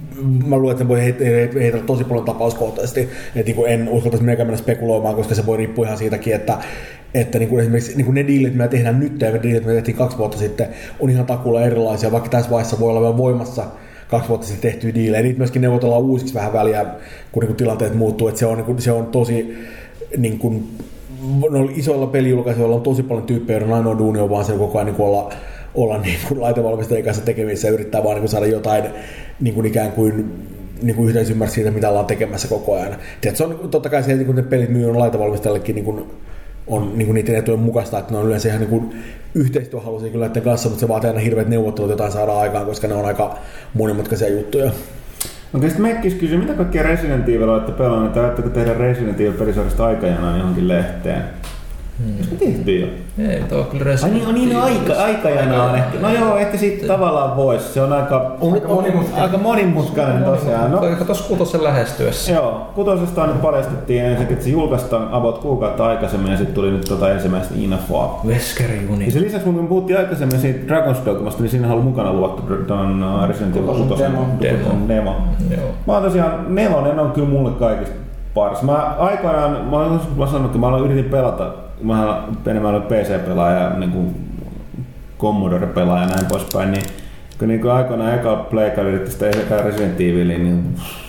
Speaker 4: mä luulen, että ne voi heitellä tosi paljon tapauskohtaisesti, että niin kuin en uskaltaisi minäkään mennä spekuloimaan, koska se voi riippua ihan siitäkin, että että niin kuin esimerkiksi niin kuin ne diilit, mitä tehdään nyt ja ne diilit, mitä tehtiin kaksi vuotta sitten, on ihan takuulla erilaisia, vaikka tässä vaiheessa voi olla vielä voimassa kaksi vuotta sitten tehtyä diilejä. Niitä myöskin neuvotellaan uusiksi vähän väliä, kun niinku tilanteet muuttuu. Et se, on, niinku, se on tosi niinku, noilla isoilla pelijulkaisijoilla on tosi paljon tyyppejä, joiden ainoa duuni on vaan se koko ajan niinku olla, olla niinku laitevalmistajien kanssa tekemissä ja yrittää vaan niinku saada jotain niinku ikään kuin niinku yhteisymmärrys siitä, mitä ollaan tekemässä koko ajan. Tiedät, se on totta kai se, että kun ne pelit myy on laitevalmistajallekin niinku, on niinku niiden etujen mukaista, että ne on yleensä ihan niinku yhteistyöhaluisia kyllä näiden kanssa, mutta se vaatii aina hirveät neuvottelut jotain saada aikaan, koska ne on aika monimutkaisia juttuja.
Speaker 2: Okei, sitten Mekkis kysyy, mitä kaikkia Resident Evil olette pelannut, että ajatteko tehdä Resident Evil pelisarjasta aikajanaan johonkin lehteen? Hmm. Tehty jo.
Speaker 8: Ei, tuo on kyllä Resident
Speaker 2: Ai niin, niin aika, aikajana on ehkä. No joo, ehkä siitä tavallaan voisi. Se on aika,
Speaker 3: on, aika monimutkainen,
Speaker 2: aika monimutkainen tosiaan. No,
Speaker 8: ehkä tuossa kutosen lähestyessä.
Speaker 2: Joo, kutosesta nyt paljastettiin ensin, että se julkaistaan about kuukautta aikaisemmin ja sitten tuli nyt tota ensimmäistä infoa.
Speaker 8: Veskeri-juni.
Speaker 2: Ja sen lisäksi kun puhuttiin aikaisemmin siitä Dragon's Dogmasta, niin siinä oli mukana luvattu uh, Resident Evil kutosen demo. demo. Mä oon tosiaan, nelonen on kyllä mulle kaikista paras. Mä aikoinaan, mä olen sanonut, että mä yritin pelata. Mä enemmän olen P C-pelaaja, niin kuin Commodore-pelaaja ja näin poispäin, niin kun niin kuin aikoinaan eka Playcard yritti sitä eka Resident Evilia, niin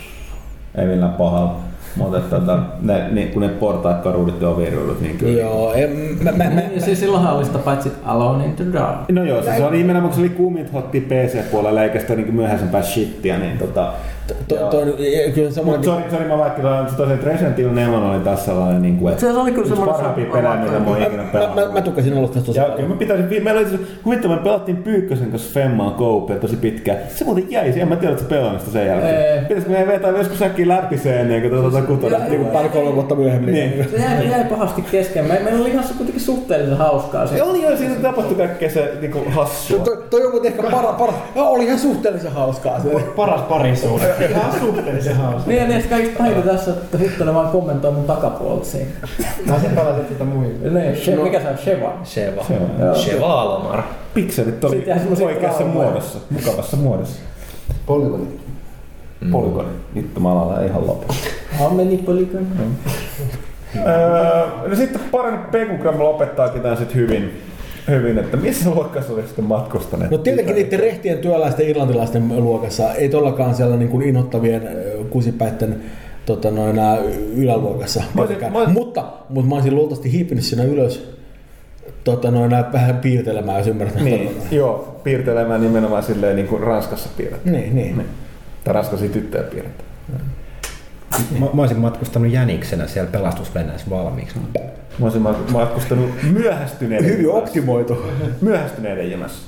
Speaker 2: ei millään pahalla. Mutta tota, ne, niin, kun ne portaat, karuudut ja oviruudut, niin kyllä.
Speaker 4: Joo, en, mä, mä, mä,
Speaker 3: ja siis silloinhan oli sitä paitsi Alone in the Dark.
Speaker 2: No joo, se, se oli nimenomaan, kun se oli kuumit hotti P C-puolella eikä sitä niin myöhäisempää shittiä, niin tota...
Speaker 4: To, to, kyllä
Speaker 2: Mutta sori, sori, mä vaikka tosiaan, että Resident Evil neljä oli taas sellainen, niin kuin, että
Speaker 3: se oli kyllä semmoinen
Speaker 2: parhaimpia pelejä, mitä mä oon ikinä pelannut.
Speaker 4: Mä, mä, mä tukkasin alusta tosi
Speaker 2: ja kyllä mä pitäisin, meillä oli huvittava, me pelattiin Pyykkösen kanssa Femmaan Coopia tosi pitkään. Se muuten jäi, en mä tiedä, että se pelannut sitä sen jälkeen. Pitäisikö meidän vetää joskus säkkiin läpi se ennen kuin tuota kutonen?
Speaker 4: Niin kuin pari kolme vuotta myöhemmin.
Speaker 3: Niin. Se jäi, jäi pahasti kesken. Me, meillä oli ihan kuitenkin suhteellisen hauskaa.
Speaker 2: Se oli jo, siinä tapahtui kaikkea se niinku hassua.
Speaker 4: To, toi on muuten ehkä para, para, oli ihan suhteellisen hauskaa. Se.
Speaker 1: Paras parisuus. Ihan suhteellisen hauskaa.
Speaker 3: Niin, niin kaikista pahinta tässä, että Huttonen vaan kommentoi mun takapuolta siinä.
Speaker 1: Mä sen pelasit sitä muita.
Speaker 3: Niin, no. Mikä se on? Sheva?
Speaker 8: Sheva. Sheva Alomar.
Speaker 2: Pikselit oli oikeassa muodossa, mukavassa muodossa.
Speaker 1: Polygoni.
Speaker 2: Mm. Polygoni. Nyt mä alan ihan loppu.
Speaker 3: How many polygoni?
Speaker 2: öö, no sitten paremmin Pekugram lopettaakin tän sit hyvin. Hyvin, että missä luokassa oli sitten matkustaneet?
Speaker 4: No tietenkin niiden rehtien työläisten irlantilaisten luokassa, ei tollakaan siellä niin kuin inhottavien kusipäitten tota, noin, yläluokassa. Olisin, mä... Mutta, mutta mä olisin luultavasti hiipinyt siinä ylös tota, noin, vähän piirtelemään, jos ymmärrät.
Speaker 2: Niin, joo, piirtelemään nimenomaan silleen niin kuin Ranskassa piirretään.
Speaker 4: Niin, niin. niin.
Speaker 2: Tai ranskaisia tyttöjä piirretään.
Speaker 1: Mä, mä olisin matkustanut jäniksenä siellä pelastusveneessä valmiiksi.
Speaker 2: Mä olisin matkustanut myöhästyneiden
Speaker 4: Hyvin optimoitu.
Speaker 2: Myöhästyneiden junassa.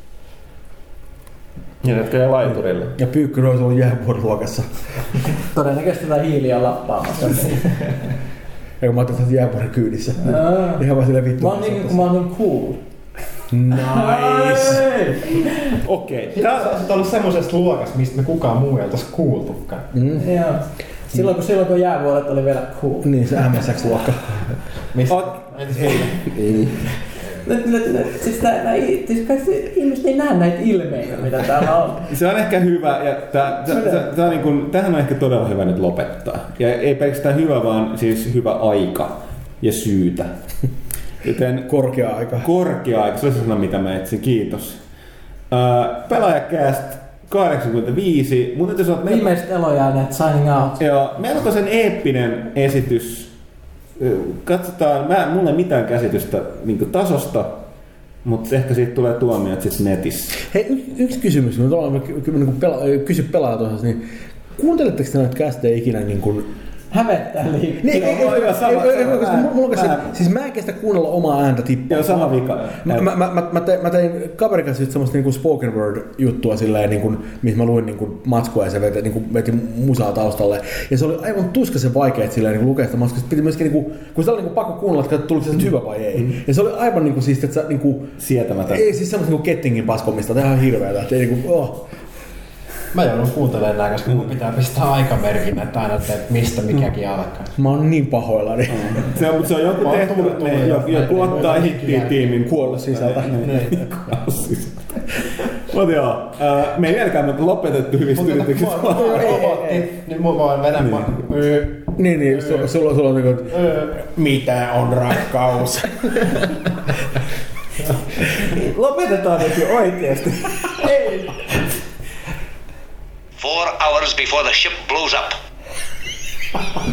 Speaker 2: Ja jotka jäi laiturille.
Speaker 4: Ja Pyykkönen olisi ollut jäävuoriluokassa.
Speaker 3: Todennäköisesti tätä hiiliä lappaamassa.
Speaker 4: Eikö mä ajattelin, että jäävuoren kyydissä. Ihan vaan silleen vittu.
Speaker 3: Mä oon niin, mä oon niin cool.
Speaker 4: Nice!
Speaker 2: Okei.
Speaker 1: Okay. Sä oot ollut semmosesta luokasta, mistä me kukaan muu ei oltais kuultukaan.
Speaker 3: Mm. Joo. Silloin kun, silloin kun jäävuoret oli vielä cool.
Speaker 4: Niin, se M S X-luokka.
Speaker 1: Mistä?
Speaker 4: Ei. Ei.
Speaker 3: Siis, tää, nää, siis kaikki ihmiset ei näe näitä ilmeitä, mitä täällä on.
Speaker 2: Se on ehkä hyvä, ja tää, tää, tää, tää niin kun, tämähän on ehkä todella hyvä nyt lopettaa. Ja ei pelkästään hyvä, vaan siis hyvä aika ja syytä. Joten
Speaker 4: korkea aika.
Speaker 2: Korkea aika, se on se sana, mitä mä etsin. Kiitos. Uh, Pelaajakäst kahdeksankymmentäviisi. Mutta jos olet
Speaker 3: viimeiset elojääneet signing out.
Speaker 2: Joo, meillä on sen eeppinen esitys. Katsotaan, mä, mulla ei mitään käsitystä niin kuin tasosta, mutta ehkä siitä tulee tuomiot sitten netissä.
Speaker 4: Hei, y- yksi kysymys, kun mä niin pela- kysy pelaajatoisesta, niin kuunteletteko te näitä kästejä ikinä niin kuin
Speaker 3: hävettää liikaa.
Speaker 4: Niin, ei, ei, hyvä, sama, ei, sama, koska mä, mulla mä, siis mä en kestä kuunnella omaa ääntä tippaa.
Speaker 2: Joo, sama vika.
Speaker 4: Mä, mä, mä, mä, tein, mä tein kaverin kanssa semmoista niinku spoken word juttua silleen, niinku, missä mä luin niinku matskua ja se veti, niinku, veti musaa taustalle. Ja se oli aivan tuskaisen vaikea silleen, niinku, lukea sitä matskua. Piti myöskin, niinku, kun sitä oli niinku, pakko kuunnella, että tuliko se hyvä vai ei. Mm. Ja se oli aivan niinku, siis, että sä, niinku,
Speaker 2: sietämätön.
Speaker 4: Ei siis semmoista niinku, kettingin paskomista, tämä on hirveetä. Ei, niinku, oh.
Speaker 1: Mä joudun kuuntelemaan nää, koska mun pitää pistää aikamerkin, että aina teet mistä mikäkin alkaa.
Speaker 4: Mä oon niin pahoillani.
Speaker 2: Mm. Se on, se on joku tehty, joku ottaa hittiin tiimin
Speaker 4: kuolla sisältä.
Speaker 2: Mutta joo, me ei vieläkään lopetettu hyvistä yrityksistä.
Speaker 1: Nyt mun vaan vedän.
Speaker 4: Niin, niin, sulla on niinku...
Speaker 1: Mitä on rakkaus?
Speaker 2: Lopetetaan nyt jo oikeesti.
Speaker 1: Ei.
Speaker 9: four hours before the ship blows up.